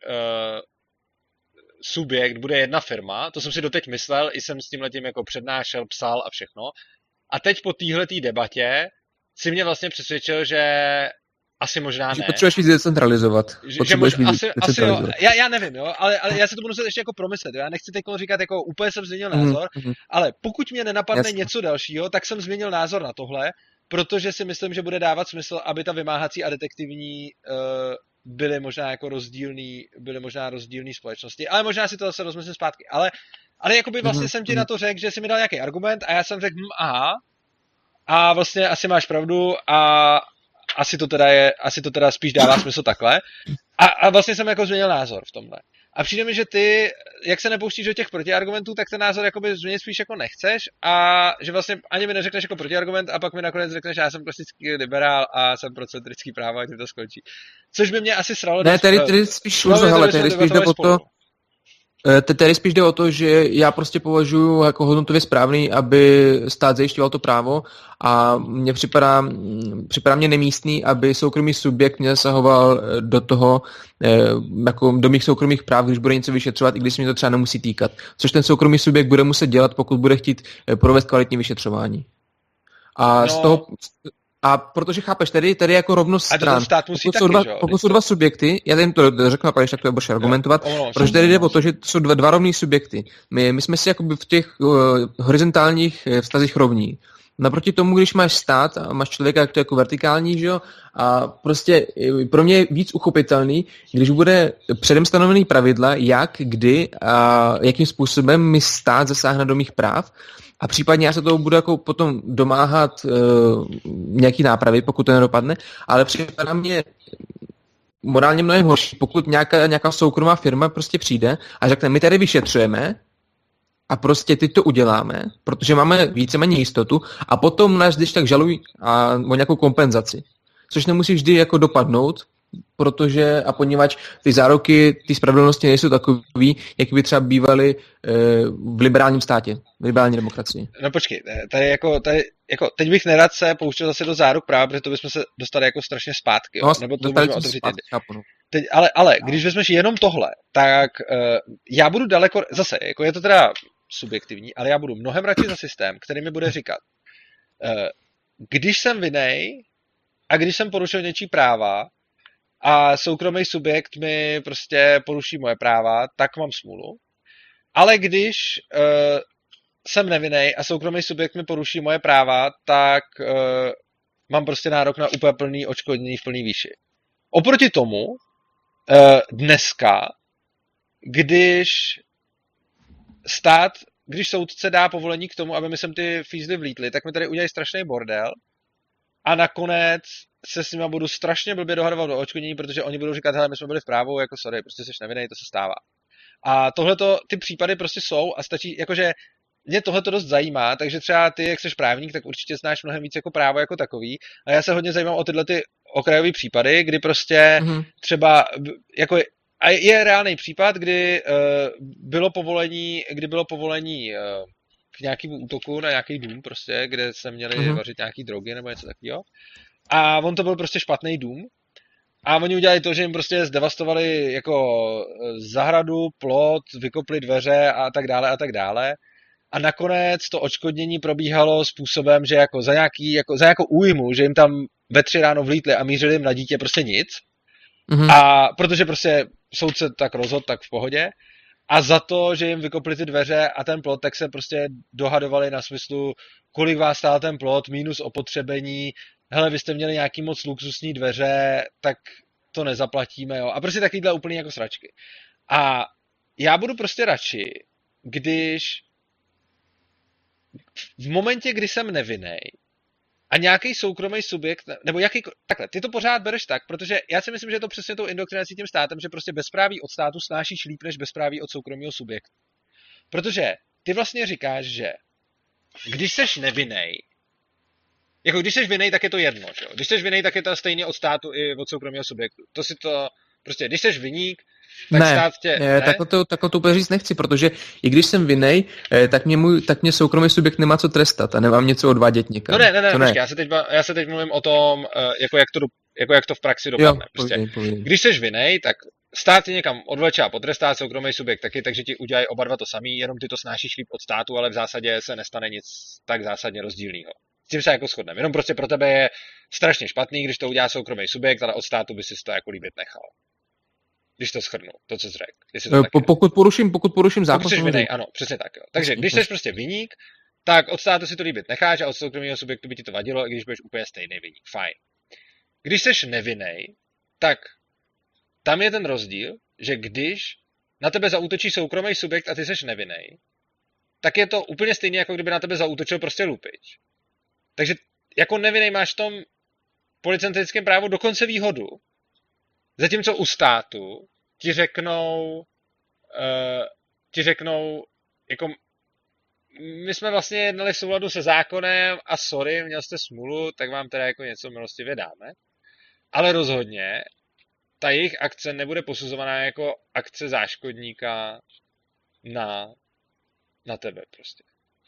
subjekt bude jedna firma, to jsem si doteď myslel, i jsem s tímhletím jako přednášel, psal a všechno. A teď po téhletý debatě si mě vlastně přesvědčil, že asi možná že ne. Potřebuješ víc decentralizovat. Asi jo, já nevím, jo, ale já se to budu muset ještě jako promyslet, jo. Já nechci teď říkat, jako úplně jsem změnil názor, ale pokud mě nenapadne něco dalšího, tak jsem změnil názor na tohle, protože si myslím, že bude dávat smysl, aby ta vymáhací a detektivní byly možná jako rozdílný společnosti, ale možná si to zase rozmyslím zpátky, ale jakoby vlastně jsem ti na to řekl, že jsi mi dal nějaký argument a já jsem řekl, aha, a vlastně asi máš pravdu a asi to teda spíš dává smysl takhle. A vlastně jsem jako změnil názor v tomhle. A přijde mi, že ty, jak se nepouštíš do těch protiargumentů, tak ten názor jakoby změnit spíš jako nechceš a že vlastně ani mi neřekneš jako protiargument a pak mi nakonec řekneš, že já jsem klasický liberál a jsem pro centrický právo a tím to skončí. Což by mě asi sralo. Ne, tady spíš šlo, hele, tady spíš jde o to, Tedy spíš jde o to, že já prostě považuji jako hodnotově správný, aby stát zajišťoval to právo a mně připadá mě nemístný, aby soukromý subjekt mě zasahoval do toho, jako do mých soukromých práv, když bude něco vyšetřovat, i když se mě to třeba nemusí týkat. Což ten soukromý subjekt bude muset dělat, pokud bude chtít provést kvalitní vyšetřování. A No. z toho... A protože chápeš, tedy jako rovnost stran. Pokud jsou dva subjekty, já jim to řeknu a pak ještě tak to budeš argumentovat, protože tady jde o to, že jsou dva rovný subjekty. My jsme si jakoby v těch horizontálních vztazích rovní. Naproti tomu, když máš stát a máš člověka, jak to jako vertikální, že jo, a prostě pro mě je víc uchopitelný, když bude předem stanovený pravidla, jak, kdy a jakým způsobem mi stát zasáhne do mých práv, a případně já se toho budu jako potom domáhat nějaký nápravy, pokud to nedopadne, ale připadá mě morálně mnohem horší, pokud nějaká soukromá firma prostě přijde a řekne, my tady vyšetřujeme a prostě teď to uděláme, protože máme víceméně jistotu a potom nás když tak žalují o nějakou kompenzaci. Což nemusí vždy jako dopadnout, protože a poněvadž ty záruky, ty spravedlnosti nejsou takový, jak by třeba bývaly v liberálním státě, v liberální demokracii. No počkej, tady teď bych nerad se pouštěl zase do záruk práva, protože to bychom se dostali jako strašně zpátky. No, nebo to můžeme otevřít teď, ale když vezmeš jenom tohle, tak já budu daleko, zase, jako je to teda subjektivní, ale já budu mnohem radši za systém, který mi bude říkat, když jsem vinnej a když jsem porušil něčí práva, a soukromý subjekt mi prostě poruší moje práva, tak mám smůlu. Ale když jsem nevinnej a soukromý subjekt mi poruší moje práva, tak mám prostě nárok na úplně plný odškodnění v plný výši. Oproti tomu dneska, když soudce dá povolení k tomu, aby mi sem ty fízly vlítly, tak mi tady udělají strašný bordel a nakonec se s nima budu strašně blbě dohadovat do odškodnění, protože oni budou říkat, hele, my jsme byli v právu, jako sorry, prostě jsi nevinnej, to se stává. A tohleto, ty případy prostě jsou a stačí, jakože mě tohleto dost zajímá, takže třeba ty, jak jsi právník, tak určitě znáš mnohem víc jako právo jako takový. A já se hodně zajímám o tyhle ty okrajové případy, kdy prostě třeba, jako a je reálný případ, kdy bylo povolení k nějakému útoku na nějaký dům prostě, kde se měli vařit nějaký drogy nebo něco takového. A on to byl prostě špatný dům. A oni udělali to, že jim prostě zdevastovali jako zahradu, plot, vykopli dveře a tak dále a tak dále. A nakonec to odškodnění probíhalo způsobem, že jako za nějakou újmu, že jim tam ve 3 ráno vlítli a mířili jim na dítě prostě nic. A protože prostě soudce tak rozhodl, tak v pohodě. A za to, že jim vykopli ty dveře a ten plot, tak se prostě dohadovali na smyslu, kolik vás stál ten plot, minus opotřebení, hele, vy jste měli nějaký moc luxusní dveře, tak to nezaplatíme, jo. A prostě takovýhle úplný jako sračky. A já budu prostě radši, když v momentě, kdy jsem nevinnej a nějaký soukromý subjekt, nebo takhle, ty to pořád bereš tak, protože já si myslím, že je to přesně tou indoktrinací tím státem, že prostě bezpráví od státu snášíš líp než bezpráví od soukromého subjektu. Protože ty vlastně říkáš, že když seš nevinnej, jako když seš vinnej, tak je to jedno, že jo? Když seš vinnej, tak je to stejně od státu i od soukromého subjektu. To si to, prostě, když seš viník, tak stát tě... Ne, takhle to úplně říct nechci, protože i když jsem vinnej, tak mě soukromý subjekt nemá co trestat a nemám něco odvádět někam. No ne, počkej, já se teď mluvím o tom, jak to v praxi dopadne. Prostě, když seš vinnej, tak stát tě někam odvleče a potrestá, soukromý subjekt taky, takže ti udělají oba dva to samý, jenom ty to snášíš líp od státu, ale v zásadě se nestane nic tak zásadně rozdílného. S tím se jako shodneme. Jenom prostě pro tebe je strašně špatný, když to udělá soukromý subjekt, ale od státu by si to jako líbit nechal. Když to shrnu, to, co jsi řekl. Pokud poruším zákon. Pokud jsi vinnej, ano, přesně tak. Jo. Takže když jsi prostě viník, tak od státu si to líbit necháš a od soukromého subjektu by ti to vadilo, i když budeš úplně stejný viník. Fajn. Když jsi nevinnej, tak tam je ten rozdíl, že když na tebe zaútočí soukromý subjekt a ty jsi nevinnej, tak je to úplně stejné, jako kdyby na tebe zaútočil prostě lupič. Takže jako nevinnej máš v tom policentrickém právu dokonce výhodu. Zatímco u státu ti řeknou, jako my jsme vlastně jednali v souladu se zákonem a sorry, měl jste smůlu, tak vám teda jako něco milostivě dáme. Ale rozhodně ta jejich akce nebude posuzovaná jako akce záškodníka na tebe prostě.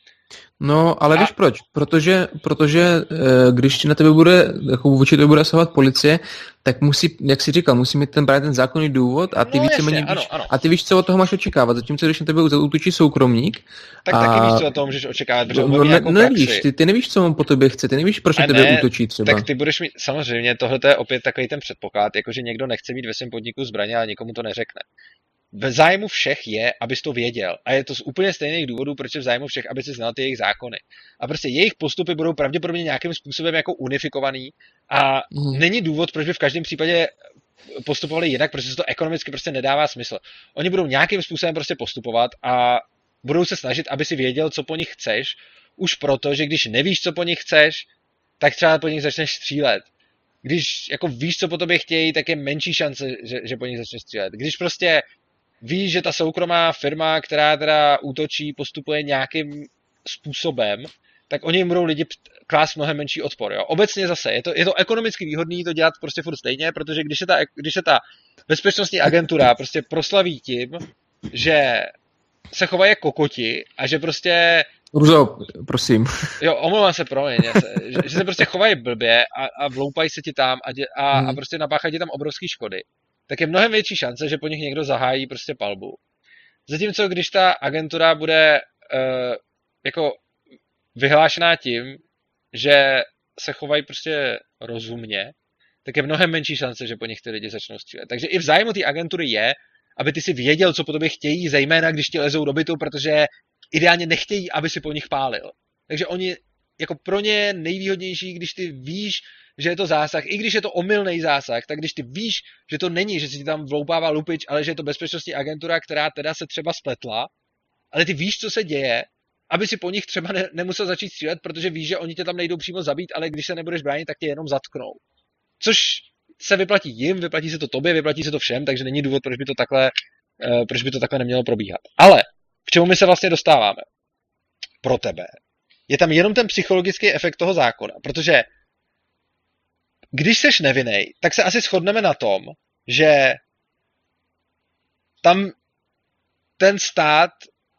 No, ale víš proč? Protože když na tebe bude, jako vůči tebe bude asahovat policie, tak musí, jak jsi říkal, musí mít právě ten zákonný důvod a ty víceméně víš, a ty víš, co od toho máš očekávat. Zatímco, když na tebe útočí soukromník. Tak taky víš, co od toho můžeš očekávat, protože nevíš, ty nevíš, co on po tobě chce, ty nevíš, proč na tebe útočí třeba. Tak ty budeš mít, samozřejmě, tohle je opět takový ten předpoklad, jakože někdo nechce mít ve svém podniku zbraně, ale nikomu to neřekne. V zájmu všech je, abys to věděl. A je to z úplně stejných důvodů, proč je v zájmu všech, aby si znal ty jejich zákony. A prostě jejich postupy budou pravděpodobně nějakým způsobem jako unifikovaný a není důvod, proč by v každém případě postupovali jinak, protože se to ekonomicky prostě nedává smysl. Oni budou nějakým způsobem prostě postupovat a budou se snažit, aby si věděl, co po nich chceš, už proto, že když nevíš, co po nich chceš, tak třeba po nich začneš střílet. Když jako víš, co po tobě chtějí, tak je menší šance, že po nich začneš střílet. Když prostě víš, že ta soukromá firma, která teda útočí, postupuje nějakým způsobem, tak oni jim budou lidi klást mnohem menší odpor. Jo? Obecně zase, je to ekonomicky výhodný to dělat prostě furt stejně, protože když se ta bezpečnostní agentura prostě proslaví tím, že se chovají jako kokoti a že prostě... Ruzo, prosím. Jo, omlouvám se, promiň, že se prostě chovají blbě a vloupají se ti tam a prostě napáchají ti tam obrovský škody, tak je mnohem větší šance, že po nich někdo zahájí prostě palbu. Zatímco když ta agentura bude jako vyhlášená tím, že se chovají prostě rozumně, tak je mnohem menší šance, že po nich ty lidi začnou střílet. Takže i v zájmu té agentury je, aby ty si věděl, co po tobě chtějí, zejména když ti lezou do bytu, protože ideálně nechtějí, aby si po nich pálil. Takže oni, jako pro ně je nejvýhodnější, když ty víš, že je to zásah, i když je to omylný zásah, tak když ty víš, že to není, že si ti tam vloupává lupič, ale že je to bezpečnostní agentura, která teda se třeba spletla, ale ty víš, co se děje, aby si po nich třeba nemusel začít střílet, protože víš, že oni tě tam nejdou přímo zabít, ale když se nebudeš bránit, tak tě jenom zatknou. Což se vyplatí jim, vyplatí se to tobě, vyplatí se to všem, takže není důvod, proč by to takhle nemělo probíhat. Ale k čemu my se vlastně dostáváme? Pro tebe. Je tam jenom ten psychologický efekt toho zákona, protože když seš nevinnej, tak se asi shodneme na tom, že tam ten stát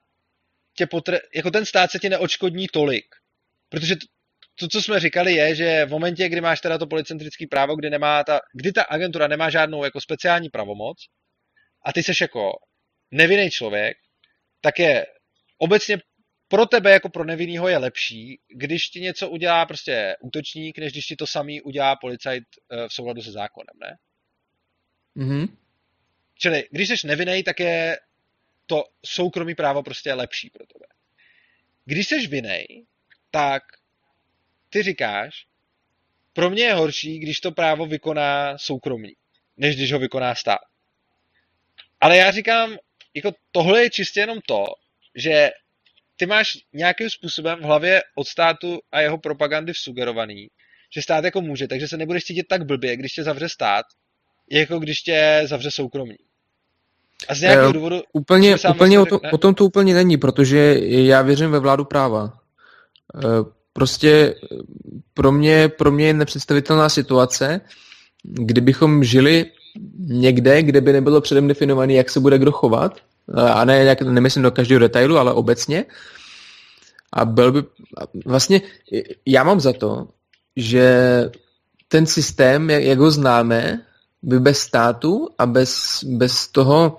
ten stát se ti neodškodní tolik. Protože to, co jsme říkali, je, že v momentě, kdy máš teda to policentrické právo, kdy ta agentura nemá žádnou jako speciální pravomoc a ty seš jako nevinný člověk, tak je obecně pro tebe jako pro nevinnýho je lepší, když ti něco udělá prostě útočník, než když ti to samý udělá policajt v souladu se zákonem, ne? Mhm. Čili když jsi nevinný, tak je to soukromý právo prostě lepší pro tebe. Když jsi vinnej, tak ty říkáš, pro mě je horší, když to právo vykoná soukromník, než když ho vykoná stát. Ale já říkám, jako tohle je čistě jenom to, že ty máš nějakým způsobem v hlavě od státu a jeho propagandy vsugerovaný, že stát jako může, takže se nebudeš cítit tak blbě, když tě zavře stát, jako když tě zavře soukromník. A z nějakého důvodu... Úplně o tom to úplně není, protože já věřím ve vládu práva. Prostě pro mě je nepředstavitelná situace, kdybychom žili někde, kde by nebylo předem definované, jak se bude kdo chovat, a ne, nemyslím do každého detailu, ale obecně. A vlastně já mám za to, že ten systém, jak ho známe, by bez státu a bez toho,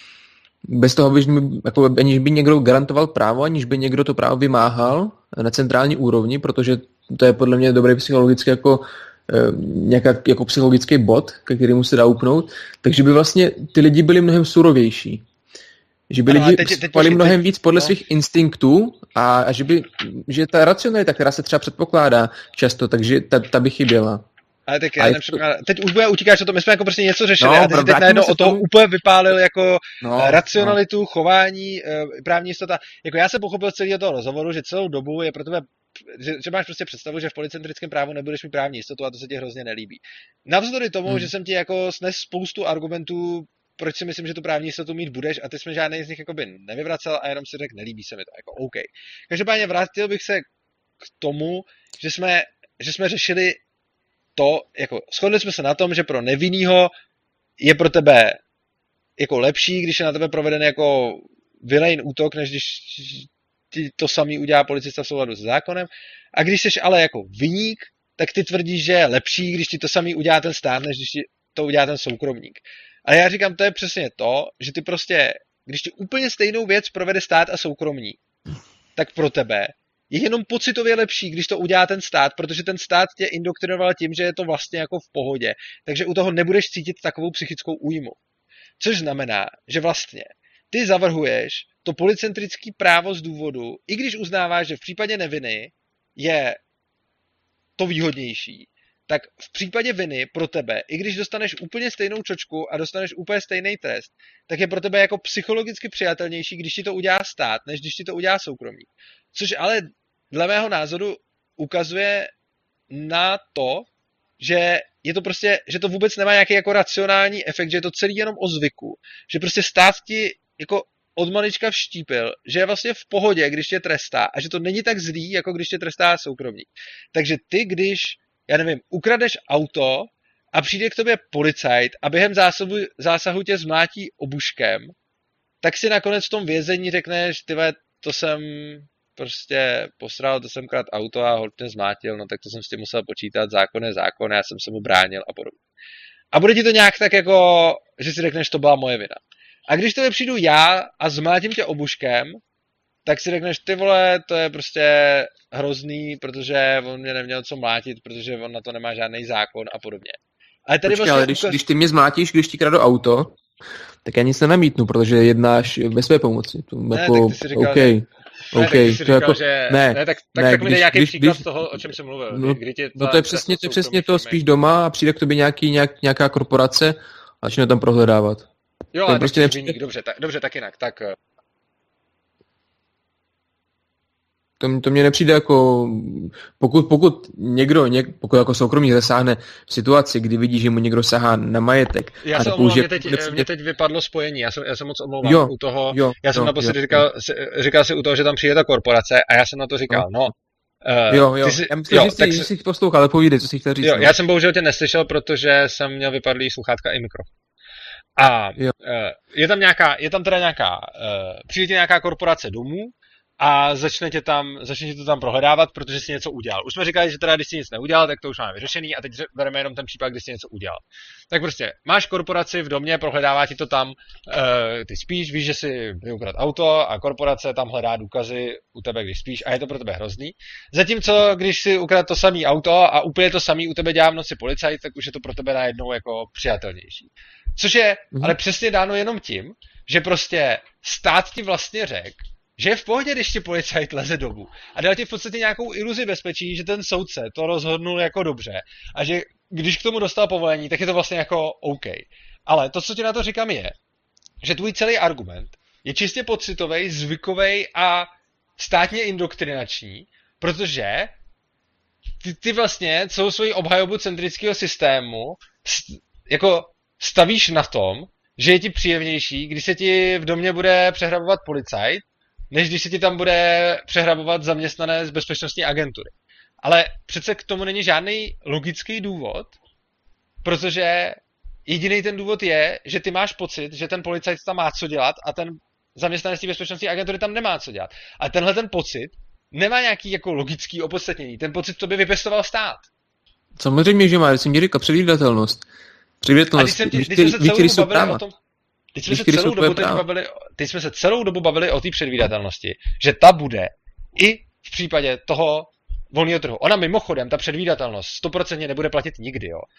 aniž by někdo garantoval právo, aniž by někdo to právo vymáhal na centrální úrovni, protože to je podle mě dobrý psychologický jako psychologický bod, ke kterému se dá upnout, takže by vlastně ty lidi byli mnohem surovější. Že by lidi spali mnohem víc podle svých instinktů a že ta racionalita, která se třeba předpokládá často, takže ta by chyběla. Ale tak teď už bude utíkáš o tom, my jsme jako prostě něco řešili a teď najednou o toho úplně vypálil jako racionalitu, chování, právní jistota. Jako já jsem pochopil z celého toho rozhovoru, že celou dobu je pro tebe, že máš prostě představu, že v policentrickém právu nebudeš mít právní jistotu a to se ti hrozně nelíbí. Navzdory tomu, že jsem ti jako snes spoustu argumentů, proč si myslím, že tu právní jistotu mít budeš a ty jsme žádný z nich jakoby nevyvracel a jenom si řekl, nelíbí se mi to, jako OK. Každopádně vrátil bych se k tomu, že jsme řešili to, jako shodli jsme se na tom, že pro nevinnýho je pro tebe jako lepší, když je na tebe proveden jako vylejn útok, než když ti to samý udělá policista v souladu s zákonem. A když jsi ale jako viník, tak ty tvrdíš, že je lepší, když ti to samý udělá ten stát, než když ti to udělá ten soukromník. Ale já říkám, to je přesně to, že ty prostě, když ti úplně stejnou věc provede stát a soukromník, tak pro tebe je jenom pocitově lepší, když to udělá ten stát, protože ten stát tě indoktrinoval tím, že je to vlastně jako v pohodě. Takže u toho nebudeš cítit takovou psychickou újmu. Což znamená, že vlastně ty zavrhuješ to policentrické právo z důvodu, i když uznáváš, že v případě neviny je to výhodnější, tak v případě viny pro tebe, i když dostaneš úplně stejnou čočku a dostaneš úplně stejný trest, tak je pro tebe jako psychologicky přijatelnější, když ti to udělá stát, než když ti to udělá soukromník. Což ale dle mého názoru ukazuje na to, že je to prostě, že to vůbec nemá nějaký jako racionální efekt, že je to celý jenom o zvyku. Že prostě stát ti jako od malička vštípil, že je vlastně v pohodě, když tě trestá a že to není tak zlý, jako když tě trestá soukromník. Takže ty, když, já nevím, ukradeš auto a přijde k tobě policajt a během zásahu tě zmlátí obuškem, tak si nakonec v tom vězení řekneš, tyhle, to jsem prostě posral, to jsem kradl auto a holt mě zmátil, no tak to jsem s tím musel počítat, zákon je zákon, já jsem se mu bránil a podobně. A bude ti to nějak tak jako, že si řekneš, to byla moje vina. A když tebe přijdu já a zmátím tě obuškem, tak si řekneš, ty vole, to je prostě hrozný, protože on mě neměl co mlátit, protože on na to nemá žádný zákon a podobně. Ale tady Počkej, vlastně ale když ty mě zmlátíš, když ti kradu auto, tak já nic nenamítnu, protože jednáš ve své pomoci. To ne, jako, tak ty si říkal, okay. Ne, OK, tak ty jsi to říkal, jako, že... ne, tak mi dej nějaký příklad když, toho, o čem jsem mluvil. no, Kdy ti no to je přesně to, firmy. spíš doma a přijde k tobě nějaká korporace a začne tam prohledávat. Jo, ale prostě prostě viník, dobře, tak jinak. Tak To mně nepřijde jako, pokud pokud jako soukromník zasáhne v situaci, kdy vidí, že mu někdo sahá na majetek. Já se omlouvám, mě teď vypadlo spojení, já jsem moc omlouvám u toho, já jsem naposledy říkal si u toho, že tam přijde ta korporace a já jsem na to říkal, já myslím, že jsi poslouchal, ale povídej, co jsi chtěl říct. Jo, já jsem bohužel tě neslyšel, protože jsem měl vypadlý sluchátka i mikrofon. A je tam teda nějaká, přijde ti nějaká korporace domů a začne to tam prohledávat, protože jsi něco udělal. Už jsme říkali, že teda když jsi nic neudělal, tak to už máme vyřešený a teď bereme jenom ten případ, kdy jsi něco udělal. Tak prostě máš korporaci v domě, prohledává ti to tam, ty spíš, víš, že si ukradl auto a korporace tam hledá důkazy u tebe, když spíš a je to pro tebe hrozný. Zatímco, když si ukradl to samé auto a úplně to samé u tebe dělá v noci policajt, tak už je to pro tebe najednou jako přijatelnější. Což je ale přesně dáno jenom tím, že prostě stát ti vlastně řekl, že je v pohodě, když ti policajt leze domů. A dal ti v podstatě nějakou iluzi bezpečí, že ten soudce to rozhodnul jako dobře. A že když k tomu dostal povolení, tak je to vlastně jako OK. Ale to, co ti na to říkám, je, že tvůj celý argument je čistě pocitový, zvykový a státně indoktrinační, protože ty vlastně celou svoji obhajobu centrického systému jako stavíš na tom, že je ti příjemnější, když se ti v domě bude přehrabovat policajt, než když se ti tam bude přehrabovat zaměstnanec z bezpečnostní agentury. Ale přece k tomu není žádný logický důvod, protože jediný ten důvod je, že ty máš pocit, že ten policajt tam má co dělat a ten zaměstnanec bezpečnostní agentury tam nemá co dělat. A tenhle ten pocit nemá nějaký jako logický opodstatnění. Ten pocit v tobě vypěstoval stát. Samozřejmě, že má, když jsem ti říkal předvídatelnost. Když jsou práva. Teď jsme se celou dobu bavili o té předvídatelnosti, že ta bude i v případě toho volného trhu. Ona mimochodem, ta předvídatelnost 100% nebude platit nikdy, jo.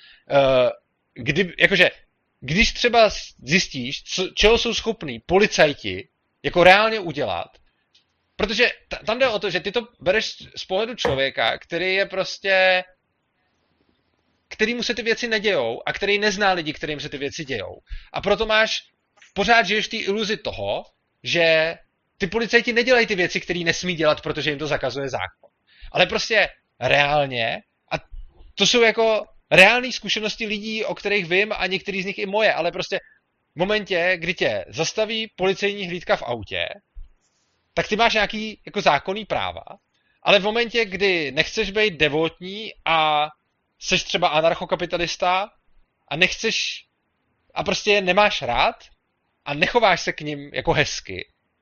Když třeba zjistíš, čeho jsou schopní policajti jako reálně udělat, protože tam jde o to, že ty to bereš z pohledu člověka, který je prostě kterýmu se ty věci nedějou a který nezná lidi, kterým se ty věci dějou. A proto pořád žiješ v té iluzi toho, že ty policajti nedělají ty věci, které nesmí dělat, protože jim to zakazuje zákon. Ale prostě reálně, a to jsou jako reální zkušenosti lidí, o kterých vím a některý z nich i moje, ale prostě v momentě, kdy tě zastaví policejní hlídka v autě, tak ty máš nějaký jako zákonný práva, ale v momentě, kdy nechceš být devotní a seš třeba anarchokapitalista a nechceš a prostě je nemáš rád a nechováš se k nim jako hezky,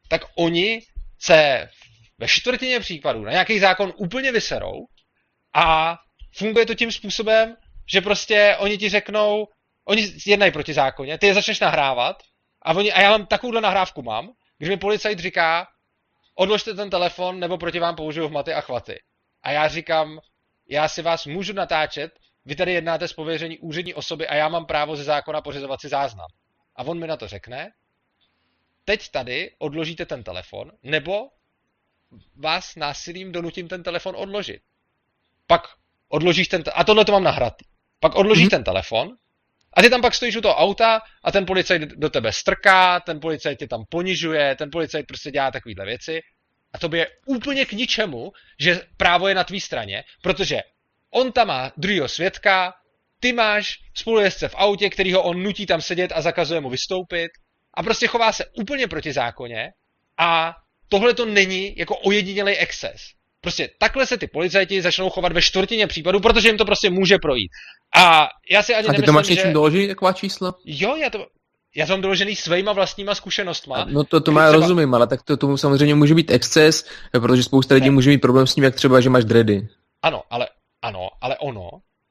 tak oni se ve čtvrtině případů na nějaký zákon úplně vyserou a funguje to tím způsobem, že prostě oni ti řeknou, oni jednají proti zákoně, ty je začneš nahrávat a já mám takovouhle nahrávku když mi policajt říká, odložte ten telefon, nebo proti vám použiju hmaty a chvaty. A já říkám, já si vás můžu natáčet, vy tady jednáte z pověření úřední osoby a já mám právo ze zákona pořizovat si záznam. A on mi na to řekne, teď tady odložíte ten telefon, nebo vás násilím donutím ten telefon odložit. Pak odložíš a tohle to mám nahratý. Pak odložíš ten telefon a ty tam pak stojíš u toho auta a ten policajt do tebe strká, ten policajt tě tam ponižuje, ten policajt prostě dělá takovýhle věci a to by je úplně k ničemu, že právo je na tvý straně, protože on tam má druhýho svědka, ty máš spolujezdce v autě, kterýho on nutí tam sedět a zakazuje mu vystoupit a prostě chová se úplně proti zákoně a tohle to není jako ojedinělej exces. Prostě takhle se ty policajti začnou chovat ve čtvrtině případů, protože jim to prostě může projít. A já si ani nemyslím, že... A ty to máš něčím doložit, taková čísla? Jo, já to mám doložený svýma vlastníma zkušenostma. No to má třeba... rozumím, ale tak to tomu samozřejmě může být exces, protože spousta lidí může mít problém s tím, jak třeba, že máš dready. Ale ono...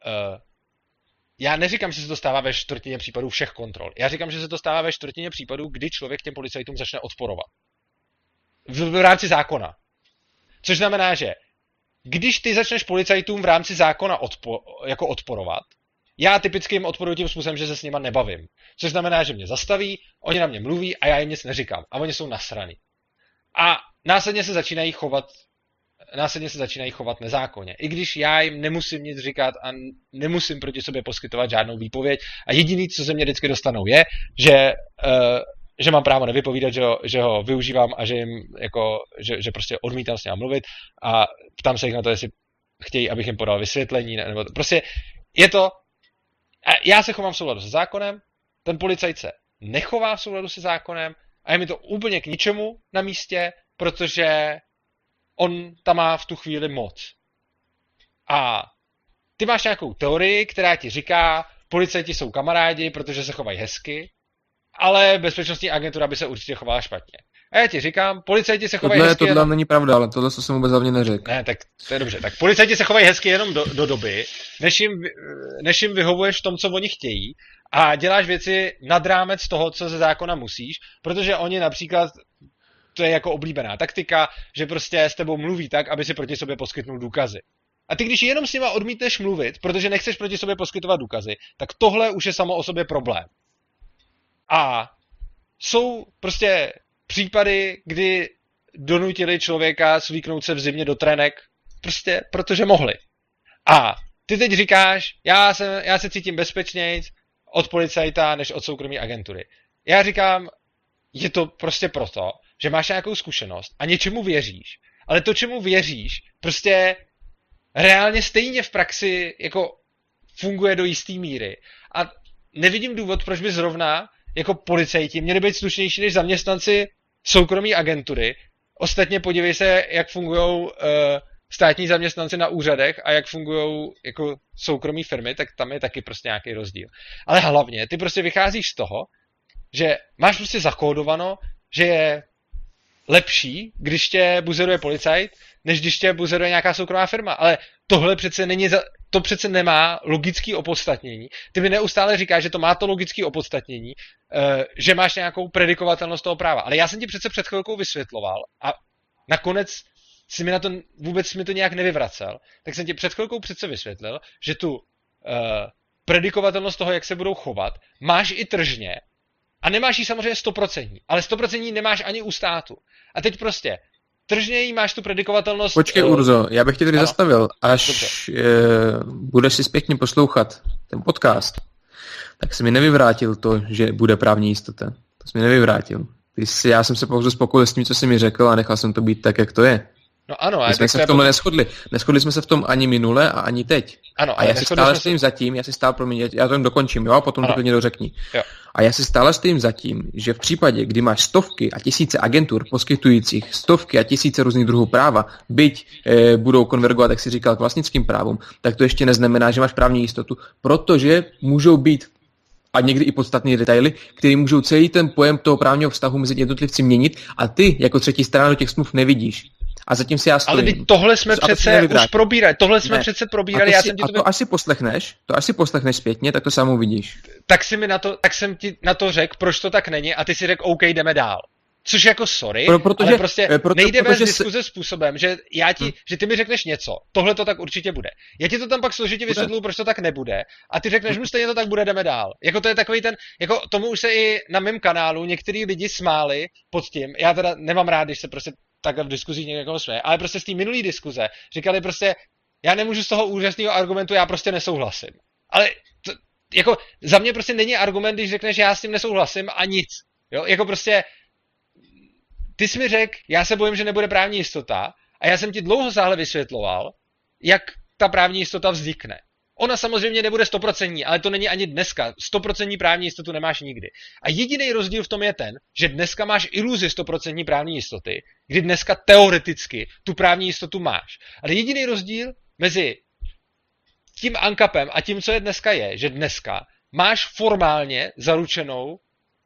Já neříkám, že se to stává ve čtvrtině případů všech kontrol. Já říkám, že se to stává ve čtvrtině případů, kdy člověk těm policajtům začne odporovat. V rámci zákona. Což znamená, že když ty začneš policajtům v rámci zákona odporovat, já typicky jim odporuji tím způsobem, že se s nima nebavím. Což znamená, že mě zastaví, oni na mě mluví a já jim nic neříkám. A oni jsou nasraný. A následně se začínají chovat nezákonně. I když já jim nemusím nic říkat a nemusím proti sobě poskytovat žádnou výpověď. A jediný, co ze mě vždycky dostanou, je, že mám právo nevypovídat, že ho využívám a že jim že prostě odmítám s ním mluvit a ptám se jich na to, jestli chtějí, abych jim podal vysvětlení, nebo to. Prostě je to... A já se chovám v souladu se zákonem, ten policajt se nechová v souladu se zákonem a je mi to úplně k ničemu na místě, protože on tam má v tu chvíli moc. A ty máš nějakou teorii, která ti říká, policajti jsou kamarádi, protože se chovají hezky, ale bezpečnostní agentura by se určitě chovala špatně. A já ti říkám, policajti se chovají hezky... Tohle není pravda, ale tohle jsem vůbec hlavně neřekl. Ne, tak to je dobře. Tak policajti se chovají hezky jenom do doby, než jim vyhovuješ v tom, co oni chtějí a děláš věci nad rámec toho, co ze zákona musíš, protože oni například, to je jako oblíbená taktika, že prostě s tebou mluví tak, aby si proti sobě poskytnul důkazy. A ty, když jenom s nima odmítneš mluvit, protože nechceš proti sobě poskytovat důkazy, tak tohle už je samo o sobě problém. A jsou prostě případy, kdy donutili člověka svlíknout se v zimě do trenek, prostě protože mohli. A ty teď říkáš, já se cítím bezpečnějc od policajta, než od soukromé agentury. Já říkám, je to prostě proto, že máš nějakou zkušenost a něčemu věříš, ale to, čemu věříš, prostě reálně stejně v praxi jako funguje do jistý míry. A nevidím důvod, proč by zrovna jako policajti měli být slušnější než zaměstnanci soukromé agentury. Ostatně podívej se, jak fungují státní zaměstnanci na úřadech a jak fungují jako soukromé firmy, tak tam je taky prostě nějaký rozdíl. Ale hlavně, ty prostě vycházíš z toho, že máš prostě zakódováno, že je lepší, když tě buzeruje policajt, než když tě buzeruje nějaká soukromá firma. Ale tohle přece to přece nemá logický opodstatnění. Ty mi neustále říkáš, že to má to logický opodstatnění, že máš nějakou predikovatelnost toho práva. Ale já jsem ti přece před chvilkou vysvětloval a nakonec si mi na to vůbec mi to nějak nevyvracel. Tak jsem ti před chvilkou přece vysvětlil, že tu predikovatelnost toho, jak se budou chovat, máš i tržně a nemáš ji samozřejmě 100%, ale 100% nemáš ani u státu. A teď prostě tržně jí máš tu predikovatelnost... Počkej, Urzo, já bych tě tady zastavil. Až budeš si zpětně poslouchat ten podcast, tak jsi mi nevyvrátil to, že bude právní jistota. To jsi mi nevyvrátil. Já jsem se pouze spokojil s tím, co jsi mi řekl a nechal jsem to být tak, jak to je. No ano, my jsme se v tomhle neshodli. Neshodli jsme se v tom ani minule a ani teď. Ano, a já si stále stojím za tím, já to jen dokončím, jo, a potom to klidně dořekni. Jo. A já si stále stojím za tím, že v případě, kdy máš stovky a tisíce agentur poskytujících stovky a tisíce různých druhů práva, byť budou konvergovat, jak jsi říkal, k vlastnickým právům, tak to ještě neznamená, že máš právní jistotu, protože můžou být a někdy i podstatné detaily, které můžou celý ten pojem toho právního vztahu mezi jednotlivci měnit a ty jako třetí strana do těch smluv nevidíš. A zatím si já stojím. Ale tohle jsme přece už probírali. Tohle jsme přece probírali. To až si poslechneš zpětně, tak to sám uvidíš. Tak jsem ti na to řekl, proč to tak není a ty si řekl, OK, jdeme dál. Což jako sorry, ale prostě nejde vést diskuze způsobem, že ty mi řekneš něco, tohle to tak určitě bude. Já ti to tam pak složitě vysvětluju, proč to tak nebude a ty řekneš, stejně to tak bude, jdeme dál. Jako to je takový jako tomu už se i na mém kanálu některý lidi smáli pod tím, já teda nemám rád, když se prostě takhle v diskuzích někoho směje, ale prostě z té minulý diskuze říkali prostě, já nemůžu z toho úžasného argumentu, já prostě nesouhlasím. Ale to, jako za mě prostě není argument, když řekneš, já s tím nesouhlasím a nic. Jo, jako prostě ty jsi mi řekl, já se bojím, že nebude právní jistota a já jsem ti dlouho záhle vysvětloval, jak ta právní jistota vznikne. Ona samozřejmě nebude 100%, ale to není ani dneska. 100% právní jistotu nemáš nikdy. A jediný rozdíl v tom je ten, že dneska máš iluzi 100% právní jistoty, kdy dneska teoreticky tu právní jistotu máš. Ale jediný rozdíl mezi tím ankapem a tím, co je dneska, je, že dneska máš formálně zaručenou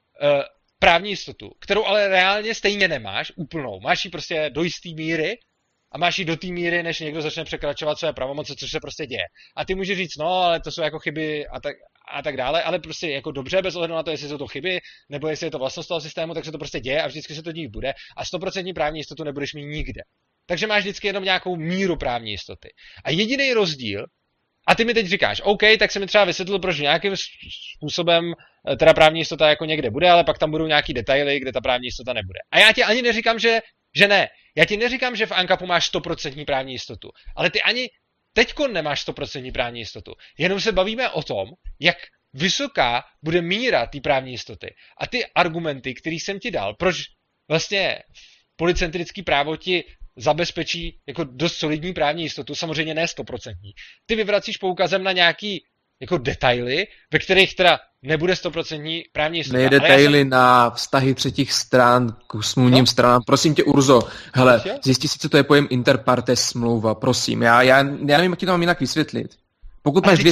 právní jistotu, kterou ale reálně stejně nemáš úplnou. Máš ji prostě do jisté míry a máš ji do té míry, než někdo začne překračovat své pravomoce, což se prostě děje. A ty můžeš říct, no, ale to jsou jako chyby a tak dále, ale prostě jako dobře, bez ohledu na to, jestli jsou to chyby, nebo jestli je to vlastnost toho systému, tak se to prostě děje a vždycky se to dít bude a 100% právní jistotu nebudeš mít nikde. Takže máš vždycky jenom nějakou míru právní jistoty. A jediný rozdíl, a ty mi teď říkáš, OK, tak se mi třeba vysvětlil, proč nějakým způsobem teda právní jistota jako někde bude, ale pak tam budou nějaký detaily, kde ta právní jistota nebude. A já ti ani neříkám, že ne. Já ti neříkám, že v ANCAPu máš 100% právní jistotu. Ale ty ani teďko nemáš 100% právní jistotu. Jenom se bavíme o tom, jak vysoká bude míra té právní jistoty. A ty argumenty, které jsem ti dal, proč vlastně policentrický právo ti zabezpečí jako dost solidní právní jistotu, samozřejmě ne 100%. Ty vyvracíš poukazem na nějaký jako detaily, ve kterých teda nebude 100% právní jistota. Ne detaily na vztahy třetích stran k smluvním stranám. Prosím tě, Urzo, hele, zjistí si, co to je pojem inter partes smlouva, prosím. Já nevím, jak ti to mám jinak vysvětlit. Pokud máš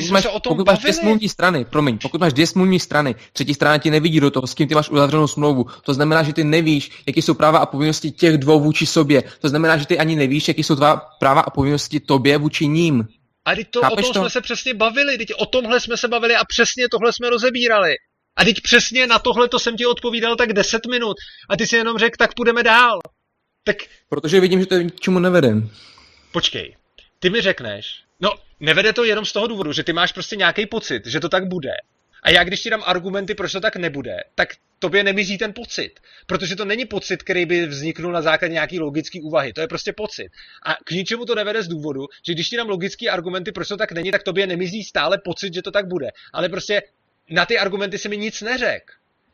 dvě smluvní strany, pokud máš dvě smluvní strany, třetí strana ti nevidí do toho, s kým ty máš uzavřenou smlouvu, to znamená, že ty nevíš, jaké jsou práva a povinnosti těch dvou vůči sobě. To znamená, že ty ani nevíš, jaké jsou tvá práva a povinnosti tobě vůči ním. A teď o tom jsme se přesně bavili, teď o tomhle jsme se bavili a přesně tohle jsme rozebírali. A teď přesně na tohle to jsem ti odpovídal tak 10 minut a ty si jenom řekl, tak půjdeme dál. Tak... Protože vidím, že to k čemu nevede. Počkej, ty mi řekneš, no nevede to jenom z toho důvodu, že ty máš prostě nějaký pocit, že to tak bude. A já když ti dám argumenty, proč to tak nebude, tak tobě nemizí ten pocit. Protože to není pocit, který by vzniknul na základě nějaký logický úvahy. To je prostě pocit. A k ničemu to nevede z důvodu, že když ti dám logické argumenty, proč to tak není, tak tobě nemizí stále pocit, že to tak bude. Ale prostě na ty argumenty si mi nic neřekl.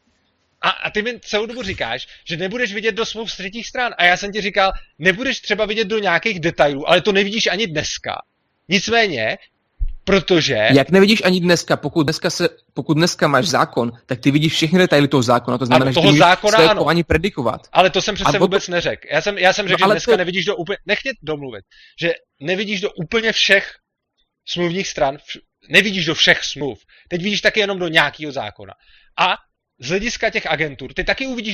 A ty mi celou dobu říkáš, že nebudeš vidět do smluv z třetích stran. A já jsem ti říkal, nebudeš třeba vidět do nějakých detailů, ale to nevidíš ani dneska. Nicméně, protože... Jak nevidíš ani dneska, pokud dneska máš zákon, tak ty vidíš všechny detaily toho zákona, to znamená, že ty můžeš své chování predikovat. Ale to jsem přece vůbec neřekl. Já jsem řekl, že dneska nevidíš do úplně... Nech mě domluvit. Že nevidíš do úplně všech smluvních stran, nevidíš do všech smluv. Teď vidíš taky jenom do nějakého zákona. A z hlediska těch agentur, ty taky uvidíš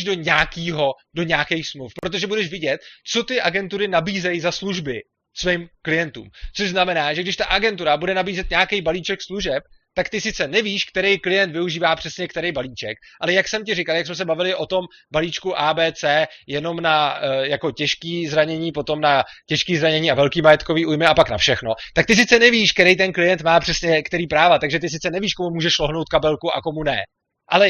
do nějakých smluv, protože budeš vidět, co ty agentury nabízejí za služby svým klientům. Což znamená, že když ta agentura bude nabízet nějaký balíček služeb, tak ty sice nevíš, který klient využívá přesně který balíček, ale jak jsem ti říkal, jak jsme se bavili o tom balíčku ABC jenom na jako těžký zranění, potom na těžký zranění a velký majetkový újmy a pak na všechno, tak ty sice nevíš, který ten klient má přesně který práva, takže ty sice nevíš, komu může šlohnout kabelku a komu ne. Ale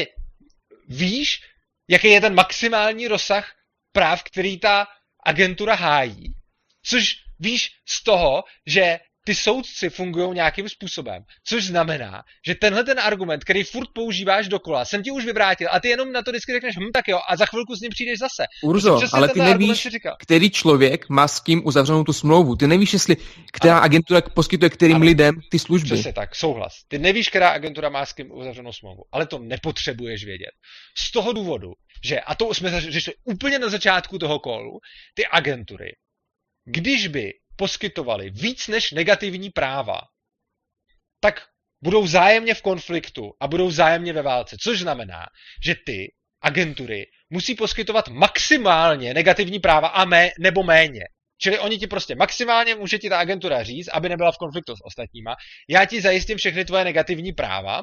víš, jaký je ten maximální rozsah práv, který ta agentura hájí, což víš z toho, že ty soudci fungují nějakým způsobem, což znamená, že tenhle ten argument, který furt používáš dokola, jsem ti už vyvrátil a ty jenom na to vždycky řekneš, tak jo, a za chvilku s ním přijdeš zase. Urzo, ale ty nevíš, který člověk má s kým uzavřenou tu smlouvu. Ty nevíš, jestli která agentura poskytuje kterým lidem ty služby. Přesně tak, souhlas. Ty nevíš, která agentura má s kým uzavřenou smlouvu, ale to nepotřebuješ vědět. Z toho důvodu, že, a to jsme řešili úplně na začátku toho kolu, ty agentury, když by poskytovali víc než negativní práva, tak budou vzájemně v konfliktu a budou vzájemně ve válce. Což znamená, že ty agentury musí poskytovat maximálně negativní práva nebo méně. Čili oni ti prostě maximálně může ti ta agentura říct, aby nebyla v konfliktu s ostatníma. Já ti zajistím všechny tvoje negativní práva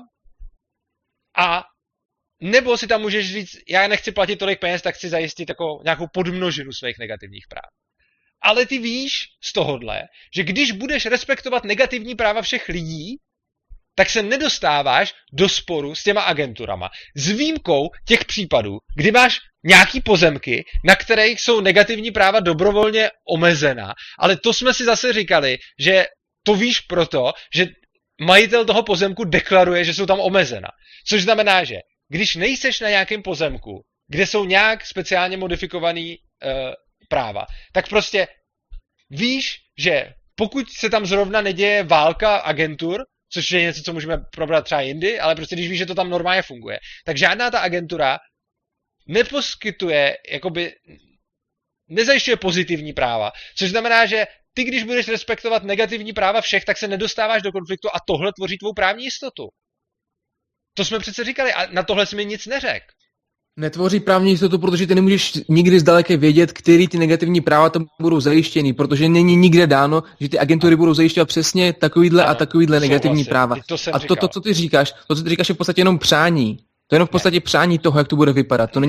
a nebo si tam můžeš říct, já nechci platit tolik peněz, tak chci zajistit jako nějakou podmnožinu svých negativních práv. Ale ty víš z tohohle, že když budeš respektovat negativní práva všech lidí, tak se nedostáváš do sporu s těma agenturama. S výjimkou těch případů, kdy máš nějaký pozemky, na kterých jsou negativní práva dobrovolně omezena. Ale to jsme si zase říkali, že to víš proto, že majitel toho pozemku deklaruje, že jsou tam omezena. Což znamená, že když nejseš na nějakém pozemku, kde jsou nějak speciálně modifikovaný práva, tak prostě víš, že pokud se tam zrovna neděje válka agentur, což je něco, co můžeme probrat třeba jindy, ale prostě když víš, že to tam normálně funguje, tak žádná ta agentura neposkytuje, jakoby nezajišťuje pozitivní práva, což znamená, že ty, když budeš respektovat negativní práva všech, tak se nedostáváš do konfliktu a tohle tvoří tvou právní jistotu. To jsme přece říkali a na tohle jsi mi nic neřekl. Netvoří právní jistotu, protože ty nemůžeš nikdy zdaleka vědět, který ty negativní práva tam budou zajištěny, protože není nikde dáno, že ty agentury budou zajišťovat přesně takovýhle a takovýhle negativní práva. A to, co ty říkáš, je v podstatě jenom přání. To je jenom v podstatě přání toho, jak to bude vypadat. To není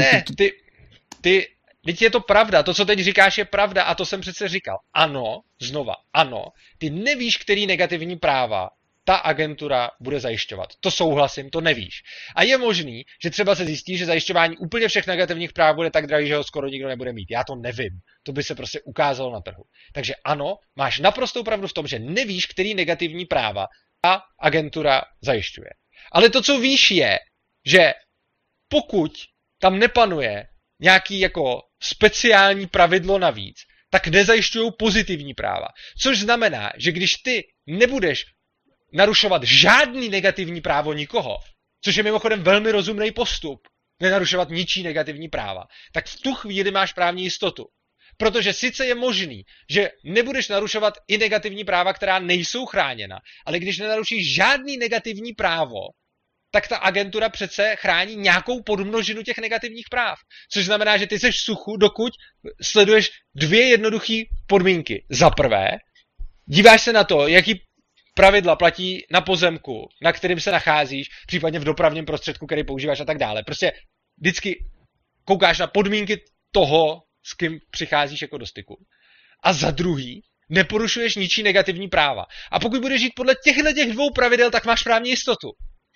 Teď je to pravda, to, co teď říkáš, je pravda a to jsem přece říkal. Ano, ty nevíš, který negativní práva ta agentura bude zajišťovat. To souhlasím, to nevíš. A je možný, že třeba se zjistí, že zajišťování úplně všech negativních práv bude tak drahý, že ho skoro nikdo nebude mít. Já to nevím. To by se prostě ukázalo na trhu. Takže ano, máš naprostou pravdu v tom, že nevíš, který negativní práva ta agentura zajišťuje. Ale to, co víš, je, že pokud tam nepanuje nějaký jako speciální pravidlo navíc, tak nezajišťují pozitivní práva. Což znamená, že když ty nebudeš narušovat žádný negativní právo nikoho, což je mimochodem velmi rozumný postup, nenarušovat ničí negativní práva, tak v tu chvíli máš právní jistotu. Protože sice je možný, že nebudeš narušovat i negativní práva, která nejsou chráněna, ale když nenarušíš žádný negativní právo, tak ta agentura přece chrání nějakou podmnožinu těch negativních práv. Což znamená, že ty seš v suchu, dokud sleduješ dvě jednoduché podmínky. Za prvé, díváš se na to, jaký pravidla platí na pozemku, na kterým se nacházíš, případně v dopravním prostředku, který používáš a tak dále. Prostě vždycky koukáš na podmínky toho, s kým přicházíš jako do styku. A za druhý, neporušuješ ničí negativní práva. A pokud budeš žít podle těch dvou pravidel, tak máš právní jistotu.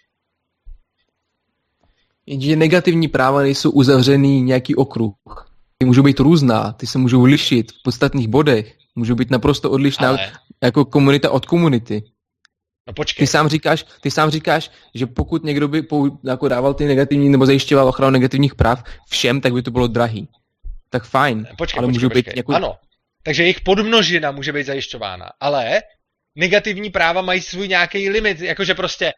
Jenže negativní práva nejsou uzavřený nějaký okruh. Ty můžou být různá, ty se můžou lišit v podstatných bodech. Můžou být naprosto odlišná jako komunita od komunity. No počkej. Ty sám říkáš, že pokud někdo by jako dával ty negativní nebo zajišťoval ochranu negativních práv všem, tak by to bylo drahý. Tak fajn. Počkej. Jako... Ano. Takže jejich podmnožina může být zajišťována. Ale negativní práva mají svůj nějaký limit. Jakože prostě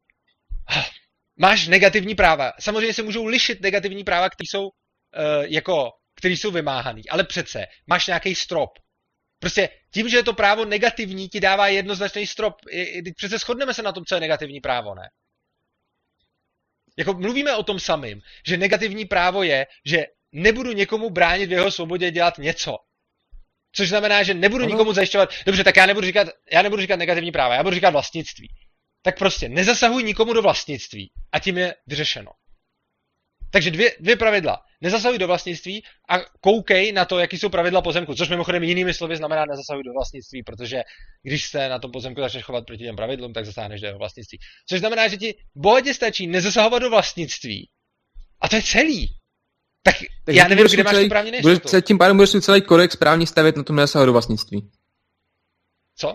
máš negativní práva. Samozřejmě se můžou lišit negativní práva, které jsou vymáhaný. Ale přece máš nějaký strop. Prostě tím, že je to právo negativní, ti dává jednoznačný strop. Přece shodneme se na tom, co je negativní právo, ne? Jako mluvíme o tom samým, že negativní právo je, že nebudu někomu bránit v jeho svobodě dělat něco. Což znamená, že nebudu nikomu zajišťovat... Dobře, tak já nebudu říkat negativní práva, já budu říkat vlastnictví. Tak prostě nezasahuj nikomu do vlastnictví a tím je vyřešeno. Takže dvě pravidla. Nezasahuj do vlastnictví a koukej na to, jaký jsou pravidla pozemku. Což mimochodem jinými slovy znamená nezasahuj do vlastnictví, protože když se na tom pozemku začneš chovat proti těm pravidlům, tak zasáhneš do jeho vlastnictví. Což znamená, že ti bohatě stačí nezasahovat do vlastnictví. A to je celý. Tak já nevím, kde máš tu právní nejistotu. Tím pádem budeš celý kodex právní stavět na tom nezasahovat do vlastnictví. Co?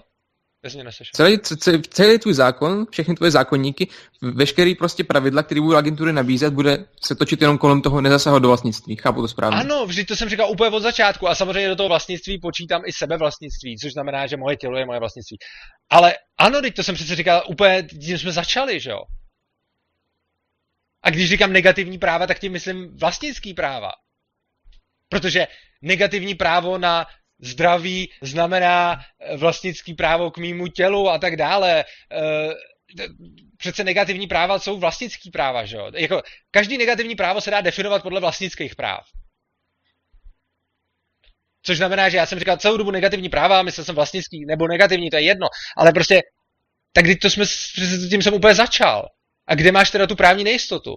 Celý tvůj zákon, všechny tvoje zákonníky, veškerý prostě pravidla, které budou agentury nabízet, bude se točit jenom kolem toho nezasahovat do vlastnictví. Chápu to správně? Ano, vždyť to jsem říkal úplně od začátku a samozřejmě do toho vlastnictví počítám i sebevlastnictví, což znamená, že moje tělo je moje vlastnictví. Ale ano, teď to jsem přece říkal úplně, tím jsme začali, že jo? A když říkám negativní práva, tak tím myslím vlastnický práva. Protože negativní právo na zdraví znamená vlastnický právo k mému tělu a tak dále. přece negativní práva jsou vlastnický práva, že jo? Jako, každý negativní právo se dá definovat podle vlastnických práv. Což znamená, že já jsem říkal celou dobu negativní práva, myslel jsem vlastnický, nebo negativní, to je jedno. Ale prostě, tak když tím jsem úplně začal. A kde máš teda tu právní nejistotu?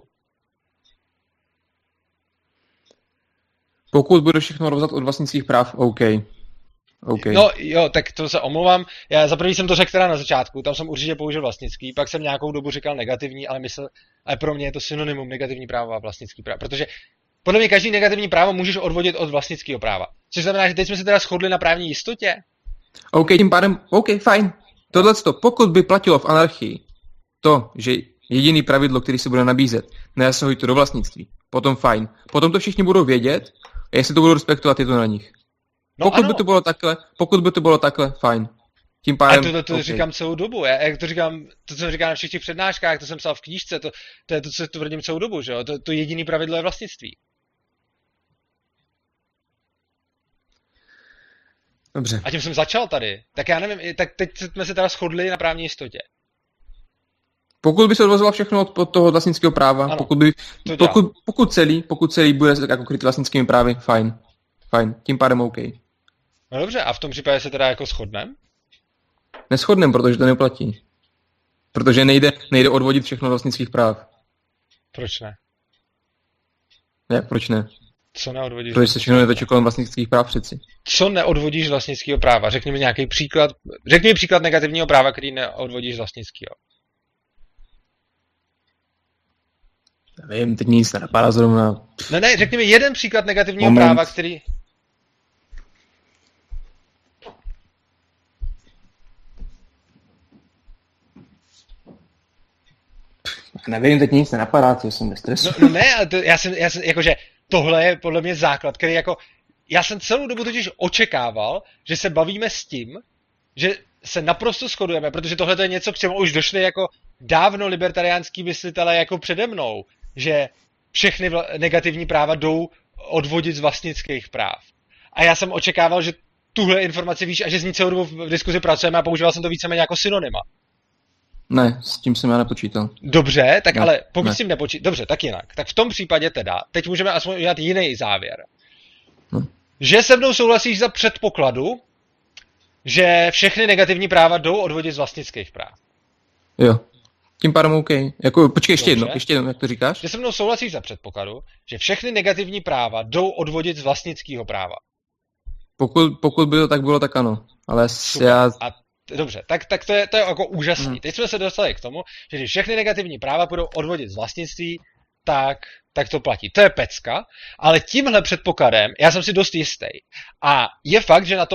Pokud bude všechno rozdat od vlastnických práv, OK. No jo, tak to se omlouvám. Já za první jsem to řekl teda na začátku, tam jsem určitě použil vlastnický, pak jsem nějakou dobu říkal negativní, ale pro mě je to synonymum negativní právo a vlastnický právo, protože podle mě každý negativní právo můžeš odvodit od vlastnického práva. Což znamená, že teď jsme se teda shodli na právní jistotě. OK, tím pádem, OK, fajn. Tohleto, pokud by platilo v anarchii to, že jediný pravidlo, který se bude nabízet, nezasahuje to do vlastnictví, potom fajn. Potom to všichni budou vědět, a jestli to budou respektovat, je to na nich. No pokud by to bylo takhle, fajn. Tím pádem, a to okay. Říkám celou dobu. Jak to říkám, to jsem říkal na všech těch přednáškách, to jsem psal v knížce, to je to, co tvrdím celou dobu, že jo? To jediný pravidlo je vlastnictví. Dobře. A tím jsem začal tady. Tak já nevím, tak teď jsme se teda shodli na právní jistotě. Pokud by se odvozilo všechno od toho vlastnického práva, ano, pokud celý bude jako krytý vlastnickými právy, fajn. Tím pádem OK. No dobře, a v tom případě se teda jako shodneme? Neshodneme, protože to neplatí. Protože nejde odvodit všechno vlastnických práv. Proč ne? Jak, proč ne? Co neodvodíš? Protože se všechno netočí kolem vlastnických práv přeci. Co neodvodíš z vlastnického práva? Řekni mi nějaký příklad. Řekni mi příklad negativního práva, který neodvodíš z vlastnického. Nevím, teď nic nenapadá zrovna. Ne, řekni mi jeden příklad negativního práva, který... Nevím, teď nic nenapadá, já jsem ve stresu. No ne, ale já jsem jakože tohle je podle mě základ, který jako... Já jsem celou dobu totiž očekával, že se bavíme s tím, že se naprosto shodujeme, protože tohle je něco, k čemu už došli jako dávno libertariánský myslitelé jako přede mnou, že všechny negativní práva jdou odvodit z vlastnických práv. A já jsem očekával, že tuhle informaci víš a že z ní celou dobu v diskuzi pracujeme a používal jsem to víceméně jako synonyma. Ne, s tím jsem já nepočítal. Dobře, tak ne, ale pokud s tím nepočítal. Dobře, tak jinak. Tak v tom případě teda, teď můžeme aspoň udělat jiný závěr. Že se mnou souhlasíš za předpokladu, že všechny negativní práva jdou odvodit z vlastnických práv. Jo. Tím pádem OK. Jako, počkej, ještě jedno, jak to říkáš? Že se mnou souhlasíš za předpokladu, že všechny negativní práva jdou odvodit z vlastnického práva. Pokud by to tak bylo, tak ano. Ale dobře, tak to je jako úžasný. Teď jsme se dostali k tomu, že když všechny negativní práva budou odvodit z vlastnictví, tak to platí. To je pecka, ale tímhle předpokladem já jsem si dost jistý. A je fakt, že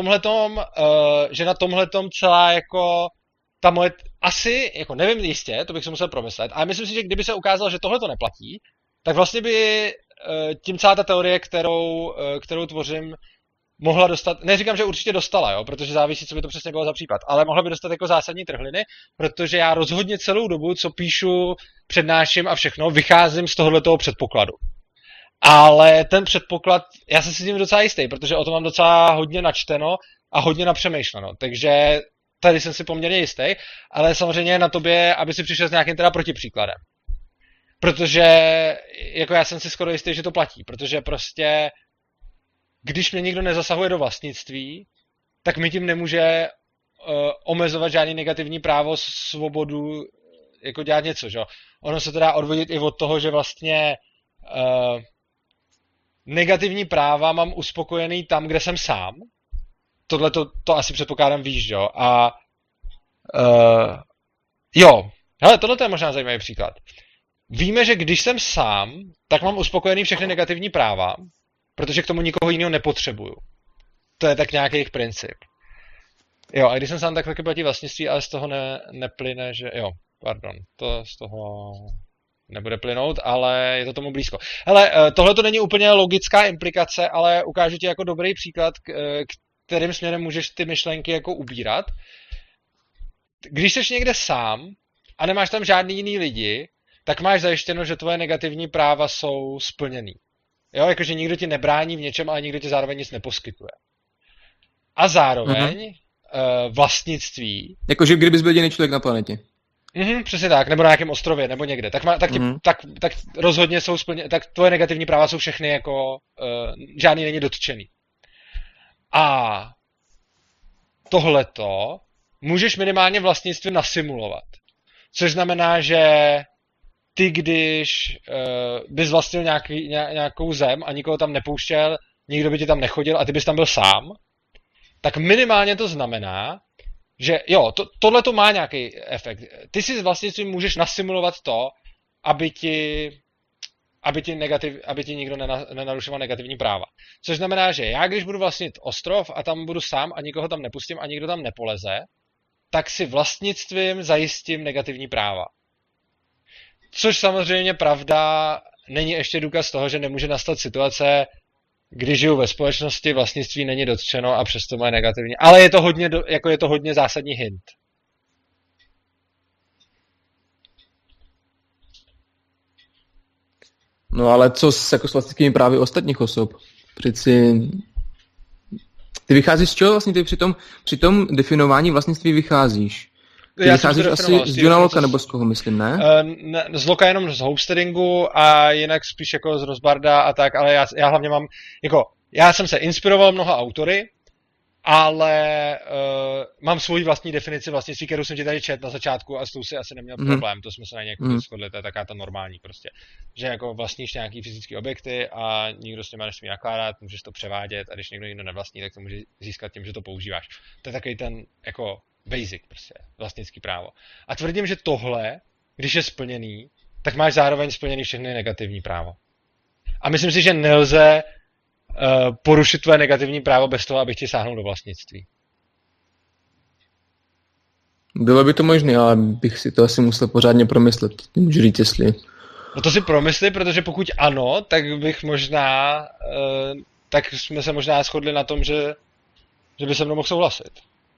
na tomhletom celá jako ta moje, asi, jako nevím jistě, to bych si musel promyslet, ale myslím si, že kdyby se ukázalo, že tohle to neplatí, tak vlastně by tím celá ta teorie, kterou tvořím, mohla dostat, neříkám, že určitě dostala, jo, protože závisí, co by to přesně bylo za případ, ale mohla by dostat jako zásadní trhliny, protože já rozhodně celou dobu, co píšu, přednáším a všechno, vycházím z tohoto předpokladu. Ale ten předpoklad, já jsem si tím docela jistý, protože o tom mám docela hodně načteno a hodně napřemýšleno, takže tady jsem si poměrně jistý, ale samozřejmě na tobě, aby si přišel s nějakým teda protipříkladem. Protože jako já jsem si skoro jistý, že to platí, protože prostě když mě nikdo nezasahuje do vlastnictví, tak mi tím nemůže omezovat žádný negativní právo, svobodu, jako dělat něco, že? Ono se to dá odvodit i od toho, že vlastně negativní práva mám uspokojený tam, kde jsem sám. Tohle to asi předpokládám víš, jo? A jo, hele, tohle je možná zajímavý příklad. Víme, že když jsem sám, tak mám uspokojený všechny negativní práva, protože k tomu nikoho jiného nepotřebuju. To je tak nějaký jejich princip. Jo, a když jsem sám, tak taky platí vlastnictví, ale z toho neplyne, že... Jo, pardon, to z toho nebude plynout, ale je to tomu blízko. Hele, tohle to není úplně logická implikace, ale ukážu ti jako dobrý příklad, kterým směrem můžeš ty myšlenky jako ubírat. Když jsi někde sám a nemáš tam žádný jiný lidi, tak máš zajištěno, že tvoje negativní práva jsou splněný. Jo, jakože nikdo ti nebrání v něčem, ale nikdo ti zároveň nic neposkytuje. A zároveň vlastnictví... Jakože kdybys byl jediný člověk na planetě. Přesně tak, nebo na nějakém ostrově, nebo někde. Tak rozhodně jsou tak tvoje negativní práva jsou všechny jako, žádný není dotčený. A tohleto můžeš minimálně vlastnictví nasimulovat. Což znamená, že ty, když bys vlastnil nějakou zem a nikoho tam nepouštěl, nikdo by ti tam nechodil a ty bys tam byl sám, tak minimálně to znamená, že jo, tohle to má nějaký efekt. Ty si s vlastnictvím můžeš nasimulovat to, aby ti nikdo nenarušoval negativní práva. Což znamená, že já, když budu vlastnit ostrov a tam budu sám a nikoho tam nepustím a nikdo tam nepoleze, tak si vlastnictvím zajistím negativní práva. Což samozřejmě pravda není ještě důkaz toho, že nemůže nastat situace, kdy žiju ve společnosti, vlastnictví není dotčeno a přesto má negativní. Ale je to hodně zásadní hint. No ale co s vlastnickými právy ostatních osob? Přeci ty vycházíš z čeho vlastně ty při tom definování vlastnictví vycházíš? Ty vycházíš asi z Johna Locke, nebo z koho myslím, ne? Z Locke jenom z Homesteadingu a jinak spíš jako z Rothbarda a tak, ale já hlavně mám, jako, já jsem se inspiroval mnoha autory, ale mám svoji vlastní definici vlastnictví, kterou jsem ti tady četl na začátku a s tou si asi neměl problém, to jsme se na něj shodli, to je taká ta normální prostě. Že jako vlastníš nějaký fyzický objekty a nikdo s nimi nesmí nakládat, můžeš to převádět a když někdo nevlastní, tak to může získat tím, že to používáš. To je takový ten jako basic prostě, vlastnický právo. A tvrdím, že tohle, když je splněný, tak máš zároveň splněný všechny negativní právo. A myslím si, že nelze porušit tvoje negativní právo bez toho, abych ti sáhnul do vlastnictví. Bylo by to možné, ale bych si to asi musel pořádně promyslet. Můžu říct, jestli... No to si promysli, protože pokud ano, tak bych možná... tak jsme se možná shodli na tom, že by se mnou mohl souhlasit.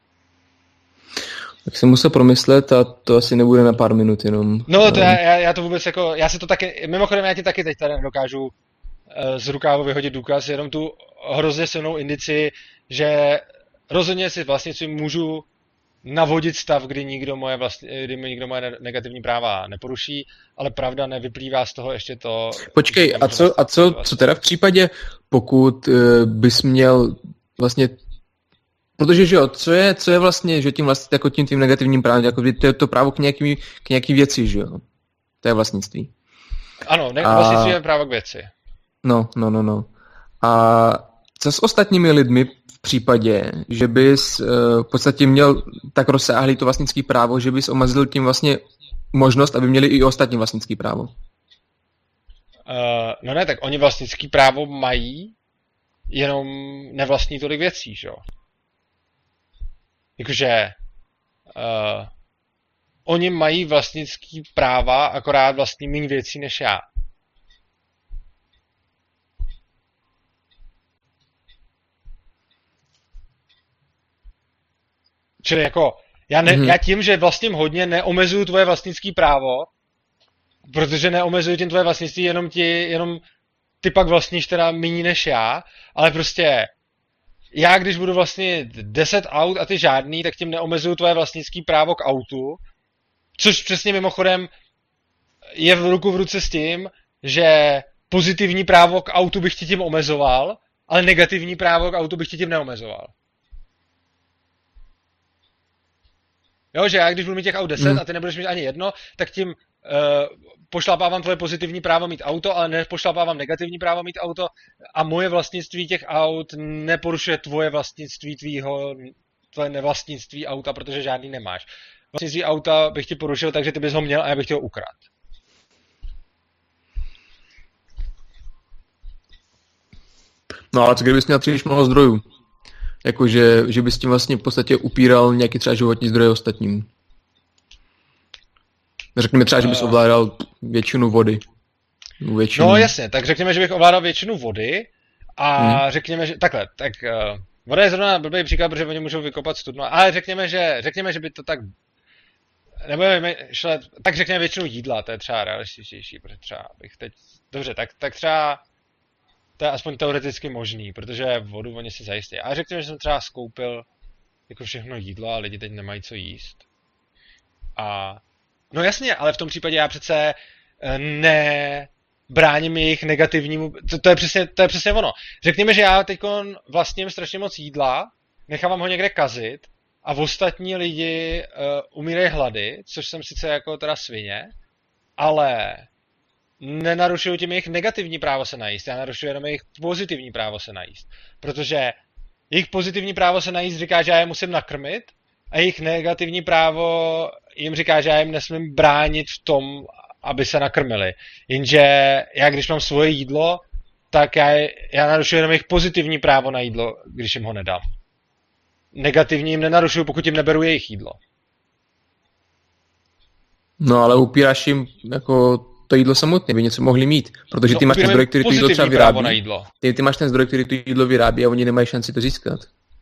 Tak jsem musel promyslet a to asi nebude na pár minut jenom. No to já to vůbec jako... Já si to taky... Mimochodem já ti taky teď tady dokážu z rukávu vyhodit důkaz, jenom tu hrozně silnou indici, že rozhodně si vlastnictvím můžu navodit stav, kdy mi nikdo moje negativní práva neporuší, ale pravda nevyplývá z toho ještě to... Počkej, co teda v případě, pokud bys měl vlastně... Protože, že jo, co je vlastně, že tím vlastně jako tím negativním právem, jako to je to právo k nějaký věci, že jo? To je vlastnictví. Ano, vlastnictví je právo k věci. No. A co s ostatními lidmi v případě, že bys v podstatě měl tak rozsáhlý to vlastnický právo, že bys omezil tím vlastně možnost, aby měli i ostatní vlastnický právo? No ne, tak oni vlastnický právo mají, jenom nevlastní tolik věcí, že jo? Jakože oni mají vlastnický práva, akorát vlastní méně věcí než já. Čili jako, já tím, že vlastním hodně, neomezuju tvoje vlastnický právo, protože neomezuju tím tvoje vlastnictví, jenom ty pak vlastníš teda méně než já, ale prostě já, když budu vlastnit 10 aut a ty žádný, tak tím neomezuju tvoje vlastnický právo k autu, což přesně mimochodem je v ruku v ruce s tím, že pozitivní právo k autu bych ti tím omezoval, ale negativní právo k autu bych ti tím neomezoval. Jo, že já když budu mít těch aut 10 a ty nebudeš mít ani jedno, tak tím pošlapávám tvoje pozitivní právo mít auto, ale nepošlapávám negativní právo mít auto a moje vlastnictví těch aut neporušuje tvoje vlastnictví tvoje nevlastnictví auta, protože žádný nemáš. Vlastnictví auta bych ti porušil, takže ty bys ho měl a já bych tě ho ukradl. No ale co kdybys měl příliš mnoho zdrojů? Jakože, že bys tím vlastně v podstatě upíral nějaký třeba životní zdroje ostatním. Řekněme třeba, že bys ovládal většinu vody. No jasně, tak řekněme, že bych ovládal většinu vody a řekněme, že takhle, tak voda je zrovna blbý příklad, protože oni můžou vykopat studnu, ale řekněme, že by to tak nebudeme šlet, tak řekněme většinu jídla, to je třeba realističtější, protože třeba bych teď, dobře, tak třeba to je aspoň teoreticky možný, protože vodu oni si zajistí. A řekněme, že jsem třeba skoupil jako všechno jídlo a lidi teď nemají co jíst. A No jasně, ale v tom případě já přece nebráním jejich negativnímu, to je přesně ono. Řekněme, že já teď vlastním strašně moc jídla, nechávám ho někde kazit a v ostatní lidi umírají hlady, což jsem sice jako teda svině, ale nenarušuju tím jejich negativní právo se najíst, já narušuju jenom jejich pozitivní právo se najíst. Protože jejich pozitivní právo se najíst říká, že já je musím nakrmit a jejich negativní právo jim říká, že já jim nesmím bránit v tom, aby se nakrmili. Jenže já, když mám svoje jídlo, tak já narušuju jenom jejich pozitivní právo na jídlo, když jim ho nedám. Negativní jim nenarušuju, pokud jim neberu jejich jídlo. No ale upíráš jim jako to jídlo samotné, by něco mohli mít, protože ty máš ten zdroj, který to jídlo třeba vyrábí. Ty máš ten zdroj, který to jídlo vyrábí a oni nemají šanci to získat.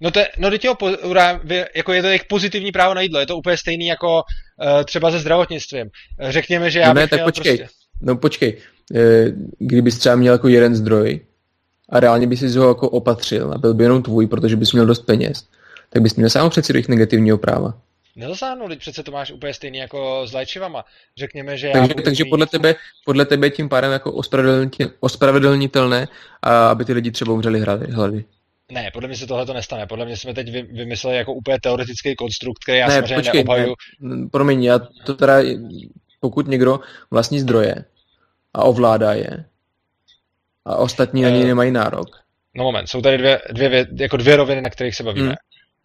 Jako je to jejich pozitivní právo na jídlo, je to úplně stejný jako třeba se zdravotnictvím. Řekněme, že já bych měl prostě... No počkej, kdybys třeba měl jako jeden zdroj a reálně bys si ho jako opatřil a byl by jenom tvůj, protože bys měl dost peněz, tak bys měl sám přeci do jejich negativního práva. Nedosáhnu, teď přece to máš úplně stejný jako s léčivama. Řekněme, že takže podle tebe tím pádem jako ospravedlnitelné, aby ty lidi třeba umřeli hlady. Ne, podle mě se tohle to nestane. Podle mě jsme teď vymysleli jako úplně teoretický konstrukt, který já samozřejmě neobhajuju. Promiň, já to teda, pokud někdo vlastní zdroje a ovládá je a ostatní na něj nemají nárok. No moment, jsou tady dvě roviny, na kterých se bavíme.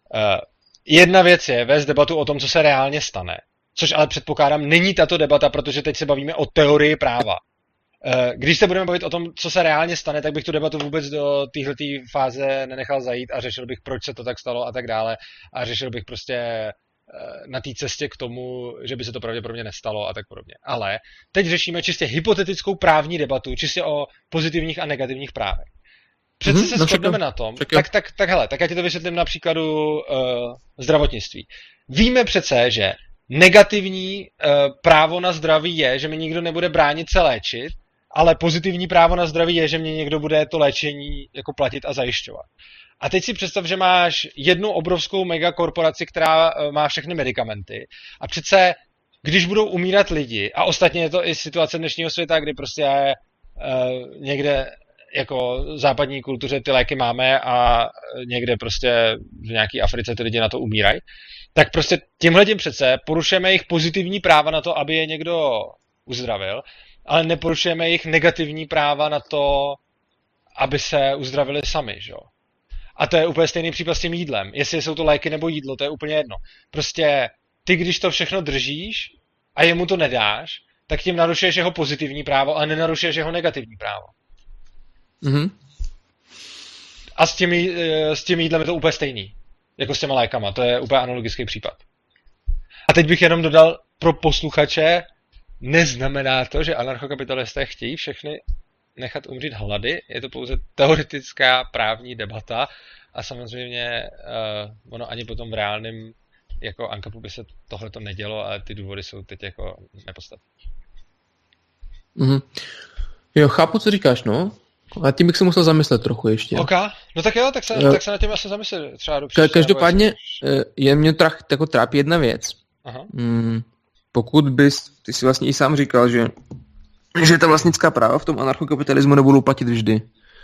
Jedna věc je vést debatu o tom, co se reálně stane. Což ale předpokládám, není tato debata, protože teď se bavíme o teorii práva. Když se budeme bavit o tom, co se reálně stane, tak bych tu debatu vůbec do téhleté fáze nenechal zajít a řešil bych, proč se to tak stalo a tak dále. A řešil bych prostě na té cestě k tomu, že by se to pravděpodobně nestalo a tak podobně. Ale teď řešíme čistě hypotetickou právní debatu, čistě o pozitivních a negativních právech. Přece se shodneme na tom, tak já ti to vysvětlím na příkladu zdravotnictví. Víme přece, že negativní právo na zdraví je, že mi nikdo nebude bránit se léčit, ale pozitivní právo na zdraví je, že mě někdo bude to léčení jako platit a zajišťovat. A teď si představ, že máš jednu obrovskou megakorporaci, která má všechny medicamenty a přece, když budou umírat lidi, a ostatně je to i situace dnešního světa, kdy prostě někde jako v západní kultuře ty léky máme a někde prostě v nějaké Africe ty lidi na to umírají, tak prostě tímhletím přece porušujeme jejich pozitivní práva na to, aby je někdo uzdravil, ale neporušujeme jejich negativní práva na to, aby se uzdravili sami, že jo. A to je úplně stejný případ s tím jídlem. Jestli jsou to léky nebo jídlo, to je úplně jedno. Prostě ty, když to všechno držíš a jemu to nedáš, tak tím narušuješ jeho pozitivní právo, ale nenarušuješ jeho negativní právo. Mhm. A s tím jídlem je to úplně stejný. Jako s těma lékama. To je úplně analogický případ. A teď bych jenom dodal pro posluchače, neznamená to, že anarchokapitalisté chtějí všechny nechat umřít hlady. Je to pouze teoretická právní debata a samozřejmě ono ani potom v reálném jako ANCAPu by se tohleto nedělo, ale ty důvody jsou teď jako nepodstatné. Mhm. Jo, chápu, co říkáš, no. A tím bych se musel zamyslet trochu ještě. OK, no tak jo, tak se na tím asi zamyslet. Třeba každopádně je mě jako trápí jedna věc. Aha. Pokud ty si vlastně i sám říkal, že ta vlastnická práva v tom anarchokapitalismu nebudou platit vždy.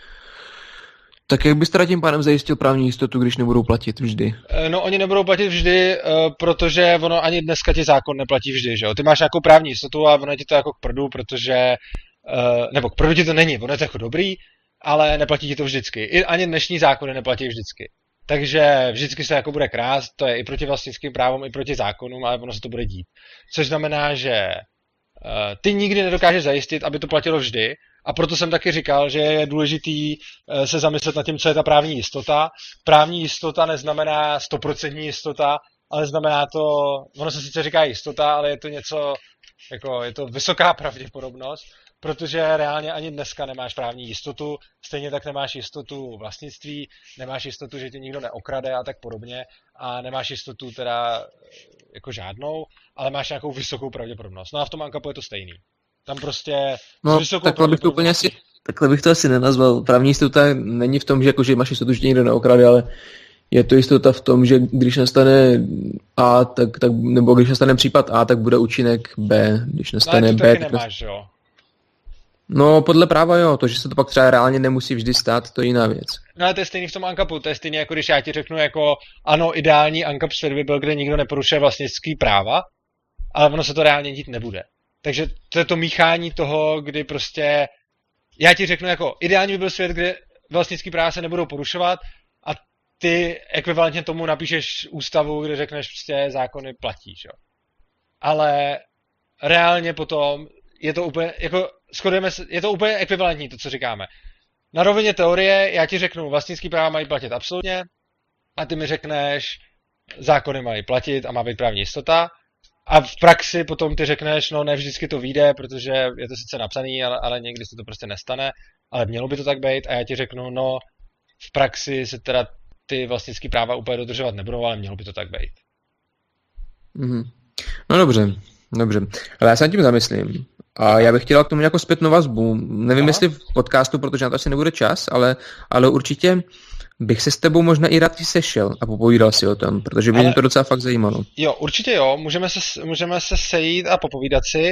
Tak jak bys teda tím pádem zajistil právní jistotu, když nebudou platit vždy? No oni nebudou platit vždy, protože ono ani dneska ti zákon neplatí vždy, že jo? Ty máš nějakou právní jistotu a ono ti to jako k prdu, protože nebo k prdu ti to není, ono je to jako dobrý, ale neplatí ti to vždycky. I ani dnešní zákony neplatí vždycky. Takže vždycky se jako bude krást, to je i proti vlastnickým právům, i proti zákonům, ale ono se to bude dít. Což znamená, že ty nikdy nedokážeš zajistit, aby to platilo vždy, a proto jsem taky říkal, že je důležitý se zamyslet nad tím, co je ta právní jistota. Právní jistota neznamená 100% jistota, ale znamená to, ono se sice říká jistota, ale je to něco, jako je to vysoká pravděpodobnost, protože reálně ani dneska nemáš právní jistotu, stejně tak nemáš jistotu vlastnictví, nemáš jistotu, že tě nikdo neokrade a tak podobně a nemáš jistotu teda jako žádnou, ale máš nějakou vysokou pravděpodobnost. No a v tom ANCAPu je to stejný. Tam prostě takhle bych to asi nenazval. Právní jistota není v tom, že, jako, že máš jistotu, že tě nikdo neokrade, ale Je to jistota v tom, že když nastane A, nebo když nastane případ A, tak bude účinek B. Když nastane no, B, taky nemáš, jo? No, podle práva jo, to, že se to pak třeba reálně nemusí vždy stát, to je jiná věc. No ale to je stejný v tom ANCAPu, to je stejný jako když já ti řeknu jako ano, ideální ANCAP svět by byl, kde nikdo neporušuje vlastnický práva, ale ono se to reálně dít nebude. Takže to je to míchání toho, kdy prostě já ti řeknu jako ideální by byl svět, kde vlastnický práva se nebudou porušovat a ty ekvivalentně tomu napíšeš ústavu, kde řekneš prostě zákony platí, jo. Ale reálně potom je to úplně, jako shodujeme se, je to úplně ekvivalentní to, co říkáme. Na rovině teorie já ti řeknu, vlastnický práva mají platit absolutně a ty mi řekneš, zákony mají platit a má být právní jistota. A v praxi potom ty řekneš, no ne vždycky to vyjde, protože je to sice napsaný, ale někdy se to prostě nestane, ale mělo by to tak být a já ti řeknu, no v praxi se teda ty vlastnický práva úplně dodržovat nebudou, ale mělo by to tak být. Mm-hmm. No dobře. Ale já se nad tím zamyslím. A já bych chtěla k tomu nějakou zpětnou vazbu. Nevím, jestli v podcastu, protože na to asi nebude čas, ale určitě bych se s tebou možná i rád sešel a popovídal si o tom, protože by mě to docela fakt zajímalo. Jo, určitě jo, můžeme se sejít a popovídat si.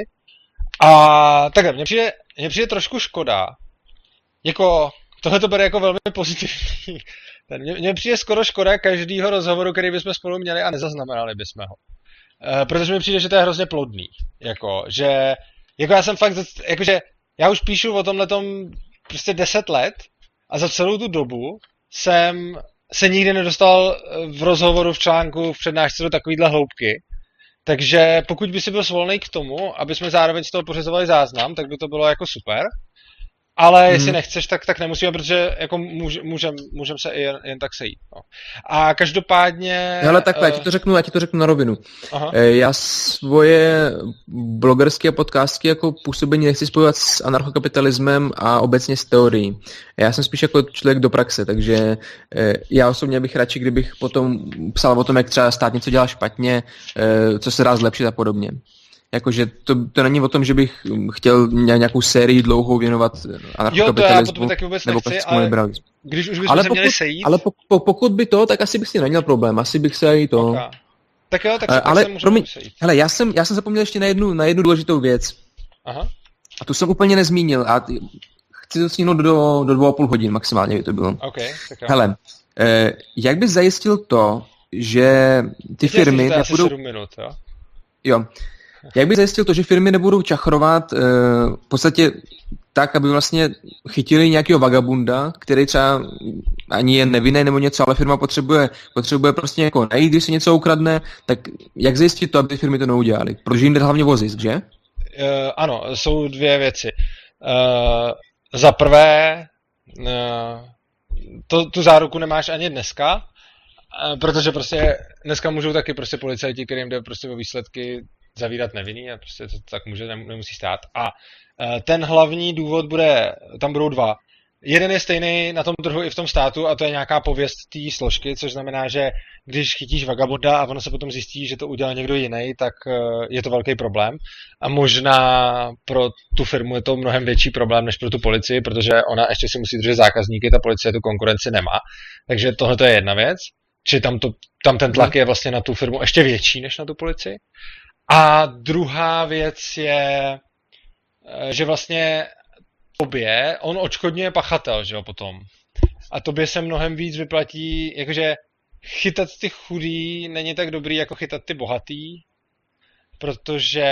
A takhle, mně přijde trošku škoda. Jako, tohle to bude jako velmi pozitivní. Mně přijde skoro škoda každýho rozhovoru, který bychom spolu měli a nezaznamenali bychom ho. Protože mi přijde, že to je hrozně plodný. Jako já jsem fakt, jakože já už píšu o tomhletom prostě 10 let a za celou tu dobu jsem se nikdy nedostal v rozhovoru, v článku, v přednášce do takovýhle hloubky. Takže pokud by si byl svolný k tomu, aby jsme zároveň z toho pořizovali záznam, tak by to bylo jako super. Ale jestli nechceš, tak nemusíme, protože jako můžem se i jen tak sejít. No. A každopádně... Hele, takhle, já ti to řeknu na rovinu. Já svoje blogerské a podcastky jako působení nechci spojovat s anarchokapitalismem a obecně s teorií. Já jsem spíš jako člověk do praxe, takže já osobně bych radši, kdybych potom psal o tom, jak třeba stát něco dělá špatně, co se dá zlepšit a podobně. Jakože to není o tom, že bych chtěl nějakou sérii dlouhou věnovat anarchokapitalismu nebo klasickému liberalismu. Když už bychom se měli sejít... Ale pokud by to, tak asi bych si neměl problém. Asi bych se i to... Okay. Tak jo, tak se můžeme sejít. Hele, já jsem zapomněl ještě na jednu důležitou věc. Aha. A tu jsem úplně nezmínil. A chci to stihnout do 2,5 hodin maximálně by to bylo. Okay, tak jo. Hele, jak bys zajistil to, že ty firmy nebudou... 7 minut, jo? Jo. Jak by zajistil to, že firmy nebudou čachrovat v podstatě tak, aby vlastně chytili nějakého vagabunda, který třeba ani je nevinný nebo něco, ale firma potřebuje prostě jako najít, když se něco ukradne, tak jak zajistit to, aby firmy to neudělali? Protože jim jde hlavně o zisk, že? Ano, jsou dvě věci. Za prvé, tu záruku nemáš ani dneska, protože prostě dneska můžou taky prostě policajti, kterým jde prostě o výsledky, zavírat nevinný a prostě to tak nemusí stát. A ten hlavní důvod tam budou dva. Jeden je stejný na tom trhu i v tom státu a to je nějaká pověst té složky, což znamená, že když chytíš vagabonda a ono se potom zjistí, že to udělal někdo jiný, tak je to velký problém. A možná pro tu firmu je to mnohem větší problém než pro tu policii, protože ona ještě si musí držet zákazníky, ta policie tu konkurenci nemá. Takže tohle je jedna věc. Či tam ten tlak je vlastně na tu firmu ještě větší než na tu policii. A druhá věc je, že vlastně tobě, on odškodňuje pachatel, že jo, potom. A tobě se mnohem víc vyplatí, jakože chytat ty chudý není tak dobrý, jako chytat ty bohatý, protože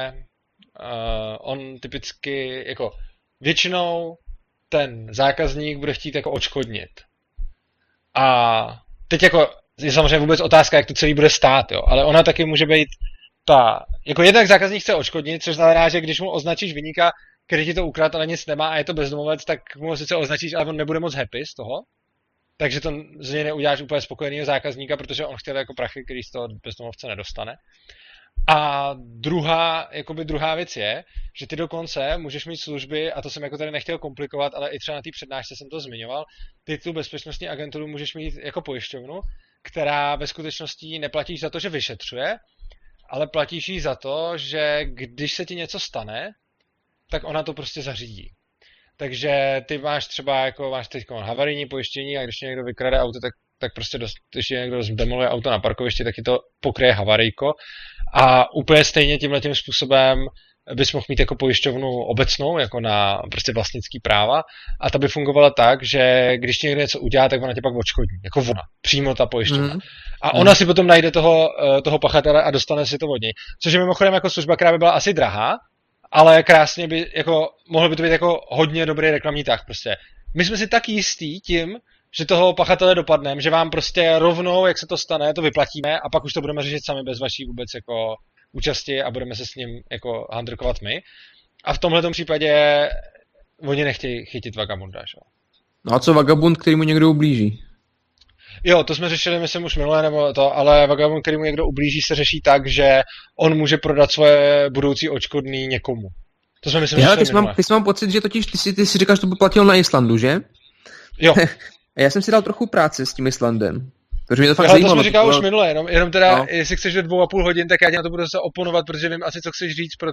on typicky, jako většinou ten zákazník bude chtít jako odškodnit. A teď jako je samozřejmě vůbec otázka, jak to celý bude stát, jo, ale ona taky může být jako jednak zákazník chce odškodnit, což znamená, že když mu označíš viníka, který ti to ukradl, ale nic nemá a je to bezdomovec, tak mu ho sice označíš, ale on nebude moc happy z toho. Takže to z něj neuděláš úplně spokojenýho zákazníka, protože on chtěl jako prachy, který z toho bezdomovce nedostane. A druhá věc je, že ty dokonce můžeš mít služby, a to jsem jako tady nechtěl komplikovat, ale i třeba na té přednášce jsem to zmiňoval, ty tu bezpečnostní agenturu můžeš mít jako pojišťovnu, která ve skutečnosti neplatíš za to, že vyšetřuje, ale platíš jí za to, že když se ti něco stane, tak ona to prostě zařídí. Takže ty máš třeba, jako máš teď havarijní pojištění a když někdo vykrade auto, tak tak prostě když někdo zdemoluje auto na parkovišti, tak je to pokryje havarijko. A úplně stejně tímhletím způsobem bys mohl mít jako pojišťovnu obecnou, jako na prostě vlastnický práva, a ta by fungovala tak, že když ti někdo něco udělá, tak ona tě pak odškodní, jako ona, přímo ta pojišťovna. A ona si potom najde toho pachatele a dostane si to od něj. Což je mimochodem jako služba, která by byla asi drahá, ale krásně by, jako, mohl by to být jako hodně dobrý reklamní tah prostě. My jsme si tak jistí tím, že toho pachatele dopadneme, že vám prostě rovnou, jak se to stane, to vyplatíme a pak už to budeme řešit sami bez vaší vůbec jako účasti a budeme se s ním jako handrkovat my. A v tomhletom případě oni nechtějí chytit vagabunda, že? No a co vagabund, který mu někdo ublíží? Jo, to jsme řešili, myslím, už minulé, nebo to, ale vagabund, který mu někdo ublíží, se řeší tak, že on může prodat svoje budoucí odškodný někomu. To jsme, myslím, ty jsi mám pocit, že totiž ty si říkáš, že to by platilo na Islandu, že? Jo. Já jsem si dal trochu práce s tím Islandem. Takže mě to fakt zajímalo. To jsme říkali už minule, jenom teda, no. Jestli chceš do 2,5 hodin, tak já ti na to budu zase oponovat, protože vím asi, co chceš říct,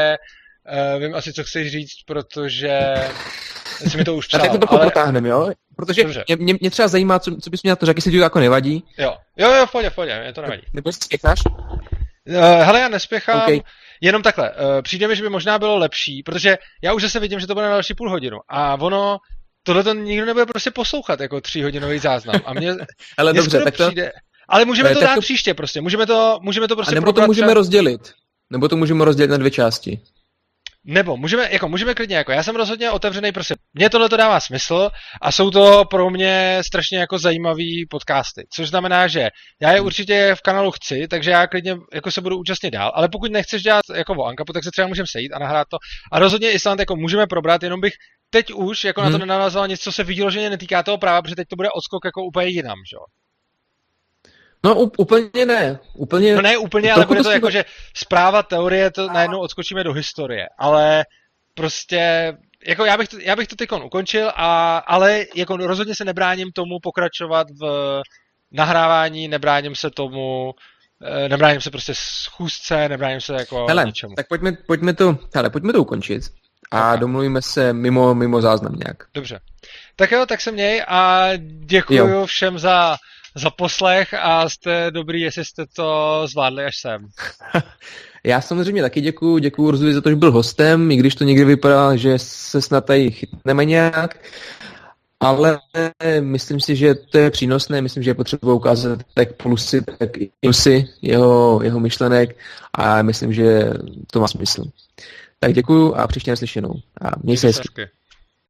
protože jsi mi to už psal. A tak to trochu protáhneme, jo? Protože mě třeba zajímá, co bys mi na to řekl, jestli ti to jako nevadí. Jo, v pohodě, mě to nevadí. Nebo si spěcháš? Hele, já nespěchám, okay. Jenom takhle. Přijde mi, že by možná bylo lepší, protože já už zase vidím, že to bude na další půl hodinu a ono tohleto nikdo nebude prostě poslouchat jako 3hodinový záznam. A mě dobře, tak to... přijde... Ale můžeme to dát příště prostě. Můžeme to prostě... A nebo to můžeme rozdělit. Nebo to můžeme rozdělit na 2 části. Nebo můžeme klidně, jako já jsem rozhodně otevřenej, prostě mně tohle to dává smysl a jsou to pro mě strašně jako zajímavý podcasty, což znamená, že já je určitě v kanálu chci, takže já klidně jako se budu účastnit dál, ale pokud nechceš dělat jako o Ankapu, tak se třeba můžeme sejít a nahrát to a rozhodně Island jako můžeme probrat, jenom bych teď už jako na to nenavazoval nic, co se vyloženě netýká toho práva, protože teď to bude odskok jako úplně jinam, že jo? No úplně ne. No ne úplně, ale bude to jako, že zpráva teorie, to najednou odskočíme do historie. Ale prostě, jako já bych to teďkon ukončil, ale jako rozhodně se nebráním tomu pokračovat v nahrávání, nebráním se prostě schůzce, nebráním se jako ničemu. Tak pojďme to ukončit a domluvíme se mimo záznam nějak. Dobře. Tak jo, tak se měj a děkuju všem za poslech a jste dobrý, jestli jste to zvládli až sem. Já samozřejmě taky děkuju Urzovi za to, že byl hostem, i když to někdy vypadá, že se snad tady chytneme nějak, ale myslím si, že to je přínosné, myslím, že je potřeba ukázat tak plusy, tak i minusy jeho myšlenek a myslím, že to má smysl. Tak děkuju a příště naslyšenou. A měj se hezky.